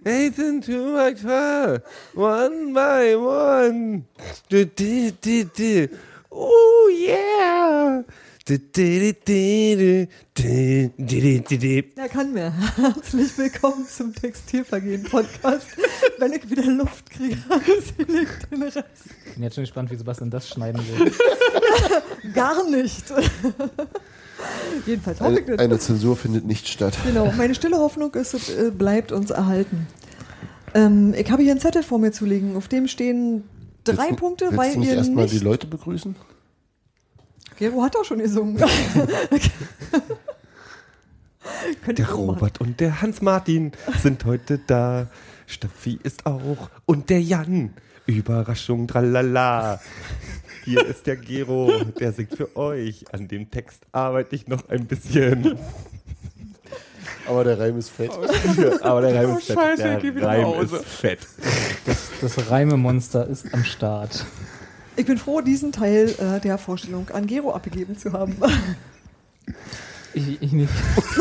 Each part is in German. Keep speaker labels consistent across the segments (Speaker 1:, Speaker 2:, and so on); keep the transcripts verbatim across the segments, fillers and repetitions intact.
Speaker 1: Eight into my car, one by one. Du, du, du, du. Oh yeah. Du, du, du, du, du, du, du.
Speaker 2: Ja, kann mehr. Herzlich willkommen zum Textilvergehen-Podcast. Wenn ich wieder Luft kriege, erzähle ich den Rest.
Speaker 3: Ich bin jetzt schon gespannt, wie Sebastian das schneiden will.
Speaker 2: Gar nicht. Jedenfalls hoffe ich
Speaker 4: Eine, eine Zensur findet nicht statt.
Speaker 2: Genau, meine stille Hoffnung ist, es äh, bleibt uns erhalten. Ähm, ich habe hier einen Zettel vor mir zu liegen, auf dem stehen drei
Speaker 4: Willst,
Speaker 2: Punkte,
Speaker 4: willst
Speaker 2: weil
Speaker 4: du nicht
Speaker 2: ihr
Speaker 4: erstmal
Speaker 2: nicht...
Speaker 4: die Leute begrüßen?
Speaker 2: Gero hat auch schon gesungen.
Speaker 1: Der Robert und der Hans-Martin sind heute da. Steffi ist auch. Und der Jan. Überraschung, tralala. Hier ist der Gero, der singt für euch. An dem Text arbeite ich noch ein bisschen.
Speaker 4: Aber der Reim ist fett.
Speaker 1: Aber der Reim ist fett.
Speaker 5: Scheiße,
Speaker 1: Der
Speaker 5: ich geh wieder
Speaker 1: Reim
Speaker 5: nach Hause.
Speaker 1: ist fett.
Speaker 3: Das, das Reimemonster ist am Start.
Speaker 2: Ich bin froh, diesen Teil äh, der Vorstellung an Gero abgegeben zu haben.
Speaker 3: Ich, ich nicht.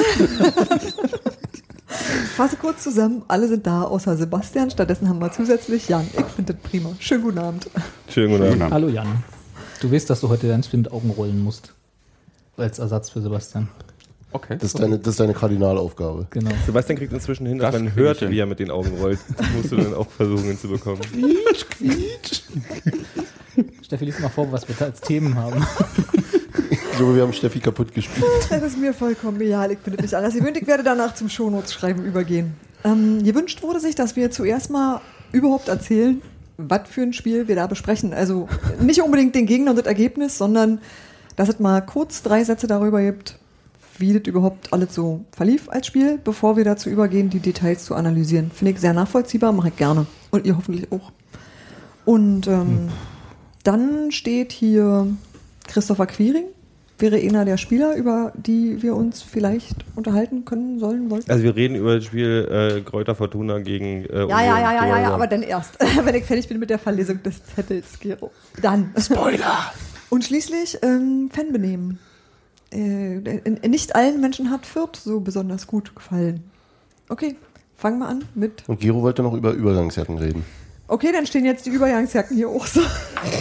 Speaker 2: Ich fasse kurz zusammen, alle sind da, außer Sebastian. Stattdessen haben wir zusätzlich Jan. Ich finde das prima. Schönen guten Abend.
Speaker 1: Schönen guten Abend.
Speaker 3: Hallo Jan. Du weißt, dass du heute ganz viel mit Augen rollen musst. Als Ersatz für Sebastian.
Speaker 5: Okay.
Speaker 4: Das ist deine, das ist deine Kardinalaufgabe.
Speaker 3: Genau.
Speaker 1: Sebastian kriegt inzwischen hin, dass
Speaker 5: Das
Speaker 1: man
Speaker 5: krieg
Speaker 1: hört,
Speaker 5: ich hin.
Speaker 1: wie er mit den Augen rollt. Das musst du dann auch versuchen hinzubekommen.
Speaker 4: Quietsch, quietsch.
Speaker 3: Steffi, lies mal vor, was wir da als Themen haben.
Speaker 4: Ich glaube, wir haben Steffi kaputt gespielt.
Speaker 2: Das ist mir vollkommen egal. Ich bin das nicht anders gewöhnt. Ich werde danach zum Shownotes-Schreiben übergehen. Ähm, gewünscht wurde sich, dass wir zuerst mal überhaupt erzählen, was für ein Spiel wir da besprechen. Also nicht unbedingt den Gegner und das Ergebnis, sondern dass es mal kurz drei Sätze darüber gibt, wie das überhaupt alles so verlief als Spiel, bevor wir dazu übergehen, die Details zu analysieren. Finde ich sehr nachvollziehbar, mache ich gerne. Und ihr hoffentlich auch. Und ähm, hm. dann steht hier Christopher Quiring. Wäre einer der Spieler, über die wir uns vielleicht unterhalten können, sollen, wollten?
Speaker 1: Also wir reden über das Spiel äh, Kräuter Fortuna gegen äh,
Speaker 2: Ja, ja, ja, ja, ja, ja, aber dann erst, wenn ich fertig bin mit der Verlesung des Zettels, Gero. Dann.
Speaker 4: Spoiler!
Speaker 2: Und schließlich ähm, Fanbenehmen. Äh, nicht allen Menschen hat Fürth so besonders gut gefallen. Okay, fangen wir an mit...
Speaker 4: Und Gero wollte noch über Übergangsjacken reden.
Speaker 2: Okay, dann stehen jetzt die Übergangsjacken hier auch so.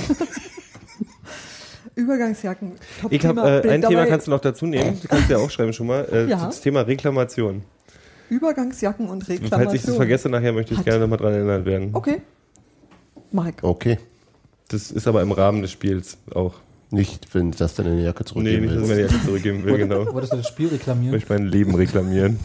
Speaker 2: Übergangsjacken. Top
Speaker 1: Ich habe äh, ein Thema, kannst du noch dazu nehmen. Du kannst ja auch schreiben schon mal. Äh,
Speaker 2: Ja.
Speaker 1: Das Thema Reklamation.
Speaker 2: Übergangsjacken und Reklamation.
Speaker 1: Falls ich das vergesse, nachher möchte ich
Speaker 2: Hat-
Speaker 1: gerne nochmal dran erinnert werden.
Speaker 2: Okay, mach ich.
Speaker 4: Okay.
Speaker 1: Das ist aber im Rahmen des Spiels auch.
Speaker 4: Nicht, wenn das dann in die Jacke
Speaker 1: Nee,
Speaker 4: zurückgeben
Speaker 1: nicht, dass ich
Speaker 4: willst.
Speaker 1: meine Jacke zurückgeben will, genau.
Speaker 3: Wolltest du das Spiel
Speaker 1: Ich
Speaker 3: reklamieren?
Speaker 1: möchte mein Leben reklamieren.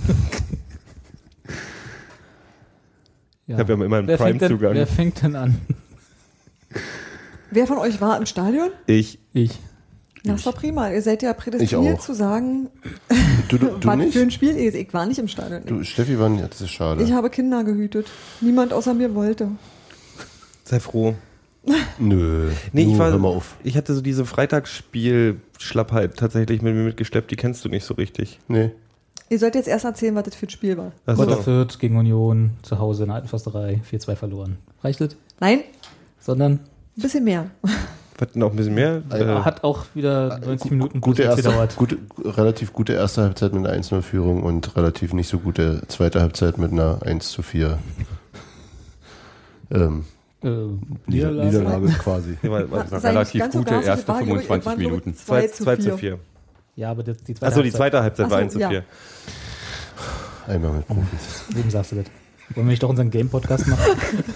Speaker 3: Ja.
Speaker 1: Ich habe ja immer einen
Speaker 3: Wer fängt denn-
Speaker 1: Prime-Zugang.
Speaker 3: Wer fängt denn an?
Speaker 2: Wer von euch war im Stadion?
Speaker 1: Ich.
Speaker 3: Ich.
Speaker 2: Das ist doch prima. Ihr seid ja prädestiniert
Speaker 4: auch.
Speaker 2: zu sagen,
Speaker 4: Du, du, du
Speaker 2: was
Speaker 4: nicht?
Speaker 2: für ein Spiel ist. Ich war nicht im Stadion.
Speaker 4: Du, Steffi war nicht, das ist schade.
Speaker 2: Ich habe Kinder gehütet. Niemand außer mir wollte.
Speaker 1: Sei froh.
Speaker 4: Nö.
Speaker 1: Nee,
Speaker 4: du,
Speaker 1: ich, war,
Speaker 4: hör mal auf.
Speaker 1: ich hatte so diese Freitagsspiel-Schlappheit tatsächlich mit mir mitgeschleppt. Die kennst du nicht so richtig.
Speaker 4: Nee.
Speaker 2: Ihr sollt jetzt erst erzählen, was das für ein Spiel war.
Speaker 1: Ach
Speaker 3: Kräuter
Speaker 1: so.
Speaker 3: Fürth gegen Union, zu Hause in der Alten Försterei, vier zwei verloren. Reicht das?
Speaker 2: Nein,
Speaker 3: Sondern
Speaker 2: ein bisschen mehr.
Speaker 1: Was denn auch ein bisschen mehr?
Speaker 4: Äh,
Speaker 1: Äh,
Speaker 3: hat auch wieder neunzig Minuten plus
Speaker 4: Gute
Speaker 3: jetzt
Speaker 4: erste,
Speaker 3: gedauert.
Speaker 4: gute, relativ gute erste Halbzeit mit einer eins null Führung und relativ nicht so gute zweite Halbzeit mit einer eins zu vier ähm,
Speaker 3: Äh,
Speaker 4: Nieder
Speaker 3: Niederlage.
Speaker 4: Niederlage quasi.
Speaker 1: nee, mal- mal-
Speaker 2: Sei nicht
Speaker 5: relativ
Speaker 2: ganz so
Speaker 5: gute
Speaker 2: garstig,
Speaker 5: erste
Speaker 2: war, glaub ich,
Speaker 5: fünfundzwanzig
Speaker 2: waren, glaub ich,
Speaker 5: Minuten.
Speaker 2: zwei
Speaker 1: zwei zu
Speaker 2: vier.
Speaker 1: vier.
Speaker 3: Ja, aber das, die zweite
Speaker 1: Achso, die
Speaker 3: Halbzeit.
Speaker 1: zweite Halbzeit war
Speaker 2: Ach so,
Speaker 1: eins zu
Speaker 2: ja.
Speaker 1: vier.
Speaker 4: Einmal mit Profis.
Speaker 3: Wem sagst du das? Wollen wir nicht doch unseren Game-Podcast machen?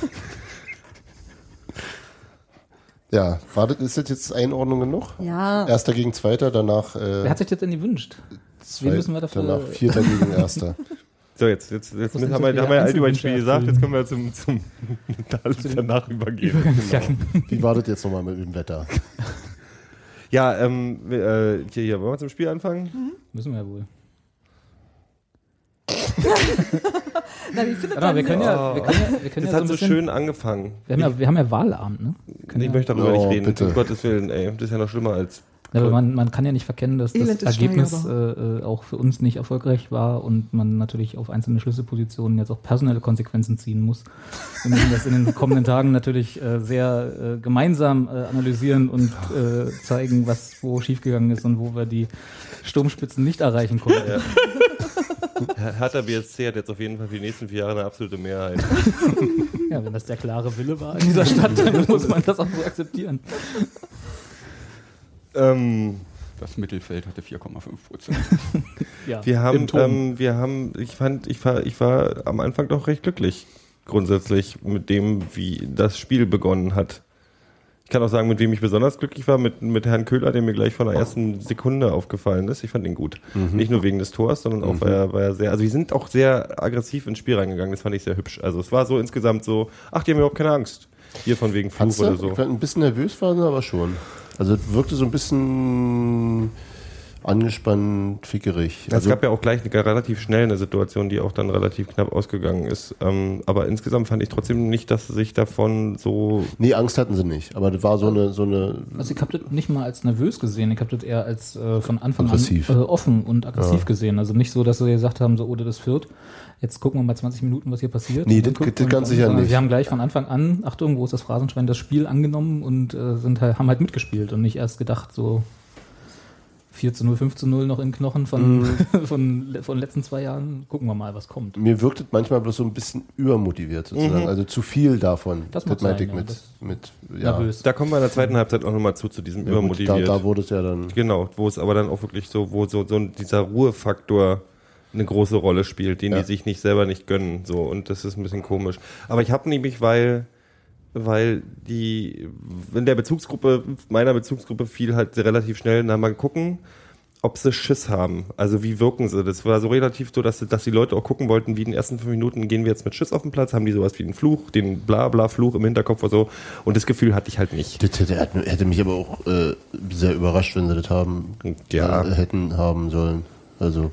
Speaker 4: Ja, war das, ist das jetzt Einordnung genug?
Speaker 2: Ja.
Speaker 4: Erster gegen Zweiter, danach, äh,
Speaker 3: Wer hat sich das denn gewünscht?
Speaker 4: zwei,
Speaker 3: wen müssen wir dafür-
Speaker 4: danach Vierter gegen Erster.
Speaker 1: So, jetzt, jetzt, jetzt
Speaker 3: Was
Speaker 1: haben
Speaker 3: sind
Speaker 1: wir,
Speaker 3: so
Speaker 1: haben wir ja alt
Speaker 3: viele
Speaker 1: über das Spiel
Speaker 3: Einzelwünsche
Speaker 1: gesagt, jetzt
Speaker 3: erfüllen?
Speaker 1: können wir zum, zum alles danach übergehen.
Speaker 3: Übergangsjacken.
Speaker 4: Wie war das jetzt nochmal mit dem Wetter?
Speaker 1: Ja, ähm, wir, äh, hier, hier, wollen wir zum Spiel anfangen?
Speaker 3: Müssen wir ja wohl.
Speaker 2: Na, wie findet
Speaker 3: Warte mal, wir
Speaker 2: man
Speaker 3: können
Speaker 2: das?
Speaker 3: ja, wir können ja, wir können
Speaker 1: Das
Speaker 3: ja
Speaker 1: hat
Speaker 3: so
Speaker 1: so
Speaker 3: ein bisschen,
Speaker 1: schön angefangen.
Speaker 3: wir haben ja, wir haben ja Wahlabend, ne? Können
Speaker 1: Ich
Speaker 3: ja,
Speaker 1: möchte darüber
Speaker 4: Oh,
Speaker 1: nicht reden,
Speaker 4: bitte.
Speaker 1: um Gottes Willen, ey. Das ist ja noch schlimmer als...
Speaker 3: Ja, aber man, man kann ja nicht verkennen, dass
Speaker 2: Elend
Speaker 3: das
Speaker 2: ist
Speaker 3: Ergebnis
Speaker 2: steigerbar.
Speaker 3: äh, auch für uns nicht erfolgreich war und man natürlich auf einzelne Schlüsselpositionen jetzt auch personelle Konsequenzen ziehen muss. Wir müssen das in den kommenden Tagen natürlich äh, sehr äh, gemeinsam äh, analysieren und äh, zeigen, was wo schiefgegangen ist und wo wir die Sturmspitzen nicht erreichen konnten.
Speaker 1: Ja. Hertha B S C hat jetzt auf jeden Fall für die nächsten vier Jahre eine absolute Mehrheit.
Speaker 3: Ja, wenn das der klare Wille war in dieser Stadt, dann muss man das auch so akzeptieren.
Speaker 1: ähm,
Speaker 5: Das Mittelfeld hatte vier Komma fünf Prozent.
Speaker 3: Ja,
Speaker 1: wir haben,
Speaker 3: im Turm.
Speaker 1: ähm, wir haben, ich fand, ich war, ich war am Anfang doch recht glücklich, grundsätzlich mit dem, wie das Spiel begonnen hat. Ich kann auch sagen, mit wem ich besonders glücklich war, mit, mit Herrn Köhler, der mir gleich von der ersten Sekunde aufgefallen ist. Ich fand ihn gut. Mhm. Nicht nur wegen des Tors, sondern auch, mhm. weil, er, weil er sehr, also wir sind auch sehr aggressiv ins Spiel reingegangen, das fand ich sehr hübsch. Also es war so insgesamt so, ach, die haben überhaupt keine Angst. Hier von wegen Fluch oder so.
Speaker 4: Ein bisschen nervös waren sie aber schon. Also es wirkte so ein bisschen angespannt, fickerig.
Speaker 1: Es
Speaker 4: Also
Speaker 1: gab ja auch gleich eine relativ schnell eine Situation, die auch dann relativ knapp ausgegangen ist. Ähm, aber insgesamt fand ich trotzdem nicht, dass sie sich davon so...
Speaker 4: Nee, Angst hatten sie nicht. Aber das war so eine... So eine
Speaker 3: also ich habe das nicht mal als nervös gesehen. Ich habe das eher als äh, von Anfang
Speaker 4: aggressiv.
Speaker 3: an äh, offen und aggressiv
Speaker 4: ja.
Speaker 3: gesehen. Also nicht so, dass sie gesagt haben, so, oh, das führt. Jetzt gucken wir mal zwanzig Minuten, was hier passiert.
Speaker 4: Nee, das, das ganz sicher nicht.
Speaker 3: Sie haben gleich von Anfang an, Achtung, wo ist das Phrasenschwein, das Spiel angenommen und äh, sind halt, haben halt mitgespielt und nicht erst gedacht, so vier zu null, fünf zu null noch in Knochen von, mm. von, von letzten zwei Jahren. Gucken wir mal, was kommt.
Speaker 4: Mir wirkt es manchmal bloß so ein bisschen übermotiviert sozusagen. Mhm. Also zu viel davon.
Speaker 3: Das, das meinte ich
Speaker 4: ja,
Speaker 3: mit,
Speaker 4: das mit ja.
Speaker 3: nervös.
Speaker 1: Da kommen wir in der zweiten Halbzeit auch nochmal zu, zu diesem
Speaker 4: ja,
Speaker 1: übermotiviert.
Speaker 4: Gut, da, da wurde es ja dann...
Speaker 1: Genau, wo es aber dann auch wirklich so, wo so, so dieser Ruhefaktor eine große Rolle spielt, den ja. die sich nicht selber nicht gönnen. So, und das ist ein bisschen komisch. Aber ich habe nämlich, weil... weil die in der Bezugsgruppe, meiner Bezugsgruppe fiel halt relativ schnell, na mal gucken, ob sie Schiss haben. Also wie wirken sie? Das war so relativ so, dass, dass die Leute auch gucken wollten, wie in den ersten fünf Minuten gehen wir jetzt mit Schiss auf den Platz, haben die sowas wie den Fluch, den Blabla-Fluch im Hinterkopf oder so. Und das Gefühl hatte ich halt nicht.
Speaker 4: Das hätte, hätte mich aber auch äh, sehr überrascht, wenn sie das haben,
Speaker 1: ja.
Speaker 4: äh, hätten haben sollen. Also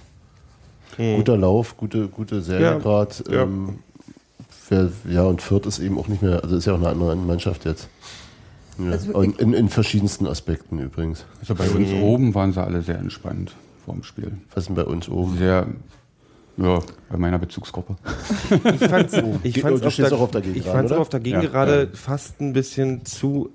Speaker 4: hm. guter Lauf, gute, gute Serie
Speaker 1: ja.
Speaker 4: gerade.
Speaker 1: Ja.
Speaker 4: Ähm, Ja, und Fürth ist eben auch nicht mehr, also ist ja auch eine andere Mannschaft jetzt. Ja. Also in, in, in verschiedensten Aspekten übrigens.
Speaker 5: Also bei uns mhm. oben waren sie alle sehr entspannt vor dem Spiel.
Speaker 4: Was ist denn bei uns oben?
Speaker 5: Sehr, ja, bei meiner Bezugsgruppe.
Speaker 1: Ich fand's, ich fand's
Speaker 4: du
Speaker 1: auf,
Speaker 4: stehst
Speaker 1: der,
Speaker 4: auch auf der Gegend
Speaker 1: ich fand's
Speaker 4: oder?
Speaker 1: auf der Gegend
Speaker 5: ja,
Speaker 1: gerade
Speaker 5: ja.
Speaker 1: fast ein bisschen zu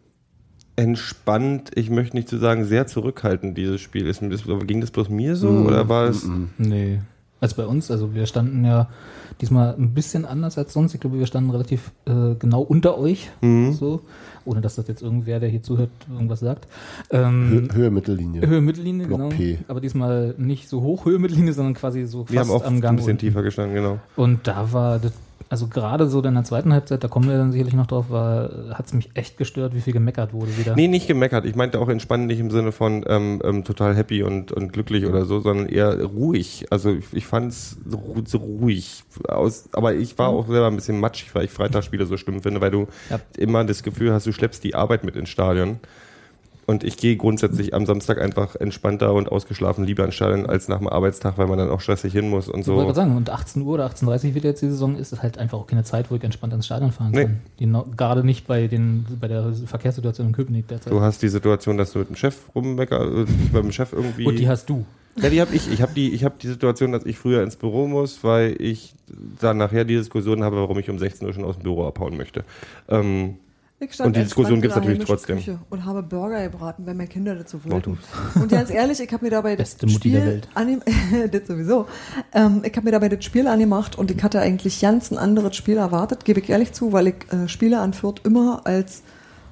Speaker 1: entspannt, ich möchte nicht zu sagen sehr zurückhaltend, dieses Spiel. Ist, ist, ging das bloß mir so, mhm. oder war es...
Speaker 3: Nee. Also bei uns, also wir standen ja diesmal ein bisschen anders als sonst. Ich glaube, wir standen relativ äh, genau unter euch, mhm. so, ohne dass das jetzt irgendwer, der hier zuhört, irgendwas sagt. Ähm,
Speaker 4: Hö- Höhe Mittellinie.
Speaker 3: Höhe Mittellinie,
Speaker 4: Block
Speaker 3: genau.
Speaker 4: P.
Speaker 3: Aber diesmal nicht so hoch Höhe Mittellinie, sondern quasi so fast
Speaker 1: wir haben auch
Speaker 3: am Gang.
Speaker 1: ein bisschen
Speaker 3: unten.
Speaker 1: tiefer gestanden, genau.
Speaker 3: Und da war das, also gerade so in der zweiten Halbzeit, da kommen wir dann sicherlich noch drauf, hat es mich echt gestört, wie viel gemeckert wurde wieder.
Speaker 1: Nee, nicht gemeckert. Ich meinte auch entspannt nicht im Sinne von ähm, ähm, total happy und, und glücklich oder so, sondern eher ruhig. Also ich, ich fand es so, so ruhig aus, aber ich war auch selber ein bisschen matschig, weil ich Freitagsspiele so schlimm finde, weil du ja. immer das Gefühl hast, du schleppst die Arbeit mit ins Stadion. Und ich gehe grundsätzlich am Samstag einfach entspannter und ausgeschlafen lieber ins Stadion als nach dem Arbeitstag, weil man dann auch stressig hin muss und so.
Speaker 3: Ich wollte gerade sagen, und achtzehn Uhr oder achtzehn Uhr dreißig wieder jetzt die Saison ist, ist halt einfach auch keine Zeit, wo ich entspannt ins Stadion fahren kann. Nee. Die no, gerade nicht bei den bei der Verkehrssituation in Köpenick derzeit.
Speaker 1: Du hast die Situation, dass du mit dem Chef rummeckerst, beim Chef irgendwie...
Speaker 3: Und die hast du.
Speaker 1: Ja, die habe ich. Ich habe die, ich habe die Situation, dass ich früher ins Büro muss, weil ich dann nachher die Diskussion habe, warum ich um sechzehn Uhr schon aus dem Büro abhauen möchte. Ähm, Und die Diskussion gibt es natürlich trotzdem.
Speaker 2: Küche und habe Burger gebraten, weil meine Kinder dazu wollten. Und ganz ehrlich, ich habe mir dabei
Speaker 3: das
Speaker 2: Beste
Speaker 3: Spiel
Speaker 2: der Welt. Anim- das sowieso. Ähm, ich habe mir dabei das Spiel angemacht und ich hatte eigentlich ganz ein anderes Spiel erwartet, gebe ich ehrlich zu, weil ich äh, Spiele an Fürth immer als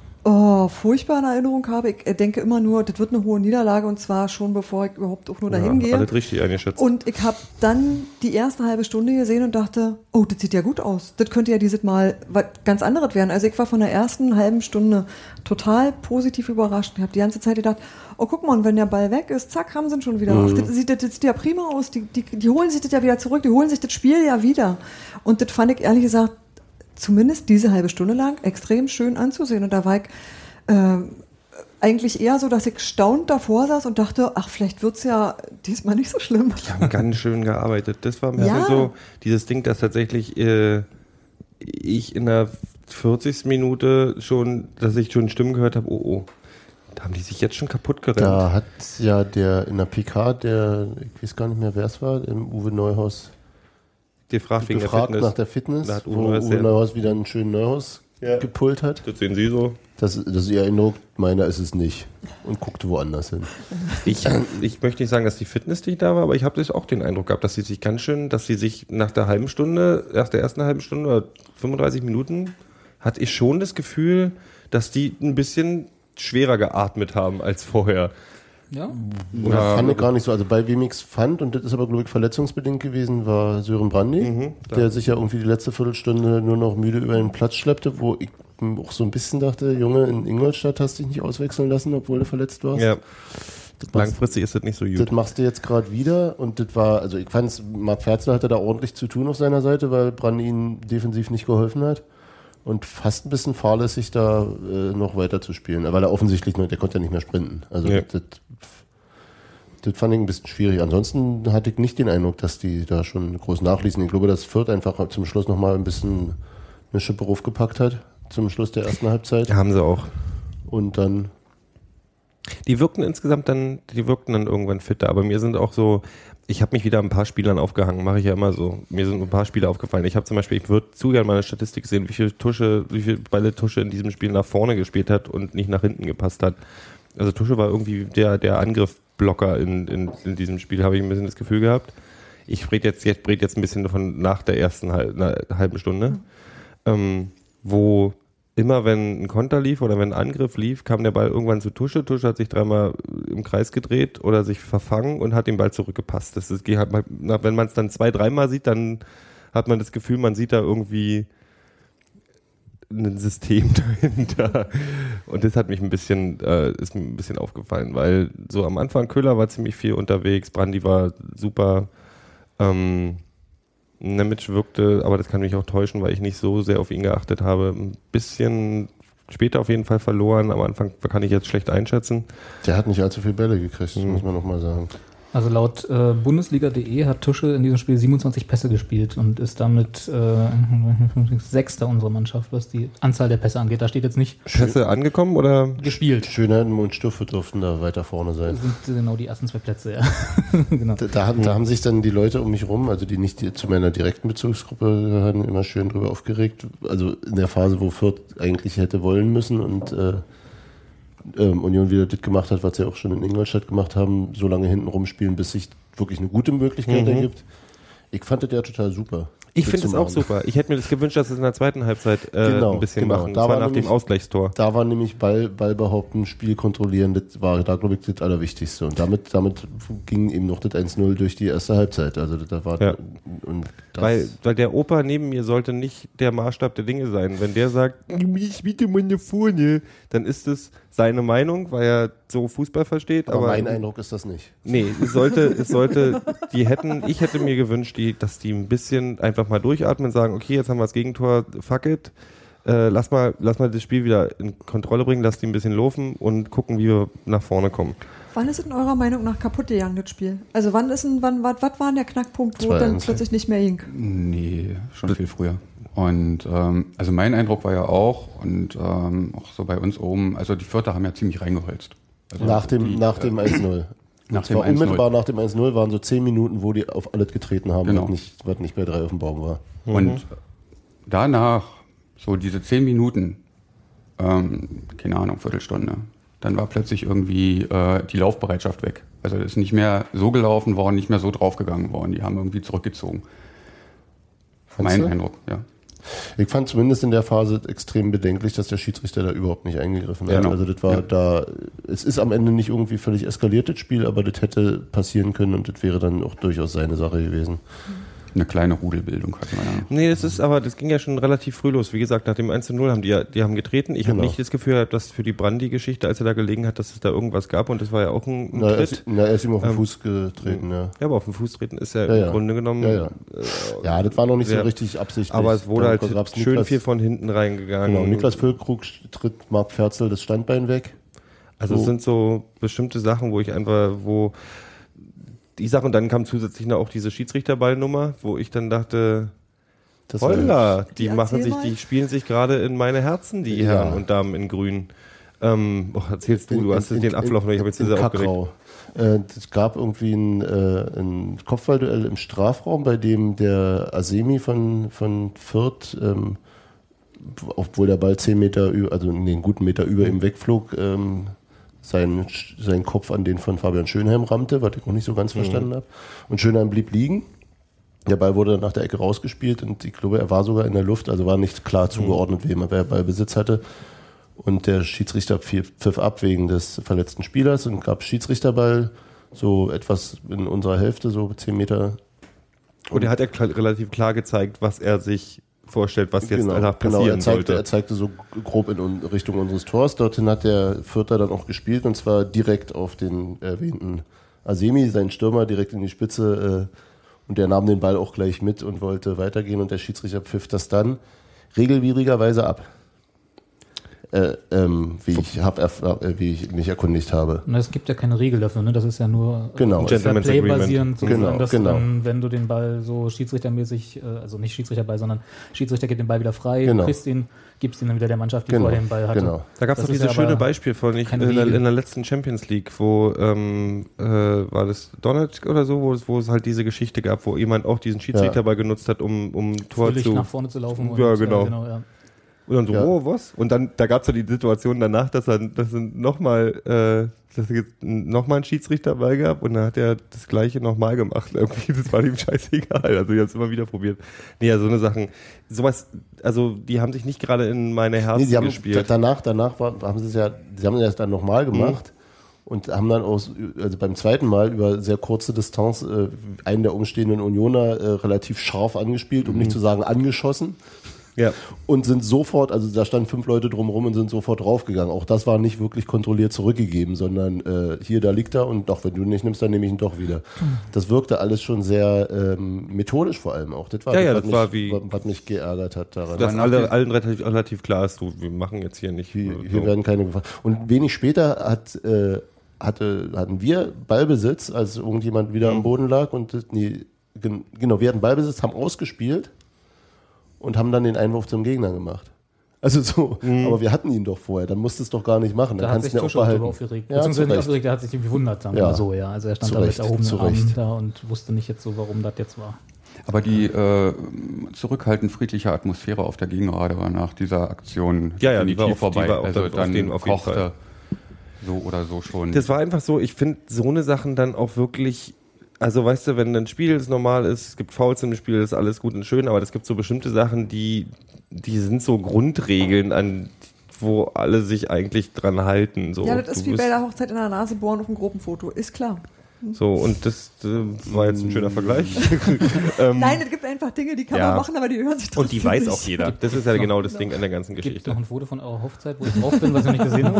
Speaker 2: oh, furchtbar in Erinnerung habe. Ich denke immer nur, das wird eine hohe Niederlage und zwar schon bevor ich überhaupt auch nur dahin
Speaker 1: ja,
Speaker 2: gehe.
Speaker 1: Alles richtig eingeschätzt.
Speaker 2: Und ich habe dann die erste halbe Stunde gesehen und dachte, oh, das sieht ja gut aus. Das könnte ja dieses Mal was ganz anderes werden. Also ich war von der ersten halben Stunde total positiv überrascht. Ich habe die ganze Zeit gedacht, oh, guck mal, und wenn der Ball weg ist, zack, haben sie ihn schon wieder. Mhm. Ach, das, sieht, das sieht ja prima aus. Die, die, die holen sich das ja wieder zurück. Die holen sich das Spiel ja wieder. Und das fand ich ehrlich gesagt zumindest diese halbe Stunde lang extrem schön anzusehen. Und da war ich äh, eigentlich eher so, dass ich staunend davor saß und dachte, ach, vielleicht wird's ja diesmal nicht so schlimm.
Speaker 1: Die haben ganz schön gearbeitet. Das war ein bisschen
Speaker 2: ja.
Speaker 1: so, dieses Ding, dass tatsächlich äh, ich in der vierzigsten Minute schon, dass ich schon Stimmen gehört habe, oh, oh, da haben die sich jetzt schon kaputt gerannt.
Speaker 4: Da hat ja der in der P K, der, ich weiß gar nicht mehr, wer es war, im Uwe Neuhaus
Speaker 1: gefragt wegen
Speaker 4: gefragt
Speaker 1: der Fitness.
Speaker 4: nach der Fitness,
Speaker 1: da hat Uwe
Speaker 4: wo
Speaker 1: Neuhaus,
Speaker 4: Uwe Neuhaus wieder einen schönen Neuhaus ja. gepult hat.
Speaker 1: Das sehen Sie so.
Speaker 4: Das, das ist Ihr Eindruck, meiner ist es nicht. Und guckte woanders hin.
Speaker 1: Ich, ich möchte nicht sagen, dass die Fitness nicht da war, aber ich habe das auch den Eindruck gehabt, dass sie sich ganz schön, dass sie sich nach der halben Stunde, nach der ersten halben Stunde oder fünfunddreißig Minuten, hatte ich schon das Gefühl, dass die ein bisschen schwerer geatmet haben als vorher.
Speaker 3: Ja?
Speaker 4: Ja, fand ich gar nicht so. Also bei wem ich es fand, und das ist aber, glaube ich, verletzungsbedingt gewesen, war Sören Brandy, mhm, der sich ja irgendwie die letzte Viertelstunde nur noch müde über den Platz schleppte, wo ich auch so ein bisschen dachte, Junge, in Ingolstadt hast du dich nicht auswechseln lassen, obwohl du verletzt warst.
Speaker 1: Ja. Langfristig ist das nicht so gut.
Speaker 4: Das machst du jetzt gerade wieder und das war, also ich fand es, Marc Fertzler hatte da ordentlich zu tun auf seiner Seite, weil Brandy ihm defensiv nicht geholfen hat. Und fast ein bisschen fahrlässig da äh, noch weiter zu spielen, weil er offensichtlich, noch, der konnte ja nicht mehr sprinten. Also ja. das, das fand ich ein bisschen schwierig. Ansonsten hatte ich nicht den Eindruck, dass die da schon groß nachließen. Ich glaube, dass Fürth einfach zum Schluss nochmal ein bisschen eine Schippe raufgepackt hat, zum Schluss der ersten Halbzeit.
Speaker 1: Haben sie auch.
Speaker 4: Und dann...
Speaker 1: Die wirkten insgesamt dann, die wirkten dann irgendwann fitter, aber mir sind auch so... Ich habe mich wieder ein paar Spielern aufgehangen, mache ich ja immer so. Mir sind ein paar Spieler aufgefallen. Ich habe zum Beispiel, ich würde zu gerne mal eine Statistik sehen, wie viel Tusche, wie viel Bälle Tusche in diesem Spiel nach vorne gespielt hat und nicht nach hinten gepasst hat. Also Tusche war irgendwie der, der Angriffblocker in, in, in diesem Spiel, habe ich ein bisschen das Gefühl gehabt. Ich rede jetzt, jetzt, red jetzt ein bisschen davon nach der ersten halben Stunde, mhm. ähm, wo immer wenn ein Konter lief oder wenn ein Angriff lief, kam der Ball irgendwann zu Tusche. Tusche hat sich dreimal im Kreis gedreht oder sich verfangen und hat den Ball zurückgepasst. Das ist, wenn man es dann zwei, dreimal sieht, dann hat man das Gefühl, man sieht da irgendwie ein System dahinter. Und das hat mich ein bisschen, äh, ist mir ein bisschen aufgefallen, weil so am Anfang Köhler war ziemlich viel unterwegs, Brandy war super, ähm, Nemec wirkte, aber das kann mich auch täuschen, weil ich nicht so sehr auf ihn geachtet habe. Ein bisschen später auf jeden Fall verloren. Am Anfang kann ich jetzt schlecht einschätzen.
Speaker 4: Der hat nicht allzu viele Bälle gekriegt, mhm. muss man nochmal sagen.
Speaker 3: Also laut äh, Bundesliga punkt de hat Tusche in diesem Spiel siebenundzwanzig Pässe gespielt und ist damit äh, Sechster unserer Mannschaft, was die Anzahl der Pässe angeht. Da steht jetzt nicht
Speaker 1: Pässe angekommen oder
Speaker 3: gespielt.
Speaker 4: Schönheiten und Stuffe durften da weiter vorne sein.
Speaker 3: Das sind genau die ersten zwei Plätze, ja. Genau.
Speaker 4: Da, da, haben, da haben sich dann die Leute um mich rum, also die nicht die, zu meiner direkten Bezugsgruppe gehören, immer schön drüber aufgeregt. Also in der Phase, wo Fürth eigentlich hätte wollen müssen und äh, Ähm, Union wieder das gemacht hat, was sie auch schon in Ingolstadt gemacht haben, so lange hinten rumspielen, bis sich wirklich eine gute Möglichkeit mhm. ergibt. Ich fand das ja total super.
Speaker 1: Ich finde es auch super. Ich hätte mir das gewünscht, dass es in der zweiten Halbzeit äh,
Speaker 4: genau,
Speaker 1: ein bisschen
Speaker 4: genau.
Speaker 1: machen.
Speaker 4: Da
Speaker 1: das war
Speaker 4: war
Speaker 1: nach
Speaker 4: nämlich,
Speaker 1: dem Ausgleichstor.
Speaker 4: Da war nämlich Ball, Ball behaupten, Spiel kontrollieren, das war da, glaube ich, das Allerwichtigste. Und damit, damit ging eben noch das eins null durch die erste Halbzeit. Also da war
Speaker 1: ja.
Speaker 4: und das
Speaker 1: weil, weil der Opa neben mir sollte nicht der Maßstab der Dinge sein. Wenn der sagt, ich biete meine vorne, dann ist es seine Meinung, weil er so Fußball versteht.
Speaker 4: Aber,
Speaker 1: aber
Speaker 4: mein Eindruck ist das nicht.
Speaker 1: Nee, es sollte, es sollte, die hätten, ich hätte mir gewünscht, die, dass die ein bisschen einfach mal durchatmen und sagen, okay, jetzt haben wir das Gegentor, fuck it, äh, lass mal, lass mal das Spiel wieder in Kontrolle bringen, lass die ein bisschen laufen und gucken, wie wir nach vorne kommen.
Speaker 2: Wann ist es in eurer Meinung nach kaputt gegangen, das Spiel? Also wann ist ein, wann, was, was war der Knackpunkt, wo dann plötzlich nicht mehr ging?
Speaker 5: Nee, schon viel früher. Und ähm, also mein Eindruck war ja auch, und ähm, auch so bei uns oben, also die Vierter haben ja ziemlich reingeholzt. Also
Speaker 4: nach dem,
Speaker 5: die,
Speaker 4: nach dem eins null.
Speaker 5: Nach
Speaker 4: dem
Speaker 5: eins null.
Speaker 4: Unmittelbar nach dem eins null waren so zehn Minuten, wo die auf alles getreten haben,
Speaker 5: genau.
Speaker 4: was, nicht, was nicht bei drei auf dem Baum war.
Speaker 5: Mhm. Und danach, so diese zehn Minuten, ähm, keine Ahnung, Viertelstunde, dann war plötzlich irgendwie äh, die Laufbereitschaft weg. Also ist nicht mehr so gelaufen worden, nicht mehr so draufgegangen worden. Die haben irgendwie zurückgezogen.
Speaker 4: Fandst
Speaker 5: mein
Speaker 4: du?
Speaker 5: Eindruck, ja.
Speaker 4: Ich fand zumindest in der Phase extrem bedenklich, dass der Schiedsrichter da überhaupt nicht eingegriffen hat.
Speaker 5: Genau.
Speaker 4: Also das war
Speaker 5: ja.
Speaker 4: da, es ist am Ende nicht irgendwie völlig eskaliert, das Spiel, aber das hätte passieren können und das wäre dann auch durchaus seine Sache gewesen.
Speaker 5: Eine kleine Rudelbildung hatten wir ja.
Speaker 1: Nee, das ist aber, das ging ja schon relativ früh los. Wie gesagt, nach dem eins zu null haben die ja, die haben getreten. Ich
Speaker 4: genau.
Speaker 1: habe nicht das Gefühl gehabt, dass für die Brandy-Geschichte, als er da gelegen hat, dass es da irgendwas gab und das war ja auch ein, ein
Speaker 4: na,
Speaker 1: Tritt.
Speaker 4: Er ist, na, er ist ihm auf den
Speaker 1: ähm,
Speaker 4: Fuß getreten, ja.
Speaker 1: Ja, aber auf den Fuß treten ist ja,
Speaker 4: ja
Speaker 1: im
Speaker 4: ja.
Speaker 1: Grunde genommen...
Speaker 4: Ja, ja. Äh, ja, das war noch nicht
Speaker 1: ja.
Speaker 4: so richtig absichtlich.
Speaker 1: Aber es wurde halt
Speaker 4: Niklas,
Speaker 1: schön viel von hinten reingegangen.
Speaker 4: Genau, Niklas Füllkrug tritt Marc Fertzl das Standbein weg.
Speaker 1: Also
Speaker 4: so.
Speaker 1: Es sind so bestimmte Sachen, wo ich einfach, wo die Sache, und dann kam zusätzlich noch auch diese Schiedsrichterballnummer, wo ich dann dachte,
Speaker 4: das
Speaker 1: holla, die,
Speaker 2: die
Speaker 1: machen sich,
Speaker 2: mal.
Speaker 1: die spielen sich gerade in meine Herzen, die
Speaker 4: Ja.
Speaker 1: Herren und Damen in Grün. Ähm, oh, erzählst du, du hast in, den Ablauf noch, ich habe jetzt diese aufgeregt.
Speaker 4: Äh, es gab irgendwie ein, äh, ein Kopfballduell im Strafraum, bei dem der Asemi von, von Fürth ähm, obwohl der Ball zehn Meter, über, also nee, einen guten Meter über ihm wegflog, ähm, seinen, seinen Kopf an den von Fabian Schönheim rammte, was ich auch nicht so ganz mhm. verstanden habe. Und Schönheim blieb liegen. Der Ball wurde dann nach der Ecke rausgespielt und ich glaube, er war sogar in der Luft, also war nicht klar zugeordnet, mhm. wem er Ballbesitz hatte. Und der Schiedsrichter pfiff ab wegen des verletzten Spielers und gab Schiedsrichterball, so etwas in unserer Hälfte, so zehn Meter.
Speaker 1: Und er hat ja klar, relativ klar gezeigt, was er sich vorstellt, was jetzt
Speaker 4: genau,
Speaker 1: danach passieren
Speaker 4: genau, er zeigte,
Speaker 1: sollte.
Speaker 4: Er zeigte so grob in Richtung unseres Tors. Dorthin hat der Vierter dann auch gespielt und zwar direkt auf den erwähnten Asemi, seinen Stürmer, direkt in die Spitze. Äh, und der nahm den Ball auch gleich mit und wollte weitergehen und der Schiedsrichter pfiff das dann regelwidrigerweise ab. Äh, ähm, wie, ich hab, äh, wie ich mich erkundigt habe.
Speaker 3: Na, es gibt ja keine Regel dafür, ne? Das ist ja nur
Speaker 4: genau.
Speaker 3: Play-basierend,
Speaker 4: genau,
Speaker 3: dass
Speaker 4: genau.
Speaker 3: dann, wenn du den Ball so schiedsrichtermäßig, äh, also nicht Schiedsrichterball, sondern Schiedsrichter gibt den Ball wieder frei,
Speaker 4: genau.
Speaker 3: du kriegst ihn, gibst ihn dann wieder der Mannschaft, die
Speaker 4: genau.
Speaker 3: vorher den Ball hatte.
Speaker 4: Genau.
Speaker 1: Da gab es doch dieses schöne Beispiel von ich, in, der, in der letzten Champions League, wo ähm, äh, war das Donetsk oder so, wo es, wo es halt diese Geschichte gab, wo jemand auch diesen Schiedsrichterball ja. genutzt hat, um, um Tor
Speaker 3: Völlig
Speaker 1: zu...
Speaker 3: nach vorne zu laufen.
Speaker 1: Ja,
Speaker 3: und,
Speaker 1: genau.
Speaker 3: Äh, genau ja.
Speaker 1: Und dann so,
Speaker 4: ja.
Speaker 1: oh, was? Und dann, da gab es ja die Situation danach, dass er, dass er nochmal, äh, dass er nochmal einen Schiedsrichterball gab und dann hat er das Gleiche nochmal gemacht. Irgendwie, das war ihm scheißegal. Also, ich habe es immer wieder probiert. Nee, ja, so eine Sachen, sowas, also, die haben sich nicht gerade in meine Herzen
Speaker 4: nee, sie haben,
Speaker 1: gespielt.
Speaker 4: Danach, danach war, haben sie es ja, sie haben es dann nochmal gemacht. Mhm. Und haben dann aus, also beim zweiten Mal über sehr kurze Distanz äh, einen der umstehenden Unioner äh, relativ scharf angespielt, um mhm. nicht zu sagen angeschossen. Ja. Und sind sofort, also da standen fünf Leute drumherum und sind sofort draufgegangen. Auch das war nicht wirklich kontrolliert zurückgegeben, sondern äh, hier, da liegt er und doch, wenn du ihn nicht nimmst, dann nehme ich ihn doch wieder. Das wirkte alles schon sehr ähm, methodisch vor allem auch. Das war,
Speaker 1: ja, ja,
Speaker 4: was,
Speaker 1: das
Speaker 4: mich,
Speaker 1: war wie,
Speaker 4: was mich geärgert hat daran.
Speaker 1: Dass alle, allen relativ, relativ klar ist, du, wir machen jetzt hier nicht.
Speaker 4: Hier,
Speaker 1: so.
Speaker 4: hier werden keine Gefahr. Und wenig später hat, äh, hatte, hatten wir Ballbesitz, als irgendjemand wieder mhm. am Boden lag und nee, gen, genau, wir hatten Ballbesitz, haben ausgespielt und haben dann den Einwurf zum Gegner gemacht. Also so, mhm. aber wir hatten ihn doch vorher, dann musst du es doch gar nicht machen. Dann
Speaker 3: da hat
Speaker 4: kannst
Speaker 3: sich
Speaker 4: du ihn ja auch behalten.
Speaker 3: Aufgeregt. Ja, beziehungsweise nicht aufgeregt, der hat sich gewundert, sagen wir
Speaker 4: ja.
Speaker 3: mal so, ja. Also er stand
Speaker 4: Zurecht.
Speaker 3: da mit erhobenen
Speaker 4: Zurecht.
Speaker 3: Armen da und wusste nicht jetzt so, warum das jetzt war.
Speaker 5: Aber die äh, zurückhaltend friedliche Atmosphäre auf der Gegengerade war nach dieser Aktion
Speaker 1: ja, ja, die war auf,
Speaker 5: vorbei.
Speaker 1: Die war
Speaker 5: also
Speaker 1: auf,
Speaker 5: dann
Speaker 1: auf den auf jeden
Speaker 5: kochte
Speaker 1: Fall.
Speaker 5: So oder so schon.
Speaker 1: Das war einfach so, ich finde so eine Sachen dann auch wirklich, also weißt du, wenn ein Spiel normal ist, es gibt Fouls im Spiel, ist alles gut und schön, aber es gibt so bestimmte Sachen, die, die sind so Grundregeln, an wo alle sich eigentlich dran halten. So.
Speaker 2: Ja, das ist
Speaker 1: Du
Speaker 2: wie bei der Hochzeit in der Nase bohren auf dem Gruppenfoto, ist klar.
Speaker 1: So, und das äh, war jetzt ein schöner Vergleich. ähm,
Speaker 2: Nein, es gibt einfach Dinge, die kann
Speaker 1: ja.
Speaker 2: man machen, aber die hören sich trotzdem
Speaker 1: Und die weiß
Speaker 2: nicht.
Speaker 1: auch jeder. Das ist ja
Speaker 3: Gibt
Speaker 1: genau
Speaker 3: noch,
Speaker 1: das Ding an der ganzen
Speaker 3: Gibt es
Speaker 1: Geschichte.
Speaker 3: noch ein Foto von eurer Hochzeit, wo ich drauf bin, was ich nicht gesehen habe?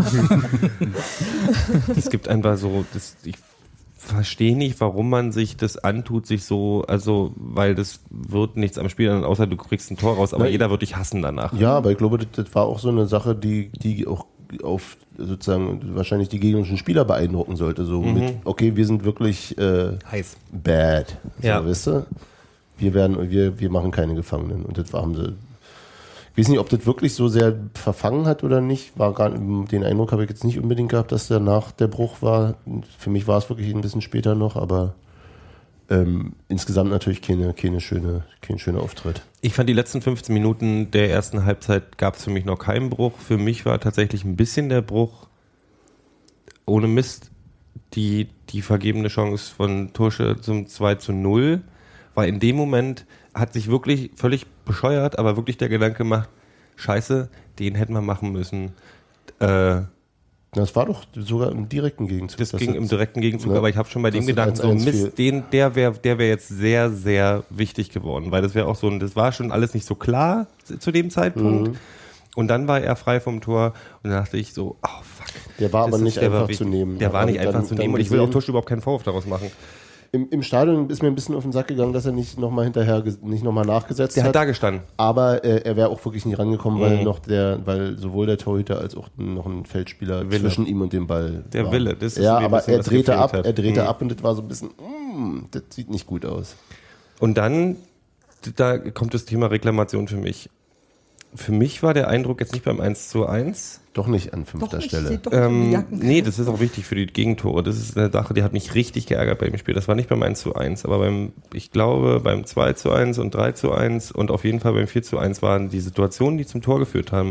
Speaker 1: Es gibt einfach so, das, ich verstehe nicht, warum man sich das antut, sich so, also, weil das wird nichts am Spiel, außer du kriegst ein Tor raus, aber
Speaker 4: Nein.
Speaker 1: jeder wird dich hassen danach.
Speaker 4: Ja, aber ich glaube, das, das war auch so eine Sache, die, die auch auf sozusagen wahrscheinlich die gegnerischen Spieler beeindrucken sollte. So
Speaker 1: Mhm.
Speaker 4: mit, okay, wir sind wirklich äh,
Speaker 1: Heiß.
Speaker 4: bad. So,
Speaker 1: Ja.
Speaker 4: weißt du? Wir werden, wir, wir machen keine Gefangenen. Und das haben sie. Ich weiß nicht, ob das wirklich so sehr verfangen hat oder nicht. War gar, den Eindruck habe ich jetzt nicht unbedingt gehabt, dass danach der Bruch war. Für mich war es wirklich ein bisschen später noch, aber ähm, insgesamt natürlich keine, keine schöne, kein schöner Auftritt.
Speaker 1: Ich fand die letzten fünfzehn Minuten der ersten Halbzeit gab es für mich noch keinen Bruch. Für mich war tatsächlich ein bisschen der Bruch, ohne Mist, die, die vergebene Chance von Tusche zum zwei zu null. Weil in dem Moment hat sich wirklich völlig bescheuert, aber wirklich der Gedanke gemacht, scheiße, den hätten wir machen müssen. Äh,
Speaker 4: Das war doch sogar im direkten Gegenzug.
Speaker 1: Das, das ging im direkten Gegenzug,
Speaker 4: ne?
Speaker 1: aber ich habe schon bei dem
Speaker 4: Das
Speaker 1: Gedanken
Speaker 4: ist
Speaker 1: so,
Speaker 4: eins eins
Speaker 1: Mist,
Speaker 4: viel.
Speaker 1: den, der wäre der wär jetzt sehr, sehr wichtig geworden, weil das wäre auch so, ein, das war schon alles nicht so klar zu dem Zeitpunkt.
Speaker 4: Mhm.
Speaker 1: Und dann war er frei vom Tor und dann dachte ich so, oh fuck.
Speaker 4: Der war
Speaker 1: das
Speaker 4: aber
Speaker 1: ist-
Speaker 4: nicht
Speaker 1: der war
Speaker 4: einfach
Speaker 1: wichtig.
Speaker 4: zu nehmen.
Speaker 1: Der war
Speaker 4: Aber
Speaker 1: nicht einfach
Speaker 4: dann-
Speaker 1: zu
Speaker 4: dann
Speaker 1: nehmen und ich will auch
Speaker 4: gesehen-
Speaker 1: Tusch überhaupt keinen Vorwurf daraus machen.
Speaker 4: Im, Im Stadion ist mir ein bisschen auf den Sack gegangen, dass er nicht nochmal hinterher, ges- nicht nochmal nachgesetzt
Speaker 1: Der
Speaker 4: hat.
Speaker 1: hat da gestanden.
Speaker 4: Aber äh, er wäre auch wirklich nicht rangekommen, weil
Speaker 1: Mhm.
Speaker 4: noch der, weil sowohl der Torhüter als auch noch ein Feldspieler
Speaker 1: Wille.
Speaker 4: zwischen ihm und dem Ball
Speaker 1: Der
Speaker 4: war.
Speaker 1: Wille, das ist
Speaker 4: ja,
Speaker 1: mir ein
Speaker 4: aber
Speaker 1: bisschen
Speaker 4: er
Speaker 1: was
Speaker 4: drehte
Speaker 1: gefehlt
Speaker 4: ab,
Speaker 1: hat.
Speaker 4: er drehte
Speaker 1: Mhm.
Speaker 4: ab und das war so ein bisschen, mm, das sieht nicht gut aus.
Speaker 1: Und dann, da kommt das Thema Reklamation für mich. für mich war der Eindruck jetzt nicht beim eins zu eins.
Speaker 4: Doch nicht an fünfter
Speaker 2: Doch nicht,
Speaker 4: Stelle.
Speaker 2: steht doch nicht in die
Speaker 1: Ähm,
Speaker 2: Jacken.
Speaker 1: nee, das ist auch wichtig für die Gegentore. Das ist eine Sache, die hat mich richtig geärgert bei dem Spiel. Das war nicht beim eins zu eins, aber beim, ich glaube, beim zwei zu eins und drei zu eins und auf jeden Fall beim vier zu eins waren die Situationen, die zum Tor geführt haben.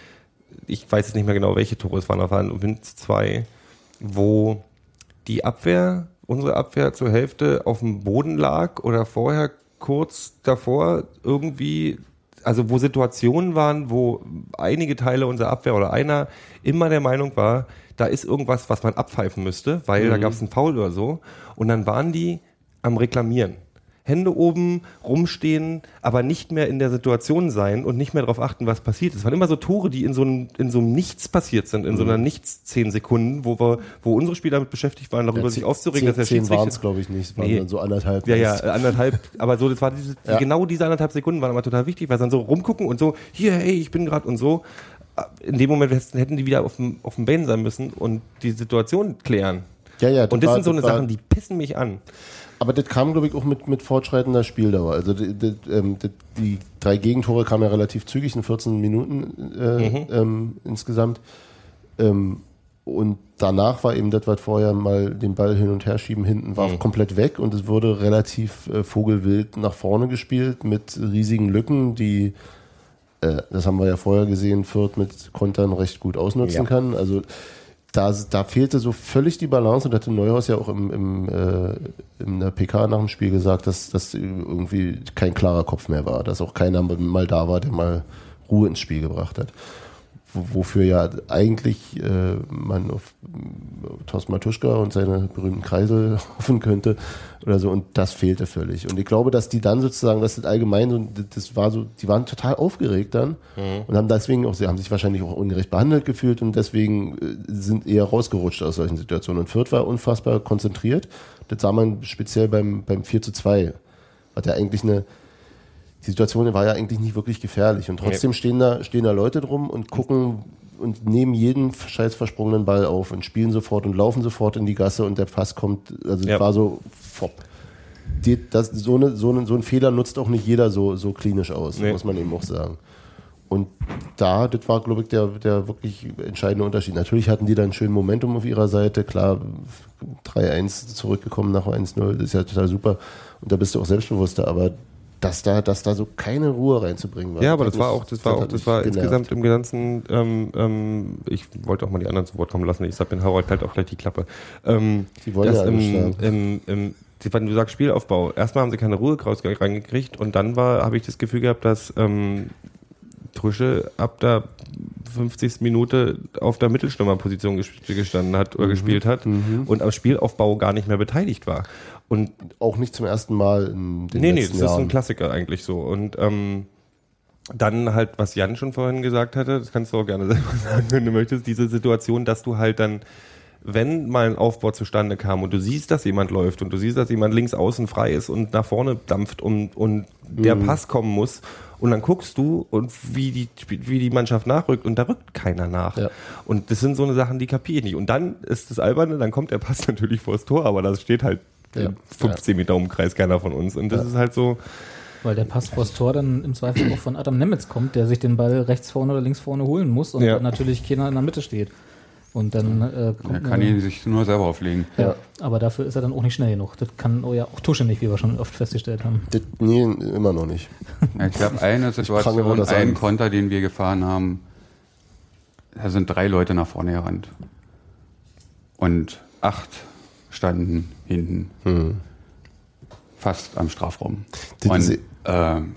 Speaker 1: Ich weiß jetzt nicht mehr genau, welche Tore es waren, aber waren Winz zwei, wo die Abwehr, unsere Abwehr zur Hälfte auf dem Boden lag oder vorher kurz davor irgendwie, also wo Situationen waren, wo einige Teile unserer Abwehr oder einer immer der Meinung war, da ist irgendwas, was man abpfeifen müsste, weil mhm. da gab es einen Foul oder so. Und dann waren die am Reklamieren. Hände oben, rumstehen, aber nicht mehr in der Situation sein und nicht mehr darauf achten, was passiert. Es waren immer so Tore, die in so einem, in so einem Nichts passiert sind, in mhm. so einer Nichts zehn Sekunden, wo wir, wo unsere Spieler damit beschäftigt waren, darüber ja, sich aufzuregen, dass der Schiedsrichter...
Speaker 4: Zehn waren es, glaube ich, nicht. Es waren
Speaker 1: nee.
Speaker 4: dann so anderthalb.
Speaker 1: Ja, ja, anderthalb. Aber so, das war diese, ja. genau diese anderthalb Sekunden waren immer total wichtig, weil sie dann so rumgucken und so, hier, hey, ich bin gerade und so. In dem Moment hätten die wieder auf dem, auf dem Bein sein müssen und die Situation klären.
Speaker 4: Ja, ja.
Speaker 1: Und das
Speaker 4: war,
Speaker 1: sind so eine
Speaker 4: war,
Speaker 1: Sachen, die pissen mich an.
Speaker 4: Aber das kam, glaube ich, auch mit, mit fortschreitender Spieldauer. Also die, die, ähm, die, die drei Gegentore kamen ja relativ zügig, in vierzehn Minuten äh, mhm. ähm, insgesamt. Ähm, und danach war eben das, was vorher mal den Ball hin und her schieben, hinten war mhm. komplett weg und es wurde relativ äh, vogelwild nach vorne gespielt mit riesigen Lücken, die, äh, das haben wir ja vorher gesehen, Fürth mit Kontern recht gut ausnutzen ja. kann. Also Da, da fehlte so völlig die Balance und hatte Neuhaus ja auch im, im, äh, in der P K nach dem Spiel gesagt, dass das irgendwie kein klarer Kopf mehr war, dass auch keiner mal da war, der mal Ruhe ins Spiel gebracht hat. Wofür ja eigentlich äh, man auf Thorsten Matuschka und seine berühmten Kreisel hoffen könnte oder so, und das fehlte völlig. Und ich glaube, dass die dann sozusagen, das ist allgemein so, das war so, die waren total aufgeregt dann mhm. und haben deswegen auch, sie haben sich wahrscheinlich auch ungerecht behandelt gefühlt und deswegen äh, sind eher rausgerutscht aus solchen Situationen. Und Fürth war unfassbar konzentriert. Das sah man speziell beim, beim vier zu zwei. Hat ja eigentlich eine Die Situation war ja eigentlich nicht wirklich gefährlich und trotzdem stehen da, stehen da Leute drum und gucken und nehmen jeden scheiß versprungenen Ball auf und spielen sofort und laufen sofort in die Gasse und der Pass kommt, also ja. war so, fopp. Die, das, so, eine, so, eine, so ein Fehler nutzt auch nicht jeder so, so klinisch aus, nee. muss man eben auch sagen. Und da, das war, glaube ich, der, der wirklich entscheidende Unterschied. Natürlich hatten die dann schön Momentum auf ihrer Seite, klar, drei eins zurückgekommen nach eins null, das ist ja total super und da bist du auch selbstbewusster, aber dass da, dass da so keine Ruhe reinzubringen war.
Speaker 1: Ja, aber das, das war auch, das war auch, das war insgesamt im Ganzen, ähm, ähm, ich wollte auch mal die anderen zu Wort kommen lassen, ich sag den Harald halt auch gleich die Klappe. Ähm,
Speaker 4: die wollen ja
Speaker 1: im, im, im, wenn du sagst Spielaufbau, erstmal haben sie keine Ruhe reingekriegt und dann war, habe ich das Gefühl gehabt, dass ähm, Trüsche ab der fünfzigsten Minute auf der Mittelstürmerposition gestanden hat oder mhm. gespielt hat mhm. und am Spielaufbau gar nicht mehr beteiligt war. Und
Speaker 4: auch nicht zum ersten Mal in den
Speaker 1: nee,
Speaker 4: letzten
Speaker 1: nee, das
Speaker 4: Jahren.
Speaker 1: ist ein Klassiker eigentlich so. Und ähm, dann halt, was Jan schon vorhin gesagt hatte, das kannst du auch gerne selber sagen, wenn du möchtest, diese Situation, dass du halt dann, wenn mal ein Aufbau zustande kam und du siehst, dass jemand läuft und du siehst, dass jemand links außen frei ist und nach vorne dampft und, und mhm. der Pass kommen muss und dann guckst du und wie die, wie die Mannschaft nachrückt und da rückt keiner nach. Ja. Und das sind so eine Sachen, die kapiere ich nicht. Und dann ist das Alberne, dann kommt der Pass natürlich vors Tor, aber das steht halt ja. fünfzehn Meter Umkreis keiner von uns. Und das ja. ist halt so.
Speaker 3: Weil der Pass vors Tor dann im Zweifel auch von Adam Nemetz kommt, der sich den Ball rechts vorne oder links vorne holen muss und ja. dann natürlich keiner in der Mitte steht. Und dann äh, kommt
Speaker 5: er kann ihn sich nur selber auflegen.
Speaker 3: Ja, ja, aber dafür ist er dann auch nicht schnell genug. Das kann oh ja auch Tusche nicht, wie wir schon oft festgestellt haben.
Speaker 4: Das, nee, immer noch nicht.
Speaker 5: Ja, ich glaube, eine Situation, ein Konter, den wir gefahren haben, da sind drei Leute nach vorne gerannt. Und acht standen hinten. Hm. Fast am Strafraum. Das Und, äh, hm.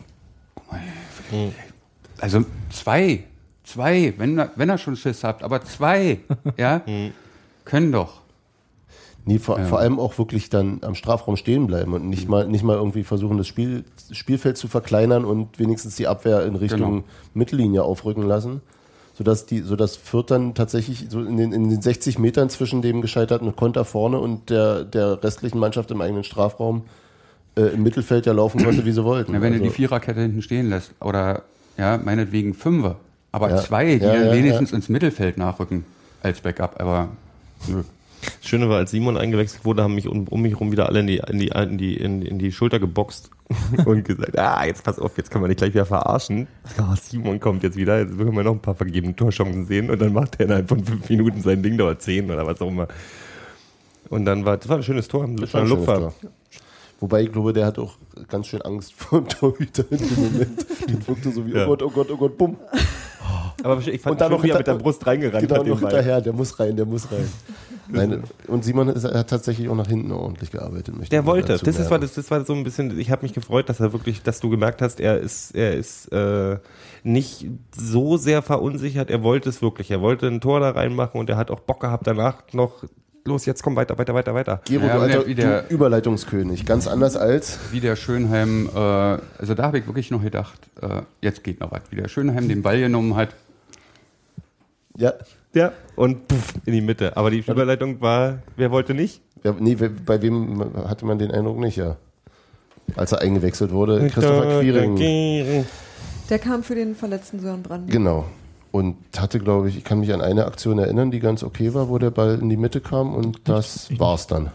Speaker 5: Also zwei Zwei, wenn, wenn er schon Schiss habt, aber zwei, ja, können doch.
Speaker 4: Nee, vor, ja. vor allem auch wirklich dann am Strafraum stehen bleiben und nicht mal, nicht mal irgendwie versuchen, das Spiel, Spielfeld zu verkleinern und wenigstens die Abwehr in Richtung genau. Mittellinie aufrücken lassen, sodass die, sodass Fürth dann tatsächlich so in den, in den sechzig Metern zwischen dem gescheiterten Konter vorne und der, der restlichen Mannschaft im eigenen Strafraum äh, im Mittelfeld ja laufen konnte, wie sie wollten.
Speaker 5: Ja, wenn
Speaker 4: also,
Speaker 5: du die Viererkette hinten stehen lässt oder ja, meinetwegen Fünfer, aber
Speaker 4: ja.
Speaker 5: zwei, die
Speaker 4: ja,
Speaker 5: dann
Speaker 4: ja,
Speaker 5: wenigstens
Speaker 4: ja.
Speaker 5: ins Mittelfeld nachrücken als Backup, aber nö.
Speaker 1: Das Schöne war, als Simon eingewechselt wurde, haben mich um, um mich rum wieder alle in die, in die, in die, in, in die Schulter geboxt. und gesagt, ah, jetzt pass auf, jetzt kann man dich gleich wieder verarschen. Oh, Simon kommt jetzt wieder, jetzt können wir noch ein paar vergebene Torchancen sehen und dann macht er innerhalb von fünf Minuten sein Ding, dauert zehn oder was auch immer. Und dann war, das war ein schönes Tor, ein
Speaker 4: Das war ein schönes Tor. Wobei ich glaube, der hat auch ganz schön Angst vor dem Torhüter in dem Moment. Den wirkte so wie,
Speaker 1: Ja.
Speaker 4: oh Gott, oh Gott, oh Gott, bumm.
Speaker 1: Aber ich fand
Speaker 4: Und dann
Speaker 1: schön,
Speaker 4: noch
Speaker 1: wie er
Speaker 4: hinter-
Speaker 1: mit der Brust reingerannt
Speaker 4: Genau,
Speaker 1: hat.
Speaker 4: noch
Speaker 1: den Ball.
Speaker 4: hinterher, der muss rein, der muss rein. Nein, und Simon ist, hat tatsächlich auch nach hinten ordentlich gearbeitet. möchte
Speaker 1: Der
Speaker 4: ich mal
Speaker 1: wollte.
Speaker 4: dazu
Speaker 1: Das, ist,
Speaker 4: sagen.
Speaker 1: war, das, das war so ein bisschen, ich habe mich gefreut, dass er wirklich, dass du gemerkt hast, er ist, er ist äh, nicht so sehr verunsichert, er wollte es wirklich. Er wollte ein Tor da reinmachen und er hat auch Bock gehabt, danach noch, los, jetzt komm weiter, weiter, weiter, weiter.
Speaker 4: Gero,
Speaker 5: Ja,
Speaker 4: du,
Speaker 5: wie der-
Speaker 4: alter,
Speaker 5: wie der-
Speaker 4: du Überleitungskönig. Ganz anders als.
Speaker 5: Wie der Schönheim, äh, also da habe ich wirklich noch gedacht, äh, jetzt geht noch was. Wie der Schönheim den Ball genommen hat.
Speaker 4: Ja.
Speaker 1: Ja, und puff, in die Mitte. Aber die Überleitung war, wer wollte nicht?
Speaker 4: ja nee, wer- bei wem hatte man den Eindruck nicht, ja. Als er eingewechselt wurde, Christopher Quiring.
Speaker 2: Der kam für den verletzten Sören Brand.
Speaker 4: Genau. Und hatte, glaube ich, ich kann mich an eine Aktion erinnern, die ganz okay war, wo der Ball in die Mitte kam und das war's dann.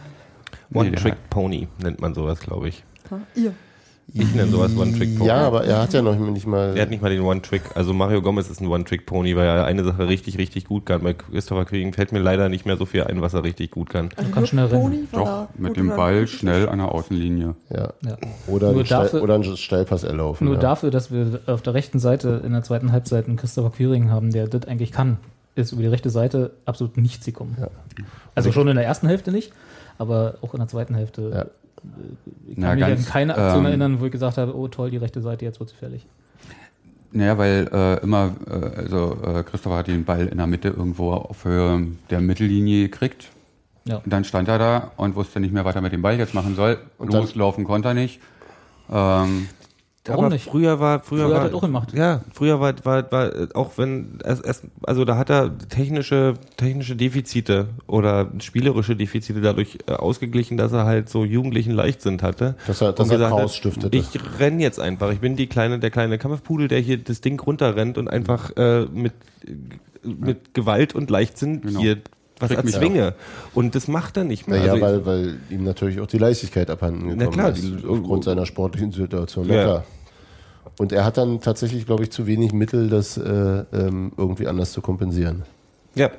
Speaker 1: One-Trick-Pony nennt man sowas, glaube ich.
Speaker 2: Ha? Ihr.
Speaker 1: Ich nenne sowas One-Trick-Pony.
Speaker 4: Ja, aber er hat ja noch nicht mal.
Speaker 1: Er hat nicht mal den One-Trick. Also Mario Gomez ist ein One-Trick-Pony, weil er eine Sache richtig, richtig gut kann. Bei Christopher Quiring fällt mir leider nicht mehr so viel ein, was er richtig gut kann.
Speaker 2: Also
Speaker 3: kann
Speaker 2: nur
Speaker 3: schnell rennen.
Speaker 2: Pony war
Speaker 5: Doch,
Speaker 2: da
Speaker 5: mit
Speaker 2: gut
Speaker 5: dem
Speaker 2: oder
Speaker 5: Ball
Speaker 2: nicht?
Speaker 5: schnell an der Außenlinie.
Speaker 4: Ja.
Speaker 3: Ja.
Speaker 4: Oder,
Speaker 3: Nur
Speaker 4: ein Steil,
Speaker 3: dafür-
Speaker 4: oder ein Steilpass erlaufen.
Speaker 3: Nur
Speaker 4: ja.
Speaker 3: dafür, dass wir auf der rechten Seite in der zweiten Halbzeit einen Christopher Quiring haben, der das eigentlich kann, ist über die rechte Seite absolut nichts gekommen.
Speaker 4: Ja.
Speaker 3: Also schon in der ersten Hälfte nicht, aber auch in der zweiten Hälfte.
Speaker 4: Ja.
Speaker 3: Ich
Speaker 5: Na,
Speaker 3: kann mich
Speaker 5: ganz,
Speaker 3: an keine Aktion
Speaker 5: ähm,
Speaker 3: erinnern, wo ich gesagt habe, oh toll, die rechte Seite, jetzt wird's gefährlich.
Speaker 5: Naja, weil äh, immer, äh, also äh, Christopher hat den Ball in der Mitte irgendwo auf Höhe der Mittellinie gekriegt.
Speaker 3: Ja.
Speaker 5: Und dann stand er da und wusste nicht mehr, was er mit dem Ball jetzt machen soll.
Speaker 4: Und dann-
Speaker 5: Loslaufen konnte er nicht. Ähm,
Speaker 3: Warum
Speaker 1: Aber
Speaker 3: nicht?
Speaker 1: früher war, früher,
Speaker 3: Früher
Speaker 1: war,
Speaker 3: hat er das auch gemacht.
Speaker 1: Ja, früher war, war, war äh, auch wenn es, es, also da hat er technische, technische Defizite oder spielerische Defizite dadurch äh, ausgeglichen, dass er halt so jugendlichen Leichtsinn hatte.
Speaker 4: Dass er- dass
Speaker 1: Und
Speaker 4: er
Speaker 1: gesagt hat,
Speaker 4: Chaos stiftete.
Speaker 1: Ich renn jetzt einfach. Ich bin die kleine, der kleine Kampfpudel, der hier das Ding runterrennt und einfach äh, mit, mit Gewalt und Leichtsinn
Speaker 5: Genau.
Speaker 1: hier was
Speaker 5: Krieg mich
Speaker 1: erzwinge. Und das macht er nicht mehr.
Speaker 4: Naja,
Speaker 1: Also,
Speaker 4: weil, weil ihm natürlich auch die Leichtigkeit abhanden gekommen
Speaker 1: klar,
Speaker 4: ist.
Speaker 1: die-
Speaker 4: Aufgrund seiner sportlichen Situation. Na
Speaker 1: Ja.
Speaker 4: klar. Und er hat dann tatsächlich, glaube ich, zu wenig Mittel, das äh, ähm, irgendwie anders zu kompensieren.
Speaker 1: ja.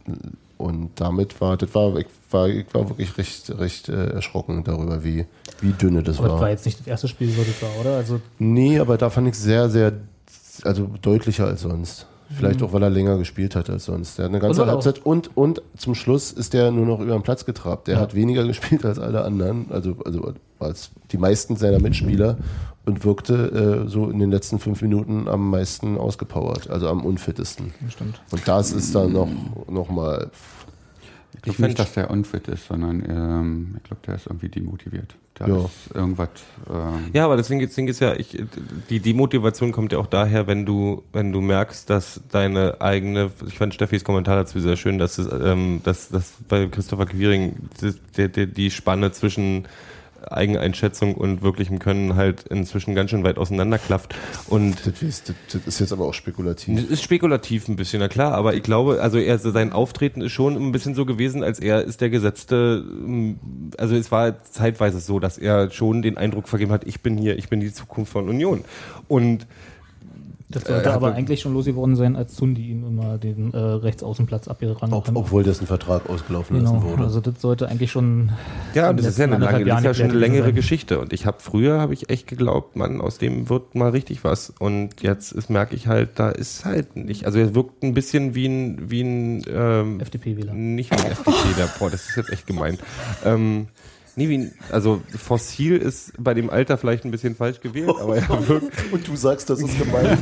Speaker 4: Und damit war, das war, ich war, ich war wirklich recht, recht äh, erschrocken darüber, wie, wie dünne das
Speaker 3: Aber
Speaker 4: war.
Speaker 3: das war jetzt nicht das erste Spiel, wo das war, oder? Also
Speaker 4: Nee, aber da fand ich es sehr, sehr, also deutlicher als sonst. Vielleicht auch, weil er länger gespielt hat als sonst. Der hat eine ganze
Speaker 3: Und weil
Speaker 4: Halbzeit und, und zum Schluss ist der nur noch über den Platz getrabt. Der
Speaker 3: Ja.
Speaker 4: hat weniger gespielt als alle anderen, also, also als die meisten seiner Mitspieler und wirkte äh, so in den letzten fünf Minuten am meisten ausgepowert, also am unfittesten.
Speaker 3: stimmt.
Speaker 4: Und das ist dann noch, noch mal,
Speaker 5: ich glaube
Speaker 1: fand-
Speaker 5: nicht, dass der unfit ist, sondern ähm, ich glaube, der ist irgendwie demotiviert. Da
Speaker 4: Ja.
Speaker 5: ist irgendwas. Ähm,
Speaker 1: Ja, aber deswegen Ding ist ja, ich, die Demotivation kommt ja auch daher, wenn du, wenn du merkst, dass deine eigene, ich fand Steffis Kommentar dazu sehr schön, dass es, ähm, dass, dass bei Christopher Quiring die, die, die, die Spanne zwischen Eigeneinschätzung und wirklichem Können halt inzwischen ganz schön weit auseinanderklafft. Und
Speaker 4: das ist, das, das ist jetzt aber auch spekulativ.
Speaker 1: das ist spekulativ ein bisschen, na klar, aber ich glaube, also er, sein Auftreten ist schon ein bisschen so gewesen, als er ist der gesetzte, also es war zeitweise so, dass er schon den Eindruck vergeben hat, ich bin hier, ich bin die Zukunft von Union. Und
Speaker 3: Das sollte
Speaker 1: Äh,
Speaker 3: aber
Speaker 1: hat-
Speaker 3: eigentlich schon losgeworden sein, als Zundi ihm immer den äh, Rechtsaußenplatz abgerannt
Speaker 4: Ob,
Speaker 3: hat.
Speaker 4: obwohl dessen Vertrag ausgelaufen lassen
Speaker 3: Genau,
Speaker 4: wurde.
Speaker 3: also das sollte eigentlich schon.
Speaker 1: ja,
Speaker 3: in
Speaker 1: das
Speaker 3: den
Speaker 1: ist ja eine
Speaker 3: letzten
Speaker 1: lange, das ist ja
Speaker 3: anderthalb
Speaker 1: schon eine
Speaker 3: Jahren
Speaker 1: längere
Speaker 3: geklärt
Speaker 1: Geschichte. Und ich habe früher habe ich echt geglaubt, Mann, aus dem wird mal richtig was. Und jetzt ist, merke ich halt, da ist halt nicht. Also er wirkt ein bisschen wie ein, wie ein ähm,
Speaker 3: F D P-Wähler.
Speaker 1: nicht wie ein F D P, boah, das ist jetzt echt gemein. Ähm, nee, wie ein, also fossil ist bei dem Alter vielleicht ein bisschen falsch gewählt, aber er wirkt.
Speaker 4: Und du sagst, das ist gemein.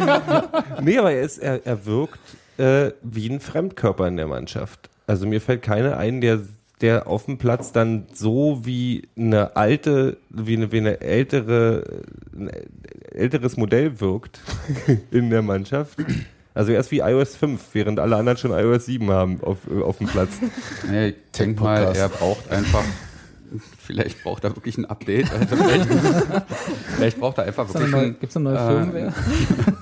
Speaker 1: Nee, aber er ist, er, er wirkt äh, wie ein Fremdkörper in der Mannschaft. Also mir fällt keiner ein, der, der auf dem Platz dann so wie eine alte, wie eine, wie eine ältere, ein älteres Modell wirkt in der Mannschaft. Also er ist wie iOS fünf, während alle anderen schon iOS sieben haben auf, auf dem Platz.
Speaker 5: Nee, ich denke mal,
Speaker 4: Tech-Podcast.
Speaker 5: er braucht einfach, vielleicht braucht er wirklich ein Update. Also vielleicht, vielleicht braucht er einfach
Speaker 3: Gibt
Speaker 5: wirklich ein,
Speaker 3: es eine neue
Speaker 5: äh,
Speaker 3: Firmware?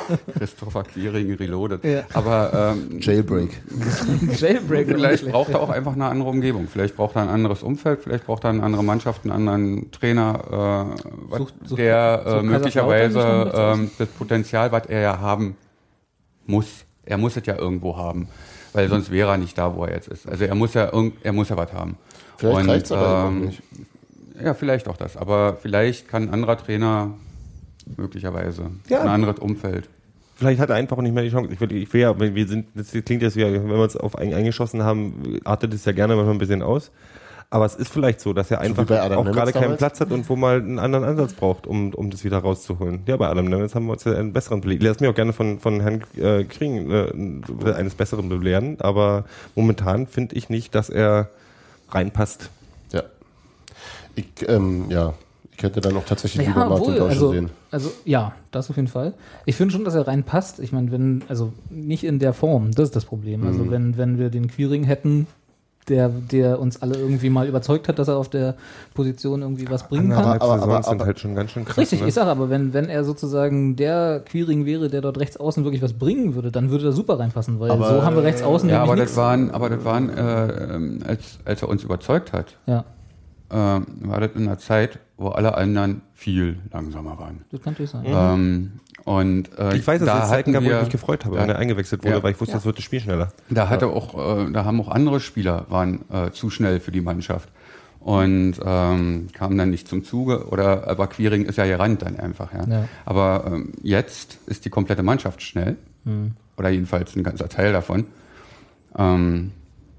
Speaker 5: Christopher Quiring reloaded.
Speaker 3: Ja.
Speaker 5: Aber ähm,
Speaker 4: Jailbreak.
Speaker 3: Jailbreak.
Speaker 5: vielleicht braucht er auch einfach eine andere Umgebung. Vielleicht braucht er ein anderes Umfeld, vielleicht braucht er eine andere Mannschaft, einen anderen Trainer, äh, was,
Speaker 3: Sucht- sucht-
Speaker 5: der
Speaker 3: sucht
Speaker 5: äh, möglicherweise
Speaker 3: Kaiserslautern nicht noch
Speaker 5: ähm, das Potenzial, was er ja haben muss, er muss es ja irgendwo haben, weil sonst wäre er nicht da, wo er jetzt ist. Also er muss ja irgend, er muss ja was haben.
Speaker 4: Vielleicht reicht's aber
Speaker 5: ähm,
Speaker 4: einfach nicht.
Speaker 5: Ja, vielleicht auch das. Aber vielleicht kann ein anderer Trainer möglicherweise
Speaker 1: Ja.
Speaker 5: ein anderes Umfeld.
Speaker 1: Vielleicht hat er einfach auch nicht mehr die Chance. Ich will, ich will ja, wir sind, das klingt jetzt wie, wenn wir uns auf einen eingeschossen haben, artet es ja gerne manchmal ein bisschen aus. Aber es ist vielleicht so, dass er einfach
Speaker 4: wie bei Adam
Speaker 1: auch
Speaker 4: Nemitz
Speaker 1: gerade keinen
Speaker 4: damals?
Speaker 1: Platz hat und wo mal einen anderen Ansatz braucht, um, um das wieder rauszuholen. Ja, bei Adam Nemitz haben wir uns ja einen besseren Beleg. Lass mich auch gerne von, von Herrn äh, Kring äh, eines Besseren belehren, aber momentan finde ich nicht, dass er reinpasst.
Speaker 4: Ja. Ich, ähm, ja. Ich hätte dann auch tatsächlich
Speaker 3: Ja,
Speaker 4: lieber Martin
Speaker 3: wohl,
Speaker 4: Dausche
Speaker 3: also,
Speaker 4: sehen.
Speaker 3: also ja, das auf jeden Fall. Ich finde schon, dass er reinpasst. Ich meine, wenn, also nicht in der Form, das ist das Problem. Also
Speaker 4: Mhm.
Speaker 3: wenn, wenn wir den Quiring hätten, der, der uns alle irgendwie mal überzeugt hat, dass er auf der Position irgendwie was bringen kann.
Speaker 1: Anderthalb
Speaker 4: aber-
Speaker 1: Saisons
Speaker 4: aber-
Speaker 1: sind
Speaker 4: aber-
Speaker 1: halt schon ganz schön krass.
Speaker 3: Richtig,
Speaker 1: ne?
Speaker 3: ich sage aber, wenn, wenn er sozusagen der Quiring wäre, der dort rechts außen wirklich was bringen würde, dann würde er super reinpassen, weil
Speaker 4: Aber-
Speaker 3: so haben wir rechts außen
Speaker 5: Ja, aber
Speaker 3: nämlich
Speaker 5: das
Speaker 3: nichts.
Speaker 5: waren, aber das waren, äh, ähm, als, als er uns überzeugt hat,
Speaker 3: Ja,
Speaker 5: ähm, war das in einer Zeit, wo alle anderen viel langsamer waren.
Speaker 3: das kann natürlich sein.
Speaker 5: Ähm, und äh,
Speaker 1: Ich weiß, dass
Speaker 5: da
Speaker 1: es Zeiten
Speaker 5: hatten
Speaker 1: gab, wo ich
Speaker 5: wir-
Speaker 1: mich gefreut habe,
Speaker 5: ja,
Speaker 1: wenn er eingewechselt wurde,
Speaker 5: Ja.
Speaker 1: weil ich wusste, das wird das Spiel schneller.
Speaker 5: Da hatte auch, äh, da haben auch andere Spieler waren äh, zu schnell für die Mannschaft und ähm, kamen dann nicht zum Zuge. Oder aber Quiring ist ja gerannt dann einfach. Ja.
Speaker 3: Ja.
Speaker 5: Aber ähm, jetzt ist die komplette Mannschaft schnell
Speaker 3: Hm.
Speaker 5: oder jedenfalls ein ganzer Teil davon. Ähm,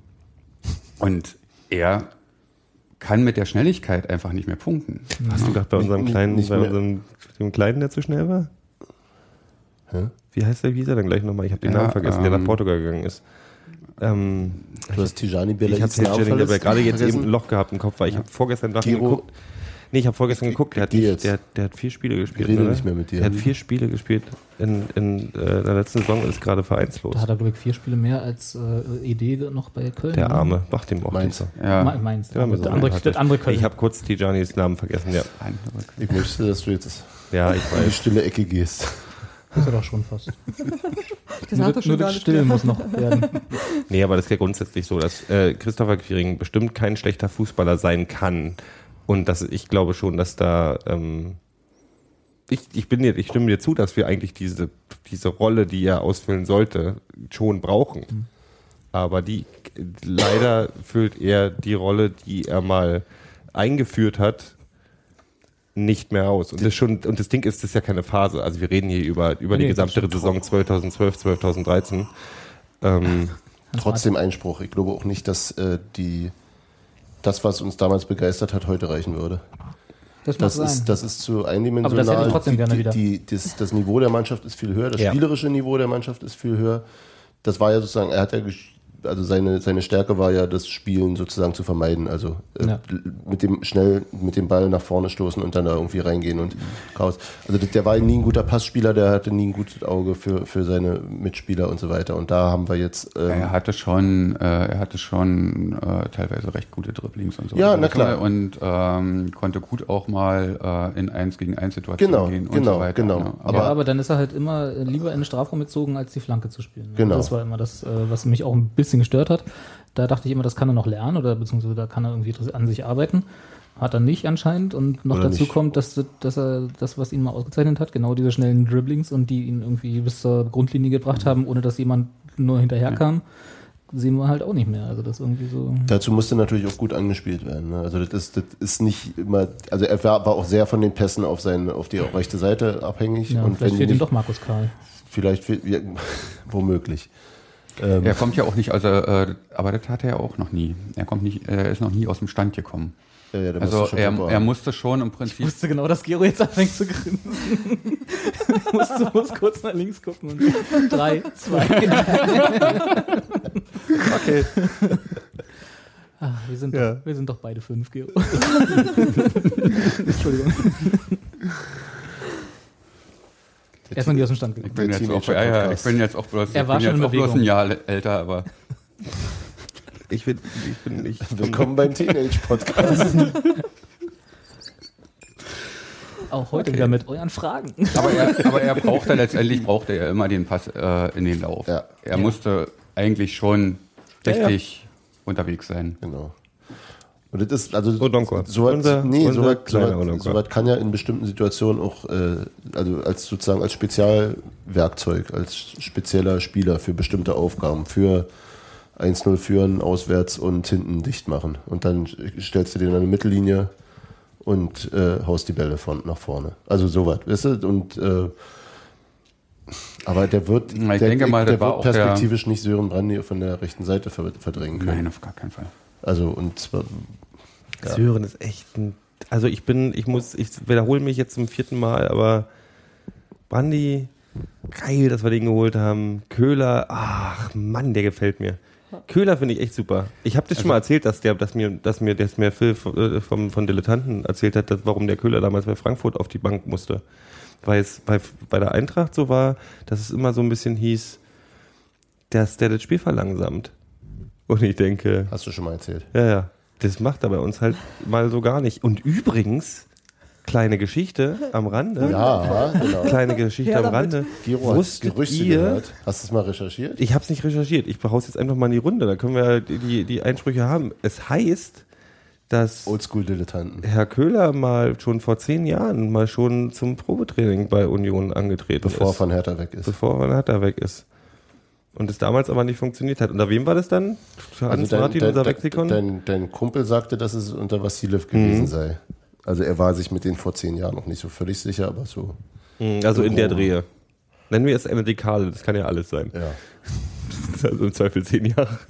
Speaker 5: und er kann mit der Schnelligkeit einfach nicht mehr punkten.
Speaker 1: Hast du gerade bei unserem
Speaker 4: Nicht-
Speaker 1: kleinen,
Speaker 4: nicht
Speaker 1: bei
Speaker 4: mehr.
Speaker 1: unserem dem Kleinen, der zu schnell war?
Speaker 4: Hä?
Speaker 1: Wie heißt der, wie hieß er dann gleich nochmal? Ich habe den
Speaker 5: Ja,
Speaker 1: Namen vergessen, der
Speaker 5: ähm,
Speaker 1: nach Portugal gegangen ist. Ähm,
Speaker 4: Du hast Tijani
Speaker 1: ich habe
Speaker 4: Belaïds Namen
Speaker 1: der
Speaker 4: vergessen.
Speaker 1: gerade jetzt eben ein Loch gehabt im Kopf, weil ich habe vorgestern nach ihm
Speaker 4: Giro-
Speaker 1: geguckt. Nee, ich habe vorgestern geguckt, der hat,
Speaker 4: Geh
Speaker 1: nicht,
Speaker 4: jetzt.
Speaker 1: der, der hat vier Spiele gespielt.
Speaker 4: rede
Speaker 1: oder?
Speaker 4: nicht mehr mit dir.
Speaker 1: Der hat vier Spiele gespielt in, in äh, der letzten Saison und ist gerade vereinslos.
Speaker 3: Da hat er, glaube ich, vier Spiele mehr als äh, E D noch bei Köln.
Speaker 1: Der
Speaker 3: ne?
Speaker 1: Arme, macht dem auch
Speaker 4: Mainz.
Speaker 1: nichts.
Speaker 5: Ja.
Speaker 3: Me- Mainz.
Speaker 1: Der, war mir so
Speaker 3: der, andere,
Speaker 1: sympathisch.
Speaker 3: der andere Köln.
Speaker 1: Ich habe kurz Tijanis Namen vergessen, ja.
Speaker 4: Ich möchte, dass du jetzt
Speaker 1: Ja, ich
Speaker 4: in die
Speaker 1: weiß.
Speaker 4: stille Ecke gehst.
Speaker 3: ist er doch schon fast.
Speaker 2: Das
Speaker 3: nur
Speaker 2: hat er
Speaker 3: das,
Speaker 2: schon
Speaker 3: nur
Speaker 2: gar
Speaker 3: das
Speaker 2: nicht
Speaker 3: Still
Speaker 2: mehr.
Speaker 3: muss noch werden.
Speaker 1: Nee, aber das ist ja grundsätzlich so, dass äh, Christopher Quiring bestimmt kein schlechter Fußballer sein kann. Und das, ich glaube schon, dass da ähm, ich, ich bin dir, ich stimme dir zu, dass wir eigentlich diese, diese Rolle, die er ausfüllen sollte, schon brauchen.
Speaker 3: Mhm.
Speaker 1: Aber die leider füllt er die Rolle, die er mal eingeführt hat, nicht mehr aus. Und das schon, und das Ding ist, das ist ja keine Phase. Also wir reden hier über, über
Speaker 3: Nee,
Speaker 1: die
Speaker 3: das
Speaker 1: gesamte Saison zweitausendzwölf, zweitausenddreizehn. Ähm,
Speaker 4: Trotzdem Einspruch. Ich glaube auch nicht, dass äh, die das, was uns damals begeistert hat, heute reichen würde.
Speaker 3: Das,
Speaker 4: Das
Speaker 3: muss sein.
Speaker 4: ist, das ist zu
Speaker 3: Aber das
Speaker 4: eindimensional.
Speaker 3: hätte ich trotzdem
Speaker 4: die,
Speaker 3: gerne
Speaker 4: die,
Speaker 3: wieder.
Speaker 4: Die, das, das Niveau der Mannschaft ist viel höher, das
Speaker 1: Ja.
Speaker 4: spielerische Niveau der Mannschaft ist viel höher. Das war ja sozusagen, er hat ja, gesch- also seine, seine Stärke war ja, das Spielen sozusagen zu vermeiden. Also äh,
Speaker 3: Ja.
Speaker 4: mit dem schnell mit dem Ball nach vorne stoßen und dann da irgendwie reingehen und Chaos. Also der war nie ein guter Passspieler, der hatte nie ein gutes Auge für, für seine Mitspieler und so weiter. Und da haben wir jetzt ähm,
Speaker 5: Er hatte schon, äh, er hatte schon äh, teilweise recht gute Dribblings und so.
Speaker 4: Ja,
Speaker 5: weiter.
Speaker 4: na klar.
Speaker 5: Und ähm, konnte gut auch mal äh, in eins gegen eins Situationen
Speaker 4: Genau,
Speaker 5: gehen und
Speaker 4: genau,
Speaker 5: so weiter.
Speaker 4: genau.
Speaker 5: Ne?
Speaker 3: Aber,
Speaker 4: Aber-
Speaker 3: aber dann ist er halt immer äh, lieber in den Strafraum gezogen, als die Flanke zu spielen.
Speaker 4: Genau.
Speaker 3: Das war immer das, äh, was mich auch ein bisschen gestört hat. Da dachte ich immer, das kann er noch lernen oder beziehungsweise da kann er irgendwie an sich arbeiten. Hat er nicht anscheinend. Und noch
Speaker 4: Oder
Speaker 3: dazu
Speaker 4: nicht.
Speaker 3: kommt, dass, dass er das, was ihn mal ausgezeichnet hat, genau diese schnellen Dribblings und die ihn irgendwie bis zur Grundlinie gebracht haben, ohne dass jemand nur hinterherkam, sehen wir halt auch nicht mehr. Also das irgendwie so.
Speaker 4: Dazu musste natürlich auch gut angespielt werden. Ne? Also das ist, das ist nicht immer, also er war, war auch sehr von den Pässen auf seine, auf die rechte Seite abhängig.
Speaker 3: Ja,
Speaker 4: und
Speaker 3: vielleicht
Speaker 4: wenn
Speaker 3: fehlt
Speaker 4: die
Speaker 3: ihm
Speaker 4: nicht,
Speaker 3: doch Markus Karl.
Speaker 4: vielleicht fehlt, ja, womöglich. Ähm,
Speaker 5: Er kommt ja auch nicht, also, äh, aber das hat er auch noch nie. Er kommt nicht, er ist noch nie aus dem Stand gekommen.
Speaker 4: ja, ja, der musste
Speaker 5: Also
Speaker 4: schon
Speaker 5: er,
Speaker 4: Tempo
Speaker 5: er
Speaker 4: haben.
Speaker 5: musste schon im Prinzip.
Speaker 3: Ich wusste genau, dass Gero jetzt anfängt zu grinsen. Ich musste muss kurz nach links gucken. Und drei, zwei.
Speaker 1: okay.
Speaker 3: Ah, wir, sind
Speaker 1: Ja.
Speaker 3: doch, wir sind doch beide fünf, Gero. Entschuldigung. Erstmal nie aus dem Stand
Speaker 5: Ich
Speaker 3: gegangen.
Speaker 5: bin,
Speaker 4: Der
Speaker 5: jetzt auch,
Speaker 4: Teenager
Speaker 5: ja, ja, ich
Speaker 4: Podcast.
Speaker 5: bin jetzt auch bloß,
Speaker 3: Er
Speaker 5: ich
Speaker 3: war
Speaker 5: bin
Speaker 3: schon
Speaker 5: jetzt
Speaker 3: in
Speaker 5: auch bloß
Speaker 3: Bewegung.
Speaker 5: ein Jahr älter, aber
Speaker 1: Ich bin, ich bin nicht.
Speaker 4: Willkommen beim Teenage-Podcast.
Speaker 3: Auch heute
Speaker 1: Okay.
Speaker 3: wieder mit euren Fragen.
Speaker 5: Aber er, aber er brauchte letztendlich brauchte er immer den Pass äh, in den Lauf.
Speaker 4: Ja.
Speaker 5: Er musste eigentlich schon
Speaker 1: Ja, ja.
Speaker 5: richtig unterwegs sein.
Speaker 4: Genau. Und das ist, also,
Speaker 1: Odonkor.
Speaker 4: soweit,
Speaker 1: Unser-
Speaker 4: nee,
Speaker 1: unser
Speaker 4: soweit,
Speaker 1: kleiner
Speaker 4: soweit,
Speaker 1: Odonkor.
Speaker 4: soweit kann ja in bestimmten Situationen auch, äh, also als sozusagen als Spezialwerkzeug, als spezieller Spieler für bestimmte Aufgaben, für eins null führen, auswärts und hinten dicht machen. Und dann stellst du den an eine Mittellinie und äh, haust die Bälle von nach vorne. Also soweit, weißt du? Und äh, aber der wird,
Speaker 5: Na, ich
Speaker 4: der,
Speaker 5: denke mal,
Speaker 4: der
Speaker 5: das war
Speaker 4: wird
Speaker 5: auch der-
Speaker 4: perspektivisch nicht Sören Brandy von der rechten Seite ver- verdrängen können.
Speaker 5: Nein, auf gar keinen Fall.
Speaker 4: Also und zwar, ja.
Speaker 1: Sören ist echt ein. Also ich bin, ich muss, ich wiederhole mich jetzt zum vierten Mal, aber Brandy, geil, dass wir den geholt haben. Köhler, ach Mann, der gefällt mir. Köhler finde ich echt super. Ich habe das schon mal erzählt, dass der, dass mir, dass mir, dass mir Phil von, vom, von Dilettanten erzählt hat, dass, warum der Köhler damals bei Frankfurt auf die Bank musste. Weil es bei, bei der Eintracht so war, dass es immer so ein bisschen hieß, dass der das Spiel verlangsamt. Und ich denke,
Speaker 4: Hast du schon mal erzählt.
Speaker 1: ja, ja, das macht er bei uns halt mal so gar nicht. Und übrigens, kleine Geschichte am Rande.
Speaker 4: Ja, genau.
Speaker 1: Kleine Geschichte
Speaker 2: Her
Speaker 1: am
Speaker 2: damit.
Speaker 1: Rande.
Speaker 4: Gero hat
Speaker 1: Wusstet
Speaker 4: Gerüchte
Speaker 1: ihr,
Speaker 4: gehört. Hast du es mal recherchiert?
Speaker 1: ich habe es nicht recherchiert, ich hau's jetzt einfach mal in die Runde, da können wir die, die, die Einsprüche haben. Es heißt, dass
Speaker 4: Oldschool-Dilettanten.
Speaker 1: Herr Köhler mal schon vor zehn Jahren mal schon zum Probetraining bei Union angetreten
Speaker 4: Bevor er
Speaker 1: ist.
Speaker 4: von Hertha weg ist.
Speaker 1: Bevor er von Hertha weg ist. Und es damals aber nicht funktioniert hat. Unter wem war das dann? Für Hans Martin, unser Lexikon?
Speaker 4: dein, dein Kumpel sagte, dass es unter Vassilev gewesen
Speaker 1: Mhm.
Speaker 4: sei. Also er war sich mit denen vor zehn Jahren noch nicht so völlig sicher, aber so.
Speaker 1: Mhm, also in der Drehe. Nennen wir es eine Dekade, das kann ja alles sein.
Speaker 4: Ja.
Speaker 1: Also im Zweifel zehn Jahre.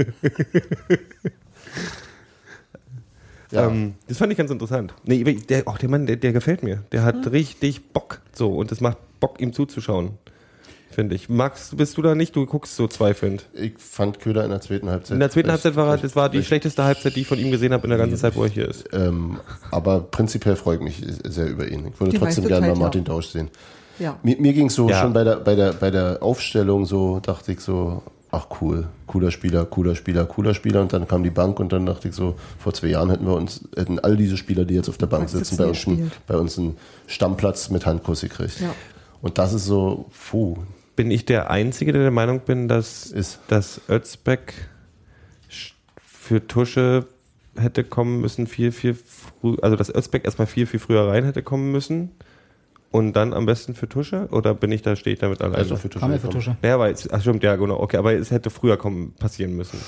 Speaker 4: Ja.
Speaker 1: Ähm, das fand ich ganz interessant. Nee, der, auch der Mann, der, der gefällt mir. Der hat richtig Bock. So, und es macht Bock, ihm zuzuschauen. Finde ich. Max, bist du da nicht? Du guckst so zweifelnd.
Speaker 4: Ich fand Köhler in der zweiten Halbzeit.
Speaker 1: In der zweiten
Speaker 4: recht-
Speaker 1: Halbzeit war er,
Speaker 4: recht-
Speaker 1: das war die
Speaker 4: recht-
Speaker 1: schlechteste Halbzeit, die ich von ihm gesehen habe in der ganzen Zeit, wo er hier ist.
Speaker 4: Ähm, aber prinzipiell freue ich mich sehr über ihn. Ich würde
Speaker 2: Die
Speaker 4: trotzdem
Speaker 2: meiste
Speaker 4: gerne mal
Speaker 2: Zeit, ja.
Speaker 4: Martin Dausch sehen.
Speaker 2: Ja.
Speaker 4: Mir, mir ging es so
Speaker 1: Ja.
Speaker 4: schon bei der, bei, der, bei der Aufstellung so, dachte ich so, ach cool, cooler Spieler, cooler Spieler, cooler Spieler. Und dann kam die Bank und dann dachte ich so, vor zwei Jahren hätten wir uns, hätten all diese Spieler, die jetzt auf der Bank
Speaker 2: Bank
Speaker 4: sitzen,
Speaker 2: sitzen
Speaker 4: bei uns, einen,
Speaker 2: gespielt.
Speaker 4: bei uns einen Stammplatz mit Handkuss gekriegt.
Speaker 2: Ja.
Speaker 4: Und das ist so, puh,
Speaker 1: Bin ich der Einzige, der der Meinung bin, dass,
Speaker 4: Ist.
Speaker 1: dass Özbeck sch- für Tusche hätte kommen müssen, viel, viel früh, also dass Özbeck erstmal viel, viel früher rein hätte kommen müssen und dann am besten für Tusche? Oder bin ich da, stehe ich damit alleine?
Speaker 4: also für Tusche.
Speaker 3: Kam ja für
Speaker 4: gekommen.
Speaker 3: Tusche.
Speaker 1: Ja, aber jetzt, ach stimmt, ja, genau, okay, aber es hätte früher kommen, passieren müssen.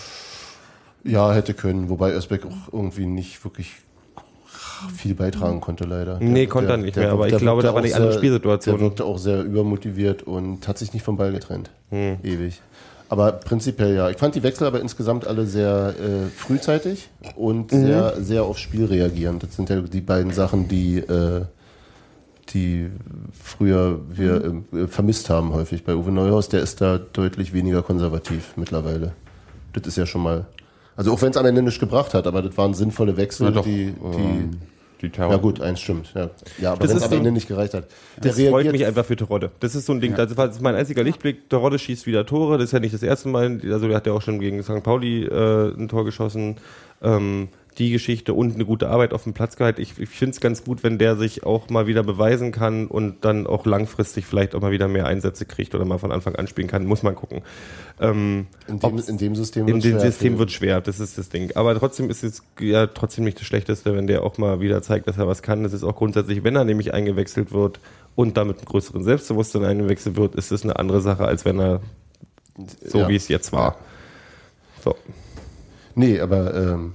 Speaker 4: Ja, hätte können, wobei Özbeck auch irgendwie nicht wirklich viel beitragen konnte, leider.
Speaker 1: Nee,
Speaker 4: Der-
Speaker 1: konnte
Speaker 4: der-
Speaker 1: er nicht
Speaker 4: der
Speaker 1: mehr, aber
Speaker 4: wirkte-
Speaker 1: ich glaube,
Speaker 4: der
Speaker 1: da war
Speaker 4: wirkte
Speaker 1: die
Speaker 4: auch
Speaker 1: andere
Speaker 4: sehr-
Speaker 1: Spielsituation.
Speaker 4: Der wirkte auch sehr übermotiviert und hat sich nicht vom Ball getrennt.
Speaker 1: Hm.
Speaker 4: Ewig. Aber prinzipiell ja. Ich fand die Wechsel aber insgesamt alle sehr äh, frühzeitig und
Speaker 1: Mhm.
Speaker 4: sehr, sehr aufs Spiel reagierend. Das sind ja die beiden Sachen, die, äh, die früher wir äh, vermisst haben häufig bei Uwe Neuhaus. Der ist da deutlich weniger konservativ mittlerweile. Das ist ja schon mal. Also auch wenn es am Ende nicht gebracht hat, aber das waren sinnvolle Wechsel,
Speaker 5: Na doch,
Speaker 4: die, die
Speaker 5: ähm, die Terror.
Speaker 4: ja gut, eins stimmt. Ja, ja aber
Speaker 1: Das
Speaker 4: wenn es
Speaker 1: ist
Speaker 4: am
Speaker 1: so-
Speaker 4: Ende nicht gereicht hat. Der
Speaker 1: Das freut
Speaker 4: reagiert-
Speaker 1: mich einfach für Terodde. Das ist so ein Ding, das war das ist mein einziger Lichtblick. Terodde schießt wieder Tore, das ist ja nicht das erste Mal, also der hat ja auch schon gegen Sankt Pauli äh, ein Tor geschossen. Ähm, die Geschichte und eine gute Arbeit auf dem Platz gehalten. Ich, ich finde es ganz gut, wenn der sich auch mal wieder beweisen kann und dann auch langfristig vielleicht auch mal wieder mehr Einsätze kriegt oder mal von Anfang an spielen kann. Muss man gucken. Ähm,
Speaker 4: In dem,
Speaker 1: ob's-
Speaker 4: in dem System
Speaker 1: in
Speaker 4: wird's
Speaker 1: dem
Speaker 4: schwer
Speaker 1: System
Speaker 4: für-
Speaker 1: wird schwer, das ist das Ding. Aber trotzdem ist es ja trotzdem nicht das Schlechteste, wenn der auch mal wieder zeigt, dass er was kann. Das ist auch grundsätzlich, wenn er nämlich eingewechselt wird und damit einem größeren Selbstbewusstsein eingewechselt wird, ist es eine andere Sache, als wenn er so
Speaker 4: Ja.
Speaker 1: wie es jetzt war. So.
Speaker 4: Nee, aber ähm,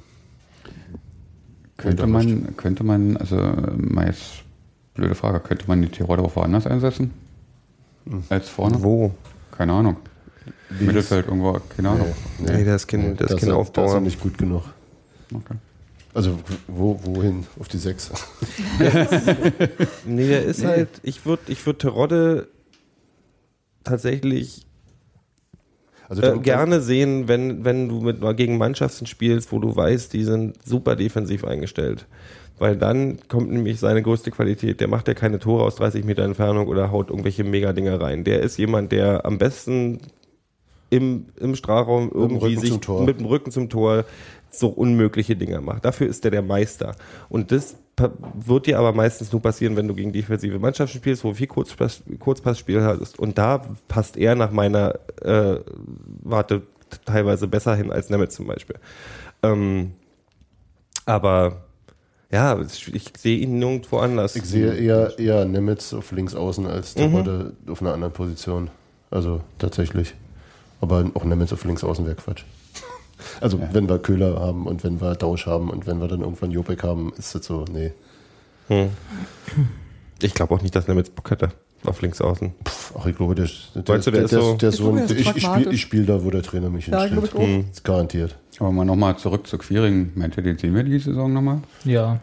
Speaker 5: Könnte man, könnte man, also mal jetzt blöde Frage, könnte man die Terodde auch woanders einsetzen? Als vorne?
Speaker 1: Wo?
Speaker 5: Keine Ahnung. Mittelfeld irgendwo, keine Ahnung.
Speaker 1: Nee, der ist kein- der ist kein
Speaker 4: er-
Speaker 1: Aufbauer.
Speaker 4: Das ist er nicht gut genug.
Speaker 5: Okay.
Speaker 4: Also wo, wohin? Auf die sechs.
Speaker 1: Nee, der ist halt, ich würde ich würd Terodde tatsächlich
Speaker 4: Also
Speaker 1: äh,
Speaker 4: dann-
Speaker 1: gerne sehen, wenn, wenn du mit, gegen Mannschaften spielst, wo du weißt, die sind super defensiv eingestellt. Weil dann kommt nämlich seine größte Qualität. Der macht ja keine Tore aus dreißig Meter Entfernung oder haut irgendwelche Mega-Dinger rein. Der ist jemand, der am besten im, im Strafraum
Speaker 4: dem
Speaker 1: irgendwie
Speaker 4: Rücken
Speaker 1: sich
Speaker 4: zum Tor.
Speaker 1: mit dem Rücken zum Tor so unmögliche Dinger macht. Dafür ist der der Meister. Und das pa- wird dir aber meistens nur passieren, wenn du gegen defensive Mannschaften spielst, wo du viel Kurzpass, Kurzpassspiel hast. Und da passt er nach meiner äh, Warte teilweise besser hin als Nemetz zum Beispiel. Ähm, aber ja, ich sehe ihn nirgendwo anders.
Speaker 4: Ich sehe eher, eher Nemetz auf links außen als Terodde mhm. auf einer anderen Position. Also tatsächlich. Aber auch Nemetz auf links außen wäre Quatsch. Also ja. wenn wir Köhler haben und wenn wir Dausch haben und wenn wir dann irgendwann Jopek haben, ist das so, nee.
Speaker 1: Hm. Ich glaube auch nicht, dass Nemetz Bock hätte auf links außen.
Speaker 4: Pff, ach, ich glaube, der, der,
Speaker 1: der,
Speaker 4: der,
Speaker 1: der
Speaker 4: ist so... Der, der so ein, ich ich spiele spiel da, wo der Trainer mich
Speaker 2: ja,
Speaker 4: hinstellt.
Speaker 2: Hm.
Speaker 4: Garantiert.
Speaker 5: Aber mal nochmal zurück zu Quiring. Meint ihr, den sehen wir die Saison nochmal?
Speaker 3: Ja.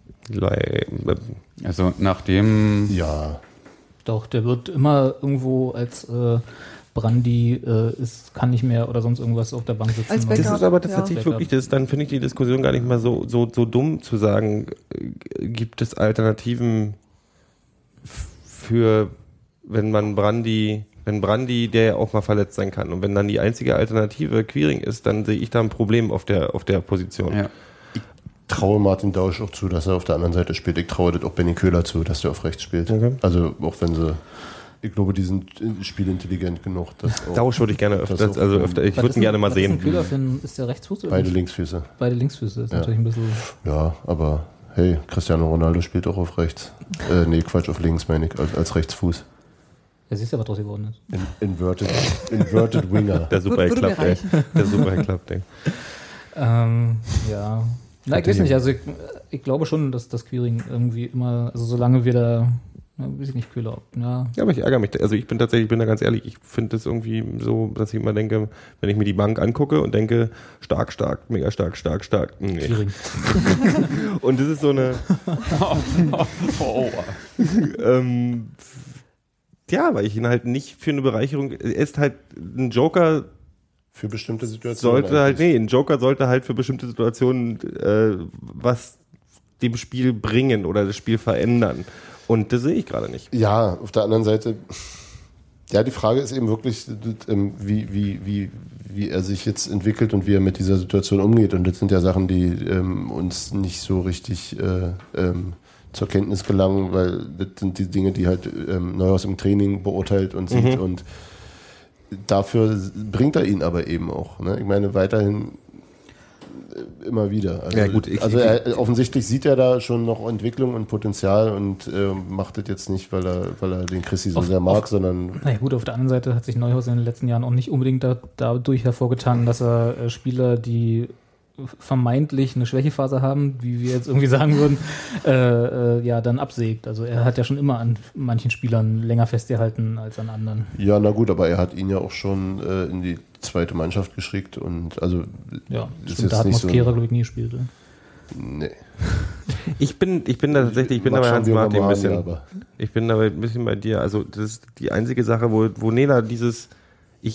Speaker 5: Also nachdem...
Speaker 4: Ja.
Speaker 3: Doch, der wird immer irgendwo als äh, Brandi äh, ist, kann nicht mehr oder sonst irgendwas auf der Bank sitzen.
Speaker 2: Als
Speaker 1: Das
Speaker 2: Backup,
Speaker 1: ist aber tatsächlich
Speaker 3: ja.
Speaker 1: wirklich, das, dann finde ich die Diskussion gar nicht mal so, so, so dumm zu sagen, äh, gibt es Alternativen f- für, wenn man Brandi, wenn Brandi, der ja auch mal verletzt sein kann, und wenn dann die einzige Alternative Quiring ist, dann sehe ich da ein Problem auf der, auf der Position.
Speaker 5: Ja.
Speaker 4: Ich traue Martin Dausch auch zu, dass er auf der anderen Seite spielt. Ich traue das auch Benny Köhler zu, dass der auf rechts spielt.
Speaker 1: Okay.
Speaker 4: Also auch wenn sie... Ich glaube, die sind spielintelligent genug. Dass auch,
Speaker 1: Dausch würde ich gerne öfters, also öfter, ich würde ihn gerne mal sehen.
Speaker 3: Ist, ein für ein, ist der Rechtsfuß oder
Speaker 4: beide
Speaker 3: nicht?
Speaker 4: Linksfüße.
Speaker 3: Beide Linksfüße, ist
Speaker 4: Ja.
Speaker 3: natürlich ein bisschen...
Speaker 4: Ja, aber hey, Cristiano Ronaldo spielt auch auf rechts. Äh, nee, Quatsch, auf links meine ich, als, als Rechtsfuß.
Speaker 3: Ja, siehst du, was draus geworden ist.
Speaker 4: In, inverted, inverted Winger.
Speaker 1: Der super
Speaker 2: Würde- würde
Speaker 1: geklappt,
Speaker 2: mir
Speaker 1: ey.
Speaker 2: reichen.
Speaker 1: Der super geklappt, ey.
Speaker 3: Ähm, ja. Na, ich weiß nicht, also ich, ich glaube schon, dass das Quiring irgendwie immer, also solange wir da, ja, weiß ich nicht, Köhler, ja.
Speaker 1: Ja, aber ich ärgere mich. Also ich bin tatsächlich, ich bin da ganz ehrlich, ich finde das irgendwie so, dass ich immer denke, wenn ich mir die Bank angucke und denke, stark, stark, mega stark, stark, stark. Nee.
Speaker 3: Quiring.
Speaker 1: Und das ist so eine...
Speaker 5: oh.
Speaker 1: ähm, ja, weil ich ihn halt nicht für eine Bereicherung... Er ist halt ein Joker...
Speaker 4: Für bestimmte Situationen.
Speaker 1: Sollte halt,
Speaker 4: eigentlich.
Speaker 1: nee, ein Joker sollte halt für bestimmte Situationen äh, was dem Spiel bringen oder das Spiel verändern. Und das sehe ich gerade nicht.
Speaker 4: Ja, auf der anderen Seite, ja, die Frage ist eben wirklich, wie, wie, wie, wie er sich jetzt entwickelt und wie er mit dieser Situation umgeht. Und das sind ja Sachen, die ähm, uns nicht so richtig äh, ähm, zur Kenntnis gelangen, weil das sind die Dinge, die halt ähm, Neuhaus im Training beurteilt und sieht.
Speaker 1: Mhm.
Speaker 4: Und dafür bringt er ihn aber eben auch. Ne? Ich meine, weiterhin äh, immer wieder. Also,
Speaker 1: Ja, gut, ich-
Speaker 4: also er, offensichtlich sieht er da schon noch Entwicklung und Potenzial und äh, macht das jetzt nicht, weil er, weil er den Chrissy so
Speaker 3: Auf-
Speaker 4: sehr mag,
Speaker 3: auf-
Speaker 4: sondern
Speaker 3: Naja gut, auf der anderen Seite hat sich Neuhaus in den letzten Jahren auch nicht unbedingt da, dadurch hervorgetan, dass er äh, Spieler, die vermeintlich eine Schwächephase haben, wie wir jetzt irgendwie sagen würden, äh, äh, ja, dann absägt. Also er hat ja schon immer an manchen Spielern länger festgehalten als an anderen.
Speaker 4: ja, na gut, aber er hat ihn ja auch schon äh, in die zweite Mannschaft geschickt und also
Speaker 3: Ja,
Speaker 4: ist
Speaker 3: stimmt, da hat
Speaker 4: jetzt nicht
Speaker 3: Mosquera,
Speaker 4: so.
Speaker 3: glaube ich, nie gespielt. Ne?
Speaker 4: Nee.
Speaker 1: Ich bin, ich bin da tatsächlich, ich bin da
Speaker 4: Mag
Speaker 1: bei
Speaker 4: schon
Speaker 1: Hans
Speaker 4: wie
Speaker 1: Martin ein
Speaker 4: normal,
Speaker 1: bisschen.
Speaker 4: ja, aber-
Speaker 1: Ich bin da ein bisschen bei dir. Also das ist die einzige Sache, wo, wo Nena dieses, ich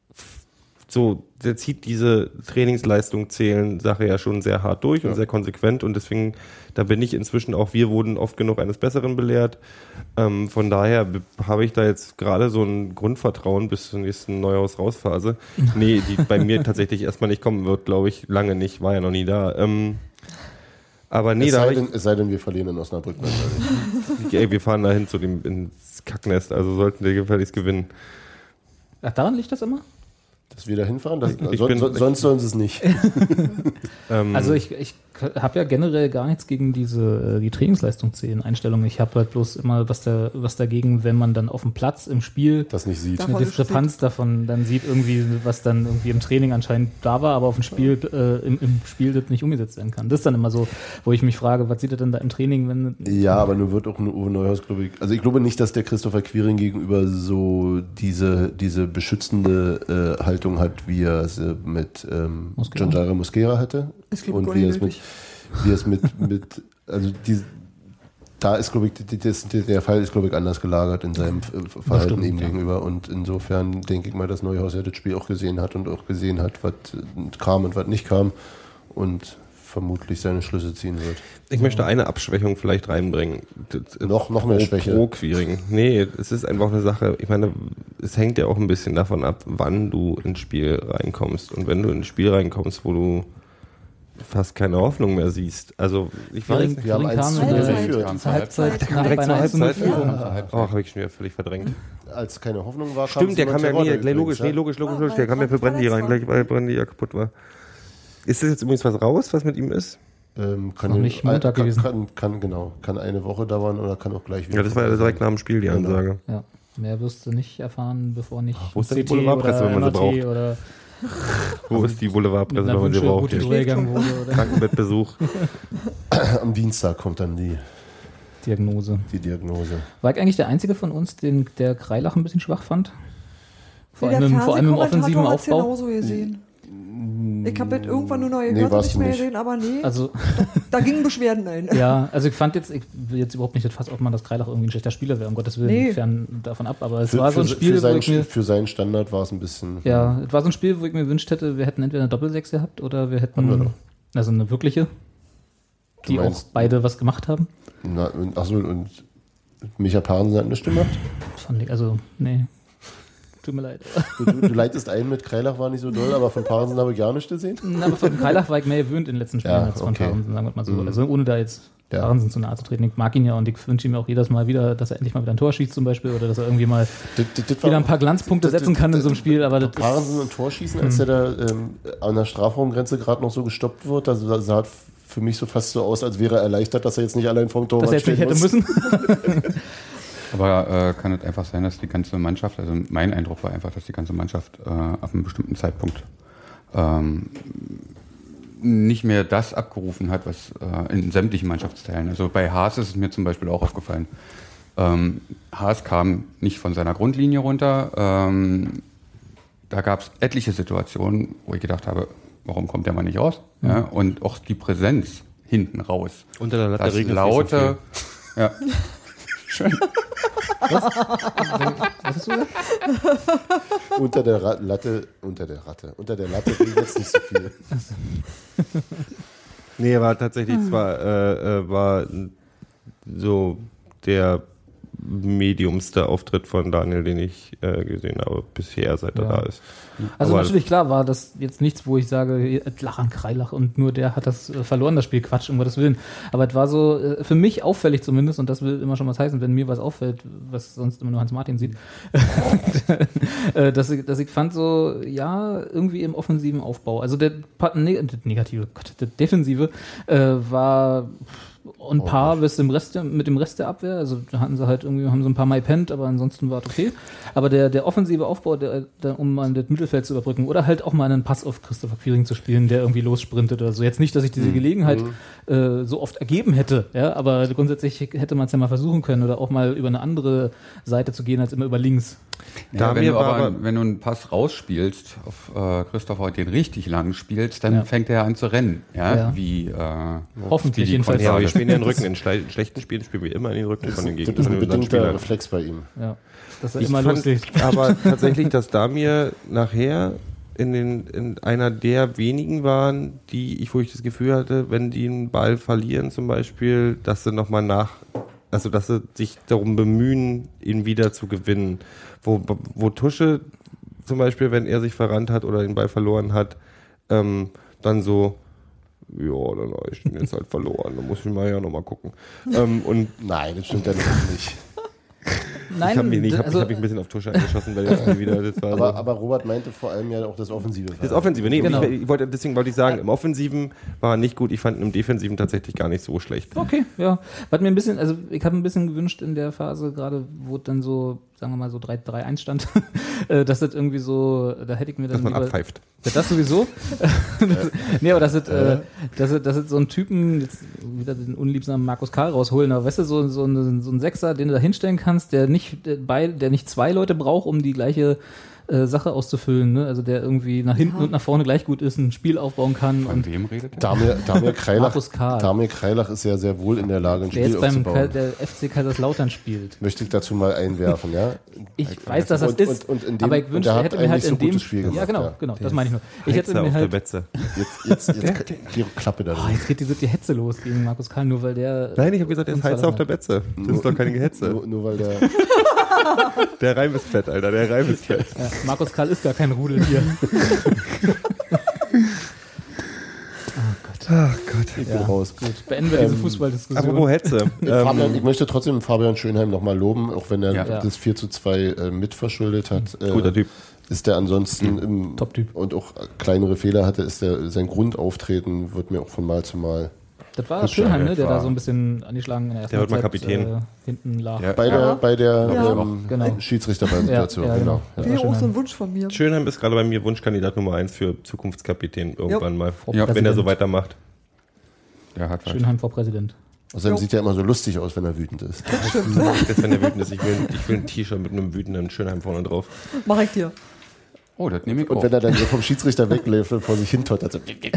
Speaker 1: so, der zieht diese Trainingsleistung zählen Sache ja schon sehr hart durch
Speaker 4: Ja.
Speaker 1: und sehr konsequent und deswegen, da bin ich inzwischen auch, wir wurden oft genug eines Besseren belehrt. Ähm, von daher be- habe ich da jetzt gerade so ein Grundvertrauen bis zur nächsten Neuhaus-Rausphase. Nee, die bei mir tatsächlich erstmal nicht kommen wird, glaube ich, lange nicht, war ja noch nie da. Ähm, aber nee,
Speaker 4: es,
Speaker 1: da
Speaker 4: sei
Speaker 1: habe ich,
Speaker 4: denn, es sei denn, wir verlieren in Osnabrück natürlich.
Speaker 1: ey, wir fahren dahin zu dem ins Kacknest, also sollten wir gefälligst gewinnen.
Speaker 3: Ach, daran liegt das immer?
Speaker 4: Dass wir da hinfahren, das,
Speaker 1: Ich
Speaker 4: so,
Speaker 1: bin-
Speaker 4: so, sonst sollen sie es nicht.
Speaker 1: Ähm,
Speaker 3: Also ich, ich habe ja generell gar nichts gegen diese äh, die Trainingsleistung zählen Einstellung. Ich habe halt bloß immer was da was dagegen, wenn man dann auf dem Platz im Spiel
Speaker 4: Das nicht sieht.
Speaker 2: Davon
Speaker 3: eine Diskrepanz davon dann sieht irgendwie, was dann irgendwie im Training anscheinend da war, aber auf dem Spiel äh, im, im Spiel das nicht umgesetzt werden kann. Das ist dann immer so, wo ich mich frage, was sieht er denn da im Training, wenn
Speaker 4: Ja, aber nur wird auch ein Uwe Neuhaus, glaube ich. Also ich glaube nicht, dass der Christopher Quiring gegenüber so diese, diese beschützende äh, Haltung hat, wie er es äh, mit ähm,
Speaker 3: Mosquera?
Speaker 4: Giancarlo Mosquera hatte.
Speaker 2: Ich glaube,
Speaker 4: Und
Speaker 2: gar
Speaker 4: wie er
Speaker 2: nicht
Speaker 4: es mit,
Speaker 2: nötig.
Speaker 4: wie er es mit, mit also die, da ist, glaube ich, die- das, der Fall ist, glaube ich, anders gelagert in seinem äh, Verhalten
Speaker 3: stimmt,
Speaker 4: ihm
Speaker 3: ja.
Speaker 4: gegenüber. Und insofern denke ich mal, dass Neuhaus ja das Spiel auch gesehen hat und auch gesehen hat, was äh, kam und was nicht kam. Und vermutlich seine Schlüsse ziehen wird.
Speaker 1: ich möchte eine Abschwächung vielleicht reinbringen. Das-
Speaker 4: Noch- noch mehr
Speaker 1: pro,
Speaker 4: Schwäche.
Speaker 1: Pro Queering. Nee, es ist einfach eine Sache, ich meine, es hängt ja auch ein bisschen davon ab, wann du ins Spiel reinkommst. Und wenn du ins Spiel reinkommst, wo du fast keine Hoffnung mehr siehst. Also ich weiß nicht.
Speaker 4: Wir haben eins
Speaker 2: zu null
Speaker 4: geführt.
Speaker 3: Zur Halbzeit,
Speaker 1: Der kam
Speaker 3: nach
Speaker 1: direkt
Speaker 3: bei
Speaker 1: zur
Speaker 3: einer eins zu null
Speaker 1: Halbzeit.
Speaker 3: Führung.
Speaker 5: Ja.
Speaker 1: Oh, habe ich schon wieder völlig verdrängt.
Speaker 4: Als keine Hoffnung war,
Speaker 1: Stimmt, der kam ja nie,
Speaker 4: Terodde
Speaker 1: logisch, nee, logisch, logisch,
Speaker 2: Ah,
Speaker 1: logisch, der
Speaker 2: weil
Speaker 1: kam ja für
Speaker 2: Brandy
Speaker 1: Brandy rein,
Speaker 2: verletzt
Speaker 1: gleich weil Brandy ja kaputt war. Ist das jetzt übrigens was raus, was mit ihm ist?
Speaker 4: Ähm, kann
Speaker 3: noch nicht Montag
Speaker 4: kann,
Speaker 3: gewesen.
Speaker 4: Kann, kann, genau, kann eine Woche dauern oder kann auch gleich wieder.
Speaker 1: Ja, das war ja direkt nach dem Spiel die
Speaker 4: Genau.
Speaker 1: Ansage.
Speaker 3: Ja, mehr wirst du nicht erfahren, bevor nicht
Speaker 1: wo ist denn die
Speaker 3: C T
Speaker 1: Boulevardpresse,
Speaker 3: oder
Speaker 1: wenn man sie
Speaker 3: M R T
Speaker 1: braucht?
Speaker 3: Oder
Speaker 1: Wo ist die
Speaker 3: mit
Speaker 1: Boulevardpresse,
Speaker 3: einer
Speaker 1: wenn man sie braucht?
Speaker 3: Wünsche durchgegangen wurde oder
Speaker 1: Krankenbettbesuch.
Speaker 4: Am Dienstag kommt dann die,
Speaker 3: Diagnose.
Speaker 4: die Diagnose.
Speaker 3: War ich eigentlich der Einzige von uns, den der Kreilach ein bisschen schwach fand? Vor
Speaker 2: Nee,
Speaker 3: allem,
Speaker 2: der
Speaker 3: im- vor allem im
Speaker 2: Fernsehkommentator
Speaker 3: offensiven
Speaker 2: hat's
Speaker 3: Aufbau.
Speaker 2: genauso gesehen. Ich habe das irgendwann nur noch
Speaker 4: Nee,
Speaker 2: gehört und
Speaker 4: war's
Speaker 2: nicht mehr
Speaker 4: nicht.
Speaker 2: gesehen, aber nee,
Speaker 3: Also,
Speaker 2: da gingen Beschwerden ein.
Speaker 3: ja, also ich fand jetzt, ich will jetzt überhaupt nicht das Fass aufmachen, dass Kreilach irgendwie ein schlechter Spieler wäre, um Gottes Willen,
Speaker 2: Nee.
Speaker 3: fern davon ab, aber es
Speaker 4: Für,
Speaker 3: war so ein
Speaker 4: für,
Speaker 3: Spiel,
Speaker 4: für,
Speaker 3: wo
Speaker 4: seinen,
Speaker 3: ich mir,
Speaker 4: für seinen Standard war es ein bisschen.
Speaker 3: ja, es war so ein Spiel, wo ich mir gewünscht hätte, wir hätten entweder eine Doppelsechs gehabt oder wir
Speaker 4: Haben wir
Speaker 3: hätten,
Speaker 4: doch.
Speaker 3: also eine wirkliche, die auch
Speaker 4: meinst-
Speaker 3: beide was gemacht haben.
Speaker 4: Na, und, achso, und Micha Parensen hat nichts gemacht.
Speaker 3: Fand ich, also, nee, tut mir leid.
Speaker 4: Du, du, du leitest ein mit Kreilach war nicht so doll, aber von Parensen habe ich gar nichts gesehen.
Speaker 3: Na, aber von Kreilach war ich mehr gewöhnt in den letzten Spielen
Speaker 4: Ja,
Speaker 3: als von
Speaker 4: okay.
Speaker 3: Parensen, sagen wir mal so.
Speaker 4: Mhm.
Speaker 3: Also ohne da jetzt
Speaker 4: Ja.
Speaker 3: Parensen zu nahe zu treten. Ich mag ihn ja und ich wünsche ihm auch jedes Mal wieder, dass er endlich mal wieder ein Tor schießt zum Beispiel oder dass er irgendwie mal
Speaker 4: Das, das, das war-
Speaker 3: wieder ein paar Glanzpunkte
Speaker 4: das-
Speaker 3: setzen
Speaker 4: das-
Speaker 3: kann in so einem Spiel, aber das
Speaker 4: Parensen
Speaker 3: ist,
Speaker 4: und Torschießen, als der da ähm, an der Strafraumgrenze gerade noch so gestoppt wird, also das sah für mich so fast so aus, als wäre er erleichtert, dass er jetzt nicht allein vom Tor
Speaker 3: dass er jetzt nicht hätte müssen.
Speaker 5: Aber äh, kann es einfach sein, dass die ganze Mannschaft, also mein Eindruck war einfach, dass die ganze Mannschaft äh, ab einem bestimmten Zeitpunkt ähm, nicht mehr das abgerufen hat, was äh, in sämtlichen Mannschaftsteilen. Also bei Haas ist es mir zum Beispiel auch aufgefallen. Ähm, Haas kam nicht von seiner Grundlinie runter. Ähm, da gab es etliche Situationen, wo ich gedacht habe, warum kommt der mal nicht raus?
Speaker 3: Mhm.
Speaker 5: Ja, und auch die Präsenz hinten raus.
Speaker 1: Unter der Latte
Speaker 5: Das
Speaker 1: regnet es nicht so
Speaker 5: laute, ja, schön.
Speaker 3: Was hast du gesagt?
Speaker 4: Unter der Ra Latte, unter der Ratte, unter der Latte regnet jetzt nicht so viel.
Speaker 1: Nee, war tatsächlich zwar äh, äh, war so der mediumste Auftritt von Daniel, den ich äh, gesehen habe bisher, seit er
Speaker 3: Ja.
Speaker 1: da ist.
Speaker 3: Also
Speaker 1: Aber-
Speaker 3: natürlich, klar, war das jetzt nichts, wo ich sage, Lach an Kreilach und nur der hat das äh, verloren, das Spiel, Quatsch, um Gottes Willen. Aber es war so, äh, für mich auffällig zumindest, und das will immer schon was heißen, wenn mir was auffällt, was sonst immer nur Hans-Martin sieht, äh, dass, ich, dass ich fand so, ja, irgendwie im offensiven Aufbau, also der, Pa- ne, der negative, Gott, der defensive äh, war on par bis dem Rest der, mit dem Rest der Abwehr. Also da hatten sie halt irgendwie, haben so ein paar Mal gepennt, aber ansonsten war es okay. Aber der, der offensive Aufbau, der, der, um mal das Mittelfeld zu überbrücken oder halt auch mal einen Pass auf Christopher Quiring zu spielen, der irgendwie lossprintet oder so. Jetzt nicht, dass ich diese Gelegenheit äh, so oft ergeben hätte, ja, aber grundsätzlich hätte man es ja mal versuchen können oder auch mal über eine andere Seite zu gehen als immer über links.
Speaker 5: Ja,
Speaker 1: Da
Speaker 5: wenn,
Speaker 1: mir
Speaker 5: du
Speaker 1: war
Speaker 5: aber,
Speaker 1: aber-
Speaker 5: wenn du einen Pass rausspielst, auf äh, Christopher den richtig lang spielst, dann
Speaker 3: Ja.
Speaker 5: fängt er an zu rennen. Ja,
Speaker 3: Ja.
Speaker 5: wie äh,
Speaker 3: Hoffentlich
Speaker 5: wie die
Speaker 3: jedenfalls.
Speaker 1: Ja, aber wir
Speaker 5: Konstante.
Speaker 1: spielen ja in den Rücken. In schle schlechten Spielen spielen wir immer in den Rücken von den
Speaker 4: Das
Speaker 1: Gegnern.
Speaker 4: ist
Speaker 1: von
Speaker 4: ein
Speaker 1: den unseren
Speaker 4: bedingter
Speaker 1: Spielern.
Speaker 4: Reflex bei ihm.
Speaker 3: Ja, dass er
Speaker 1: Ich
Speaker 3: immer
Speaker 1: fand
Speaker 3: loslegt.
Speaker 1: aber tatsächlich, dass da mir nachher in, den, in einer der wenigen waren, die ich, wo ich das Gefühl hatte, wenn die einen Ball verlieren zum Beispiel, dass sie nochmal nach, also dass sie sich darum bemühen, ihn wieder zu gewinnen. Wo, wo Tusche zum Beispiel, wenn er sich verrannt hat oder den Ball verloren hat, ähm, dann so, ja, dann habe ich den jetzt halt verloren, dann muss ich mal ja nochmal gucken. ähm, und
Speaker 4: Nein, das stimmt ja nicht.
Speaker 3: Nein,
Speaker 1: ich habe mich, ich hab,
Speaker 3: also,
Speaker 1: ich hab mich ein bisschen auf Tusche eingeschossen, weil jetzt wieder, das war
Speaker 4: Aber,
Speaker 1: so.
Speaker 4: aber Robert meinte vor allem ja auch das Offensive.
Speaker 1: Das Offensive, nee,
Speaker 3: Genau.
Speaker 1: ich, ich wollte, deswegen wollte ich sagen, im Offensiven war er nicht gut, ich fand ihn im Defensiven tatsächlich gar nicht so schlecht.
Speaker 3: Okay, ja. Was mir ein bisschen, also ich habe ein bisschen gewünscht in der Phase, gerade wo dann so, sagen wir mal so drei drei eins stand, äh, dass das irgendwie so, da hätte ich mir dann
Speaker 1: Dass man
Speaker 3: lieber-
Speaker 1: abpfeift.
Speaker 3: Ja, das sowieso. das, nee, aber dass es, äh, dass es, dass es so einen Typen, jetzt wieder den unliebsamen Markus Karl rausholen, aber weißt du, so, so, ein, so ein Sechser, den du da hinstellen kannst, der nicht, der, bei, der nicht zwei Leute braucht, um die gleiche äh, Sache auszufüllen, ne? Also der irgendwie nach hinten
Speaker 2: Ja.
Speaker 3: und nach vorne gleich gut ist, ein Spiel aufbauen kann
Speaker 5: Von
Speaker 3: und
Speaker 5: wem redet er?
Speaker 4: Damir, Damir, Kreilach,
Speaker 3: Markus Karl.
Speaker 4: Damir Kreilach ist ja sehr wohl in der Lage, ein
Speaker 3: der
Speaker 4: Spiel
Speaker 3: jetzt beim Ka
Speaker 4: aufzubauen.
Speaker 3: der F C Kaiserslautern spielt.
Speaker 4: Möchte ich dazu mal einwerfen, ja?
Speaker 3: Ich weiß, dass das
Speaker 4: Und-
Speaker 3: ist,
Speaker 4: und- und in dem-
Speaker 3: aber ich
Speaker 4: und
Speaker 3: wünschte,
Speaker 4: er
Speaker 3: er
Speaker 4: hat
Speaker 3: hätte mir
Speaker 4: ein
Speaker 3: halt
Speaker 4: nicht so
Speaker 3: in dem
Speaker 4: gutes Spiel
Speaker 3: ja
Speaker 4: gemacht,
Speaker 3: genau,
Speaker 4: ja.
Speaker 3: genau, das meine ich nur. Ich hätte
Speaker 1: Hetze
Speaker 3: mir
Speaker 1: auf der
Speaker 3: halt
Speaker 1: Betze.
Speaker 4: Jetzt, jetzt, jetzt die Klappe da
Speaker 3: oh,
Speaker 4: drin.
Speaker 3: jetzt geht diese die Hetze los gegen Markus Karl, nur weil der
Speaker 1: Nein, ich habe gesagt, der ist
Speaker 3: uns
Speaker 1: Heizer auf der
Speaker 3: verlassen
Speaker 1: Betze. Das ist doch keine Gehetze.
Speaker 4: Nur, nur weil der.
Speaker 1: Der Reim ist fett, Alter, der Reim ist fett.
Speaker 3: hat. Ja, Markus Karl ist gar kein Rudel hier. Oh Gott.
Speaker 1: Gott.
Speaker 4: Ich bin
Speaker 3: Ja.
Speaker 4: raus. Gut.
Speaker 3: Beenden wir diese Fußballdiskussion.
Speaker 1: Apropos Hetze.
Speaker 4: Fabian,
Speaker 1: ähm,
Speaker 4: ich möchte trotzdem Fabian Schönheim nochmal loben, auch wenn er
Speaker 5: Ja.
Speaker 4: das vier zu zwei äh, mitverschuldet hat. Äh,
Speaker 1: Guter Typ.
Speaker 4: Ist der ansonsten im,
Speaker 3: Top-Typ.
Speaker 4: und auch kleinere Fehler hatte, ist der sein Grundauftreten wird mir auch von Mal zu Mal.
Speaker 3: Das war
Speaker 4: Das
Speaker 3: Schönheim, ne,
Speaker 4: war-
Speaker 3: der da so ein bisschen angeschlagen in der ersten
Speaker 1: Der wird mal
Speaker 3: Halbzeit,
Speaker 1: Kapitän.
Speaker 3: Äh, hinten lag.
Speaker 1: Ja.
Speaker 4: Bei der, bei der
Speaker 2: Ja.
Speaker 4: ähm,
Speaker 3: Genau.
Speaker 4: Schiedsrichterpräsentation.
Speaker 3: Ja, ja,
Speaker 4: genau.
Speaker 3: genau.
Speaker 2: Wäre
Speaker 3: Ja,
Speaker 2: auch so ein
Speaker 3: Schönheim.
Speaker 2: Wunsch von mir.
Speaker 1: Schönheim ist gerade bei mir Wunschkandidat Nummer eins für Zukunftskapitän irgendwann mal.
Speaker 3: Frau
Speaker 5: Ja,
Speaker 1: Wenn er
Speaker 3: Präsident.
Speaker 1: so weitermacht.
Speaker 5: Der hat was.
Speaker 3: Schönheim vor Präsident.
Speaker 4: Außerdem
Speaker 2: Jo.
Speaker 4: sieht er immer so lustig aus, wenn er wütend ist.
Speaker 1: Das, wenn er wütend ist. Ich will, ich will ein T-Shirt mit einem wütenden Schönheim vorne drauf.
Speaker 2: Mach ich dir.
Speaker 5: Oh, das nehme ich
Speaker 4: Und
Speaker 5: auch.
Speaker 4: wenn er dann so vom Schiedsrichter wegläuft und vor sich hin tottert, so,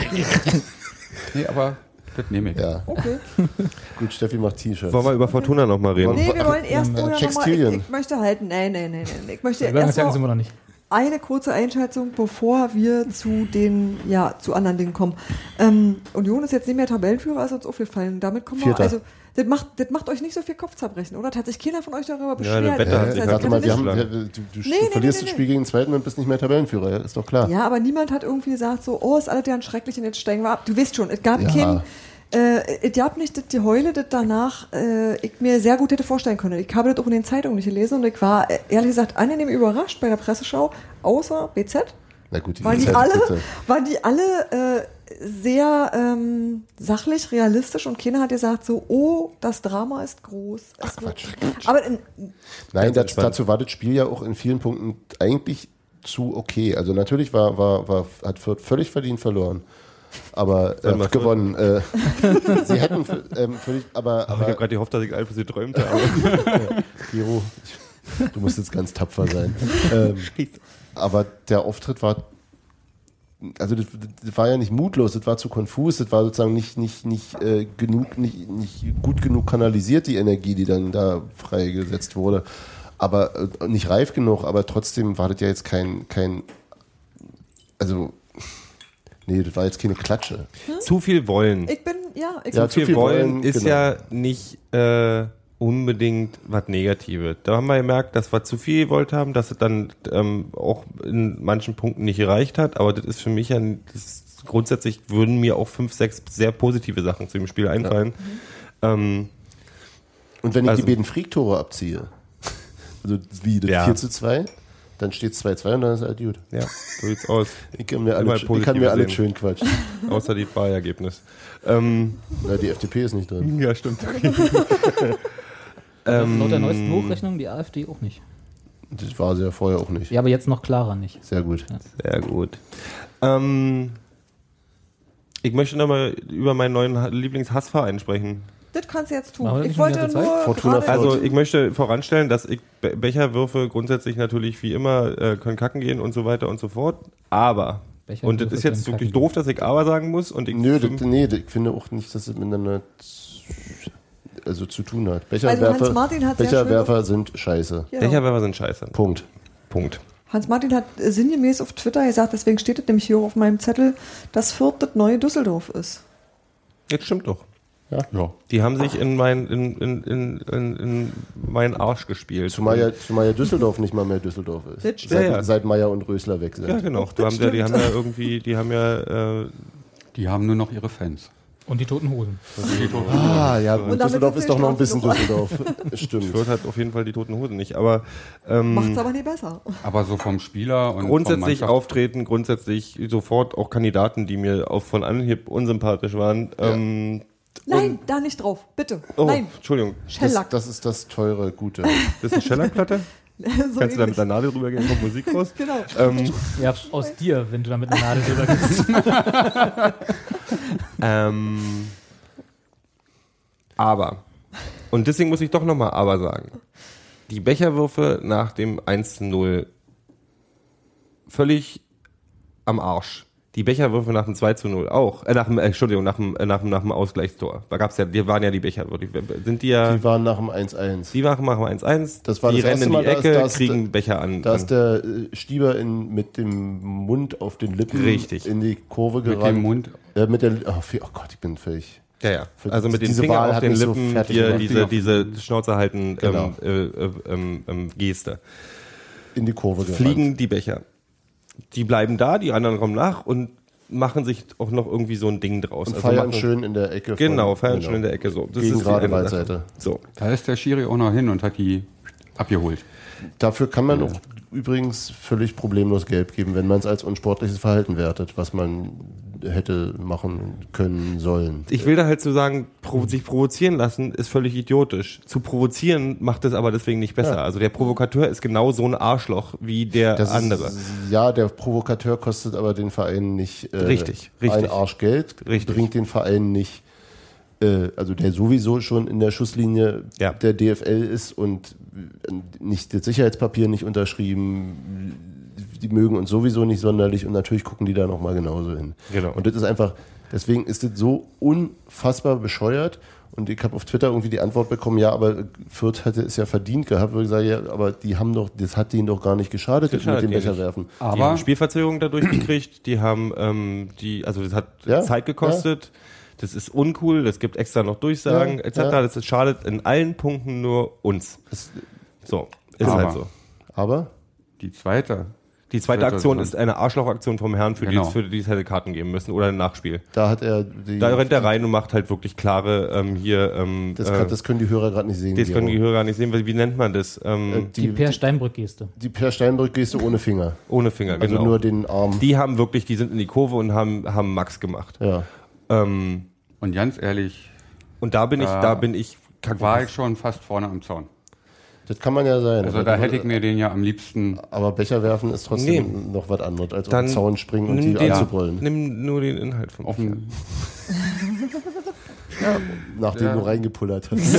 Speaker 5: Nee, aber das nehme ich.
Speaker 4: ja.
Speaker 2: Okay.
Speaker 4: Gut, Steffi macht T-Shirts.
Speaker 1: Wollen wir über Fortuna nochmal reden?
Speaker 2: Nee, wir wollen erst
Speaker 4: Ja,
Speaker 2: vorher nochmal. Ich,
Speaker 4: Textilien.
Speaker 2: ich möchte halten. Nein, nein, nein, nein. Ich möchte
Speaker 3: Ja, ganz
Speaker 2: erst
Speaker 3: sagen sind
Speaker 2: mal
Speaker 3: wir noch nicht.
Speaker 2: eine kurze Einschätzung, bevor wir zu den, ja, zu anderen Dingen kommen. Ähm, Union ist jetzt nicht mehr Tabellenführer, ist uns aufgefallen. Damit kommen wir,
Speaker 4: Vierter.
Speaker 2: also, das macht, das macht euch nicht so viel Kopfzerbrechen, oder? Das hat sich keiner von euch darüber beschwert.
Speaker 1: der Wetter hat
Speaker 2: Das
Speaker 1: sich
Speaker 2: heißt,
Speaker 4: Warte
Speaker 2: kann
Speaker 4: mal,
Speaker 2: ich
Speaker 4: wir
Speaker 2: nicht-
Speaker 4: haben,
Speaker 1: schlagen.
Speaker 4: wir, du, du,
Speaker 2: Nee,
Speaker 4: du
Speaker 2: nee,
Speaker 4: verlierst
Speaker 2: nee,
Speaker 4: das
Speaker 2: nee,
Speaker 4: Spiel gegen den Zweiten und bist nicht mehr Tabellenführer, ja, ist doch klar.
Speaker 2: Ja, aber niemand hat irgendwie gesagt so, oh, ist alles ja schrecklich und jetzt steigen wir ab. Du weißt schon, es gab
Speaker 4: Ja.
Speaker 2: kein, äh, es gab nicht das Geheule, das danach äh, ich mir sehr gut hätte vorstellen können. Ich habe das auch in den Zeitungen nicht gelesen und ich war äh, ehrlich gesagt angenehm überrascht bei der Presseschau, außer B Z.
Speaker 4: Na gut, die
Speaker 2: Waren die
Speaker 4: Zeit,
Speaker 2: alle,
Speaker 4: bitte.
Speaker 2: waren die alle äh, sehr ähm, sachlich, realistisch und keiner hat gesagt so, oh, das Drama ist groß. Es wird-
Speaker 4: Quatsch.
Speaker 2: Aber in,
Speaker 4: Nein, das,
Speaker 1: entspannt.
Speaker 4: dazu war das Spiel ja auch in vielen Punkten eigentlich zu okay. Also natürlich war, war, war, hat Fürth völlig verdient verloren. Aber
Speaker 1: Dann
Speaker 4: äh,
Speaker 1: mal
Speaker 4: gewonnen. Äh, sie hätten f- ähm, völlig, aber,
Speaker 1: Aber ich habe
Speaker 4: aber
Speaker 1: gerade gehofft, dass ich alles geträumt habe.
Speaker 4: Gero, ich, du musst jetzt ganz tapfer sein. Ähm, aber der Auftritt war, also das, das war ja nicht mutlos, das war zu konfus, das war sozusagen nicht, nicht, nicht, äh, genug, nicht, nicht gut genug kanalisiert, die Energie, die dann da freigesetzt wurde. Aber äh, nicht reif genug, aber trotzdem war das ja jetzt kein, kein also nee, das war jetzt keine Klatsche.
Speaker 1: Zu viel wollen.
Speaker 2: ich bin, ja, ich
Speaker 4: Ja,
Speaker 1: Zu viel
Speaker 4: viel
Speaker 1: wollen
Speaker 4: wollen,
Speaker 1: ist
Speaker 4: genau.
Speaker 1: ja nicht äh, unbedingt was Negatives. Da haben wir gemerkt, dass wir zu viel gewollt haben, dass es dann ähm, auch in manchen Punkten nicht gereicht hat. Aber das ist für mich ja, das, grundsätzlich würden mir auch fünf, sechs sehr positive Sachen zu dem Spiel einfallen. Ähm,
Speaker 4: Und wenn ich
Speaker 1: Also-
Speaker 4: die beiden Freak-Tore abziehe, also wie das
Speaker 1: Ja.
Speaker 4: vier zu zwei, dann steht es zwei zu zwei und dann ist alles gut.
Speaker 1: ja, so sieht's aus.
Speaker 4: Ich kann mir
Speaker 1: Immer
Speaker 4: alles, ich
Speaker 1: positiv
Speaker 4: kann mir alles
Speaker 1: sehen.
Speaker 4: schön quatschen.
Speaker 1: Außer die Wahlergebnis. Ähm,
Speaker 4: Na, die F D P ist nicht drin.
Speaker 1: ja, stimmt.
Speaker 3: Ähm, Laut der neuesten Hochrechnung die AfD auch nicht.
Speaker 4: Das war sie ja vorher auch nicht.
Speaker 3: Ja, aber jetzt noch klarer nicht.
Speaker 4: Sehr gut.
Speaker 1: Sehr gut. Ähm, ich möchte nochmal über meinen neuen Ha- Lieblingshassverein sprechen.
Speaker 2: das kannst du jetzt
Speaker 3: Machen wir
Speaker 2: tun.
Speaker 3: das
Speaker 2: Ich
Speaker 3: nicht schon die
Speaker 2: wollte
Speaker 3: ganze Zeit?
Speaker 2: nur
Speaker 4: Fortuna
Speaker 2: gerade-
Speaker 1: Also
Speaker 4: Fürth.
Speaker 1: ich möchte voranstellen, dass ich Be Becherwürfe grundsätzlich natürlich wie immer äh, können kacken gehen und so weiter und so fort. Aber,
Speaker 3: Becherwürfe
Speaker 1: und das ist jetzt
Speaker 3: können
Speaker 1: wirklich
Speaker 3: kacken
Speaker 1: doof, dass ich aber sagen muss. Und ich
Speaker 4: Nö, das, nee, das, ich finde auch nicht, dass es miteinander z- also zu tun hat. Becherwerfer,
Speaker 2: Also Hans-Martin hat sehr
Speaker 4: Becherwerfer sind scheiße.
Speaker 2: Genau.
Speaker 1: Becherwerfer sind scheiße.
Speaker 4: Punkt.
Speaker 1: Punkt.
Speaker 2: Hans-Martin hat äh, sinngemäß auf Twitter gesagt, deswegen steht es nämlich hier auf meinem Zettel, dass Fürth das neue Düsseldorf ist.
Speaker 1: Jetzt stimmt doch.
Speaker 5: Ja.
Speaker 1: Die haben sich in, mein, in, in, in, in, in meinen Arsch gespielt.
Speaker 4: Zumal ja, zumal ja Düsseldorf nicht mal mehr Düsseldorf ist.
Speaker 2: Das stimmt.
Speaker 4: Seit,
Speaker 1: Ja, ja.
Speaker 4: seit Meier und Rösler weg sind.
Speaker 1: Ja, genau.
Speaker 2: Auch
Speaker 1: Du
Speaker 2: das
Speaker 1: haben ja, die haben
Speaker 2: stimmt.
Speaker 1: ja irgendwie, die haben ja äh,
Speaker 5: Die haben nur noch ihre Fans.
Speaker 3: Und die Toten Hosen.
Speaker 4: Ah, ja,
Speaker 2: Und damit
Speaker 4: Düsseldorf
Speaker 2: sind
Speaker 4: ist
Speaker 2: wir
Speaker 4: doch noch ein
Speaker 2: schon
Speaker 4: bisschen
Speaker 2: auf
Speaker 4: Düsseldorf. Stimmt.
Speaker 1: Fürth hat auf jeden Fall die toten Hosen nicht. Aber ähm,
Speaker 2: Macht's aber nicht besser.
Speaker 5: Aber so vom Spieler und
Speaker 1: grundsätzlich
Speaker 5: vom Mannschaft-
Speaker 1: auftreten, grundsätzlich sofort auch Kandidaten, die mir auch von Anhieb unsympathisch waren. Ähm,
Speaker 2: Nein, da nicht drauf, bitte.
Speaker 1: oh,
Speaker 2: Nein,
Speaker 1: Entschuldigung.
Speaker 4: Das,
Speaker 2: Schellack.
Speaker 4: das ist das teure Gute.
Speaker 1: Das ist eine Schellackplatte?
Speaker 2: so
Speaker 1: Kannst du da mit
Speaker 2: ähnlich.
Speaker 1: der Nadel drüber gehen, kommt Musik raus?
Speaker 2: Genau.
Speaker 1: Ähm,
Speaker 3: Ja, aus dir, wenn du da mit einer Nadel drüber gehst.
Speaker 1: ähm, aber, und deswegen muss ich doch nochmal aber sagen, die Becherwürfe nach dem eins zu null völlig am Arsch. Die Becherwürfe nach dem zwei zu null auch. Äh, nach dem, äh, Entschuldigung, nach dem, äh, nach dem, nach dem Ausgleichstor. Da gab's ja, die waren ja die Becherwürfe. Die, sind die ja,
Speaker 4: Die waren nach dem eins eins.
Speaker 1: die machen, machen eins eins,
Speaker 4: Das war
Speaker 1: die
Speaker 4: das
Speaker 1: rennen
Speaker 4: erste
Speaker 1: in die
Speaker 4: Mal, da ist-
Speaker 1: Ecke,
Speaker 4: da ist-
Speaker 1: kriegen Becher an.
Speaker 4: Da ist der äh, Stieber in, mit dem Mund auf den Lippen
Speaker 1: Richtig.
Speaker 4: in die Kurve
Speaker 5: mit
Speaker 4: gerannt.
Speaker 5: dem Mund.
Speaker 4: Äh, mit der, oh, viel- oh Gott, ich bin völlig...
Speaker 1: Ja, ja.
Speaker 4: Für
Speaker 1: Also mit den
Speaker 4: diese
Speaker 1: Fingern
Speaker 4: Wahl
Speaker 1: auf
Speaker 4: hat
Speaker 1: den
Speaker 4: mich so
Speaker 1: Lippen,
Speaker 4: fertig
Speaker 1: hier
Speaker 4: gemacht.
Speaker 1: diese,
Speaker 5: Ja.
Speaker 1: diese Schnauze halten
Speaker 4: Genau.
Speaker 1: ähm, äh, äh, ähm, ähm, Geste.
Speaker 4: in die Kurve gerannt.
Speaker 1: Fliegen die Becher. Die bleiben da, die anderen kommen nach und machen sich auch noch irgendwie so ein Ding draus.
Speaker 4: Und
Speaker 1: also
Speaker 4: feiern
Speaker 1: machen,
Speaker 4: schön in der Ecke.
Speaker 1: Genau,
Speaker 4: von,
Speaker 1: feiern
Speaker 4: genau.
Speaker 1: schön in der Ecke. So. Das
Speaker 4: Gegen
Speaker 1: ist die
Speaker 4: gerade
Speaker 1: eine
Speaker 4: Waldseite.
Speaker 1: Sache. So.
Speaker 5: Da ist der Schiri auch noch hin und hat die abgeholt.
Speaker 4: Dafür kann man auch übrigens völlig problemlos Gelb geben, wenn man es als unsportliches Verhalten wertet, was man hätte machen können sollen.
Speaker 1: Ich will da halt so sagen, provo- sich provozieren lassen ist völlig idiotisch. Zu provozieren macht es aber deswegen nicht besser.
Speaker 4: Ja.
Speaker 1: Also der Provokateur ist genau so ein Arschloch wie der
Speaker 4: Das
Speaker 1: andere.
Speaker 4: Ist, ja, der Provokateur kostet aber den Verein nicht äh,
Speaker 1: Richtig, richtig.
Speaker 4: ein Arsch Geld,
Speaker 1: Richtig.
Speaker 4: bringt den Verein nicht, äh, also der sowieso schon in der Schusslinie
Speaker 1: Ja.
Speaker 4: der D F L ist und nicht das Sicherheitspapier nicht unterschrieben, die mögen uns sowieso nicht sonderlich und natürlich gucken die da nochmal genauso hin.
Speaker 1: Genau.
Speaker 4: Und das ist einfach, deswegen ist das so unfassbar bescheuert. Und ich habe auf Twitter irgendwie die Antwort bekommen, ja, aber Fürth hätte es ja verdient gehabt. Wo ich sage, ja, aber die haben doch, das hat denen doch gar nicht geschadet, das
Speaker 1: Geschadet
Speaker 4: mit dem
Speaker 1: denen
Speaker 4: Becher
Speaker 1: nicht.
Speaker 4: werfen.
Speaker 1: Die
Speaker 5: Aber
Speaker 1: haben Spielverzögerung dadurch gekriegt, die haben ähm, die, also das hat
Speaker 4: Ja,
Speaker 1: Zeit gekostet, das ist uncool, es gibt extra noch Durchsagen,
Speaker 4: Ja,
Speaker 1: et cetera.
Speaker 4: ja.
Speaker 1: Das ist, schadet in allen Punkten nur uns.
Speaker 4: Das,
Speaker 1: So, ist
Speaker 5: Aber-
Speaker 1: halt so.
Speaker 4: aber
Speaker 5: die zweite,
Speaker 1: Die zweite
Speaker 5: Dritte
Speaker 1: Aktion
Speaker 5: Dran.
Speaker 1: ist eine Arschlochaktion vom Herrn, für,
Speaker 5: Genau.
Speaker 1: die, für die es hätte Karten geben müssen oder ein Nachspiel.
Speaker 4: da hat er die,
Speaker 1: Da rennt er rein und macht halt wirklich klare ähm, hier. Ähm,
Speaker 4: das,
Speaker 1: äh,
Speaker 4: kann, das können die Hörer gerade nicht sehen.
Speaker 1: das können die
Speaker 4: Gero.
Speaker 1: Hörer gar nicht sehen. Wie, wie nennt man das? Ähm,
Speaker 4: Äh,
Speaker 3: Die
Speaker 4: die,
Speaker 3: Per
Speaker 4: die,
Speaker 3: Steinbrück-Geste.
Speaker 4: die Per Steinbrück-Geste ohne Finger.
Speaker 1: ohne Finger,
Speaker 4: Also
Speaker 1: genau.
Speaker 4: nur den Arm.
Speaker 1: Die haben wirklich, die sind in die Kurve und haben, haben Max gemacht.
Speaker 4: Ja.
Speaker 1: Ähm,
Speaker 5: und ganz ehrlich,
Speaker 1: und da bin ich,
Speaker 5: Äh,
Speaker 1: da bin ich
Speaker 5: war ich schon fast vorne am Zaun.
Speaker 4: Das kann man ja sein.
Speaker 5: Also
Speaker 4: aber,
Speaker 5: da hätte ich mir den ja am liebsten,
Speaker 4: aber Becher werfen ist trotzdem
Speaker 1: Nee.
Speaker 4: noch was anderes, als
Speaker 1: Dann
Speaker 4: auf den Zaun springen und
Speaker 1: nimm
Speaker 4: die
Speaker 1: den-
Speaker 4: anzubrüllen.
Speaker 1: Nimm nur den Inhalt vom
Speaker 5: auf dem,
Speaker 4: Nachdem
Speaker 5: Ja.
Speaker 4: du reingepullert hast.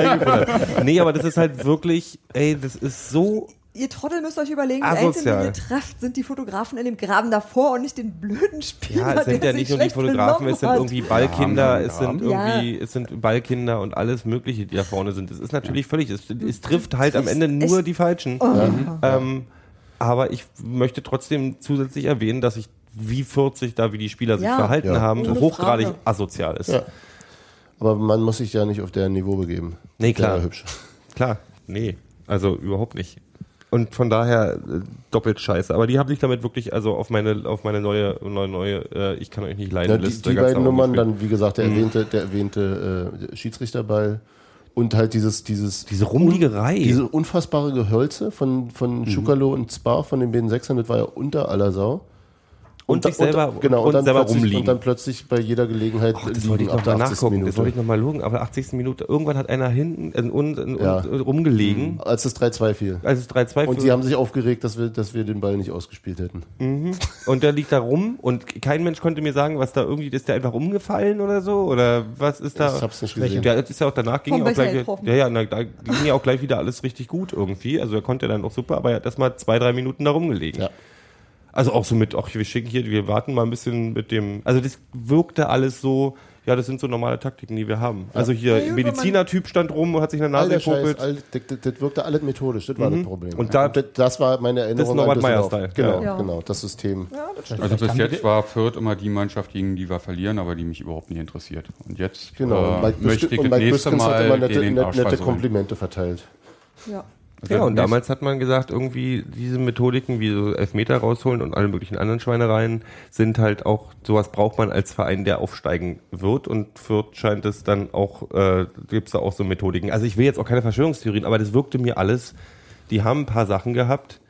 Speaker 1: Nee, aber das ist halt wirklich, ey, das ist so.
Speaker 2: Ihr Trottel müsst euch überlegen, die Einzelnen, die
Speaker 1: Asozial.
Speaker 2: ihr trefft, sind die Fotografen in dem Graben davor und nicht den blöden Spieler,
Speaker 1: Ja, es sind
Speaker 2: der
Speaker 1: ja nicht
Speaker 2: sich
Speaker 1: nur die
Speaker 2: schlecht
Speaker 1: Fotografen, es sind
Speaker 2: benommen
Speaker 1: irgendwie Ballkinder,
Speaker 5: Ja,
Speaker 1: es sind
Speaker 2: ja.
Speaker 1: irgendwie, es sind Ballkinder und alles Mögliche, die da vorne sind. Das ist natürlich völlig, es, es trifft halt am
Speaker 2: triffst
Speaker 1: Ende nur
Speaker 2: echt-
Speaker 1: die Falschen.
Speaker 2: hat.
Speaker 1: Ähm, aber ich möchte trotzdem zusätzlich erwähnen, dass ich wie vierzig da, wie die Spieler sich
Speaker 2: Ja.
Speaker 1: verhalten
Speaker 4: Ja.
Speaker 1: haben,
Speaker 2: Ohne
Speaker 1: hochgradig
Speaker 2: Frage.
Speaker 1: asozial ist.
Speaker 4: Ja. Aber man muss sich ja nicht auf deren Niveau begeben.
Speaker 1: Nee, klar.
Speaker 4: Der war hübsch.
Speaker 1: Klar, nee, also überhaupt nicht. Und von daher äh, doppelt scheiße. Aber die haben sich damit wirklich also auf meine auf meine neue neue neue äh, ich kann euch nicht leiden
Speaker 4: Ja, die
Speaker 1: Liste
Speaker 4: die
Speaker 1: ganz
Speaker 4: beiden
Speaker 1: nach oben
Speaker 4: Nummern,
Speaker 1: gespielt.
Speaker 4: dann wie gesagt, der erwähnte, der erwähnte äh, Schiedsrichterball und halt dieses, dieses
Speaker 1: Diese Rumliegerei.
Speaker 4: diese unfassbare Gehölze von, von Schukalo und Spar, von den beiden Sechsern, das war ja unter aller Sau.
Speaker 1: Und sich selber-
Speaker 4: genau,
Speaker 1: und
Speaker 4: und dann
Speaker 1: selber
Speaker 4: plötzlich,
Speaker 1: rumliegen.
Speaker 4: Und dann plötzlich bei jeder Gelegenheit
Speaker 1: Ach, das wollte ich
Speaker 4: liegen
Speaker 1: noch mal
Speaker 4: der achtzigsten
Speaker 1: nachgucken. Das wollte ich
Speaker 4: Minute.
Speaker 1: noch mal gucken. Aber achtzigsten Minute, irgendwann hat einer hinten in, in, in,
Speaker 4: Ja.
Speaker 1: rumgelegen,
Speaker 4: Als das drei zwei fiel.
Speaker 1: als es drei zwei
Speaker 4: Und
Speaker 1: für-
Speaker 4: die haben sich aufgeregt, dass wir, dass wir den Ball nicht ausgespielt hätten.
Speaker 1: und der liegt da rum und kein Mensch konnte mir sagen, was da irgendwie, ist der einfach umgefallen oder so? Oder was ist da?
Speaker 4: Ich hab's nicht gesehen.
Speaker 1: Der ist ja auch danach ging
Speaker 2: Vom
Speaker 1: ja auch
Speaker 2: Becher
Speaker 1: gleich,
Speaker 2: getroffen.
Speaker 1: ja, ja, na, da ging ja auch gleich wieder alles richtig gut irgendwie. Also er konnte dann auch super, aber er hat erst mal zwei, drei Minuten da rumgelegen.
Speaker 4: Ja.
Speaker 1: Also auch so mit, ach, wir schicken hier, wir warten mal ein bisschen mit dem, also das wirkte alles so, ja, das sind so normale Taktiken, die wir haben. Also hier,
Speaker 2: Ja, gut, wenn man-
Speaker 1: Mediziner-Typ stand rum und hat sich eine
Speaker 4: All
Speaker 1: Nase
Speaker 4: der Scheiß,
Speaker 1: gepopelt.
Speaker 4: all, das, das, das wirkte alles methodisch, das war das Problem.
Speaker 1: Und da-
Speaker 4: das, das war meine Erinnerung
Speaker 1: Norbert
Speaker 4: an Düsseldorf.
Speaker 1: Meyer-Style.
Speaker 4: Genau,
Speaker 2: Ja.
Speaker 4: genau, das System.
Speaker 5: also bis jetzt war Fürth immer die Mannschaft, gegen die wir verlieren, aber die mich überhaupt nicht interessiert. Und jetzt
Speaker 4: Genau,
Speaker 5: äh,
Speaker 4: und Mike,
Speaker 5: möchte
Speaker 4: Büsk-
Speaker 5: ich
Speaker 4: und
Speaker 5: das
Speaker 4: Mike
Speaker 5: nächste
Speaker 4: Büskens hat
Speaker 5: Mal
Speaker 4: immer
Speaker 5: gegen
Speaker 4: nette,
Speaker 5: den
Speaker 4: nette,
Speaker 5: Arsch
Speaker 4: nette
Speaker 5: versohlen.
Speaker 4: Komplimente verteilt.
Speaker 2: Ja.
Speaker 5: Also
Speaker 1: Ja, und
Speaker 5: nächst-
Speaker 1: damals hat man gesagt, irgendwie diese Methodiken wie so Elfmeter rausholen und alle möglichen anderen Schweinereien sind halt auch, sowas braucht man als Verein, der aufsteigen wird und Fürth scheint es dann auch, äh, gibt es da auch so Methodiken. Also ich will jetzt auch keine Verschwörungstheorien, aber das wirkte mir alles, die haben ein paar Sachen gehabt,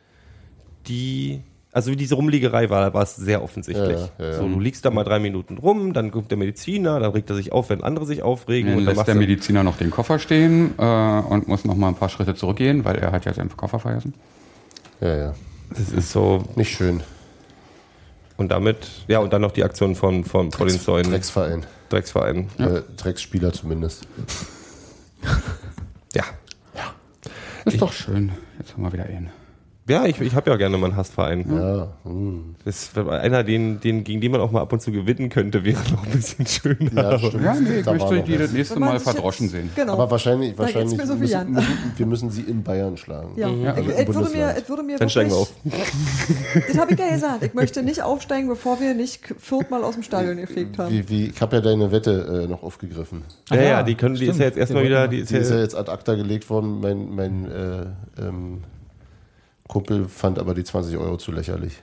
Speaker 1: die, also wie diese Rumliegerei war, war es sehr offensichtlich.
Speaker 4: Ja, ja, ja.
Speaker 1: So, du liegst da mal drei Minuten rum, dann kommt der Mediziner, dann regt er sich auf, wenn andere sich aufregen
Speaker 5: Dann
Speaker 1: und dann
Speaker 5: lässt
Speaker 1: machst
Speaker 5: der
Speaker 1: du
Speaker 5: Mediziner noch den Koffer stehen äh, und muss noch mal ein paar Schritte zurückgehen, weil er hat ja seinen Koffer vergessen.
Speaker 4: Ja, ja.
Speaker 1: das ist so,
Speaker 4: Nicht schön.
Speaker 1: und damit, ja, und dann noch die Aktion von, von vor den Säulen.
Speaker 4: Drecksverein.
Speaker 1: Drecksverein.
Speaker 4: Äh, Drecksspieler zumindest.
Speaker 1: Ja.
Speaker 5: Ist doch schön. Jetzt haben wir wieder einen.
Speaker 1: Ja, ich, ich habe ja gerne mal einen Hassverein.
Speaker 4: Ja. hm.
Speaker 1: Das ist einer, den, den, gegen den man auch mal ab und zu gewinnen könnte, wäre noch ein bisschen schöner.
Speaker 4: Ja, stimmt.
Speaker 5: Ja, nee, ich
Speaker 4: Da war
Speaker 5: möchte
Speaker 4: noch
Speaker 5: die
Speaker 4: was.
Speaker 5: das nächste
Speaker 2: Wenn man
Speaker 5: Mal
Speaker 2: sich jetzt-
Speaker 5: verdroschen sehen.
Speaker 2: Genau.
Speaker 4: Aber wahrscheinlich,
Speaker 2: Da geht's
Speaker 4: wahrscheinlich
Speaker 2: mir so viel
Speaker 4: müssen,
Speaker 2: an.
Speaker 4: müssen, wir müssen sie in Bayern schlagen.
Speaker 2: Ja,
Speaker 1: Ja.
Speaker 2: Ich,
Speaker 4: Also im
Speaker 2: es, würde mir,
Speaker 4: Bundesland.
Speaker 2: es würde mir
Speaker 1: Dann steigen wir auf.
Speaker 2: Das habe ich ja gesagt. Ich möchte nicht aufsteigen, bevor wir nicht Fürth mal aus dem Stadion gefegt haben.
Speaker 4: Wie, wie, ich habe ja deine Wette äh, noch aufgegriffen.
Speaker 1: Ja,
Speaker 3: Ah,
Speaker 1: ja,
Speaker 3: ja,
Speaker 1: die können, die ist
Speaker 3: stimmt.
Speaker 1: ja jetzt erstmal
Speaker 3: Die
Speaker 1: wieder,
Speaker 3: wollten
Speaker 1: die
Speaker 3: wir-
Speaker 1: ist
Speaker 4: Die ist ja
Speaker 1: ja,
Speaker 4: jetzt ad acta gelegt worden. Mein, mein äh, ähm, Kumpel fand aber die zwanzig Euro zu lächerlich.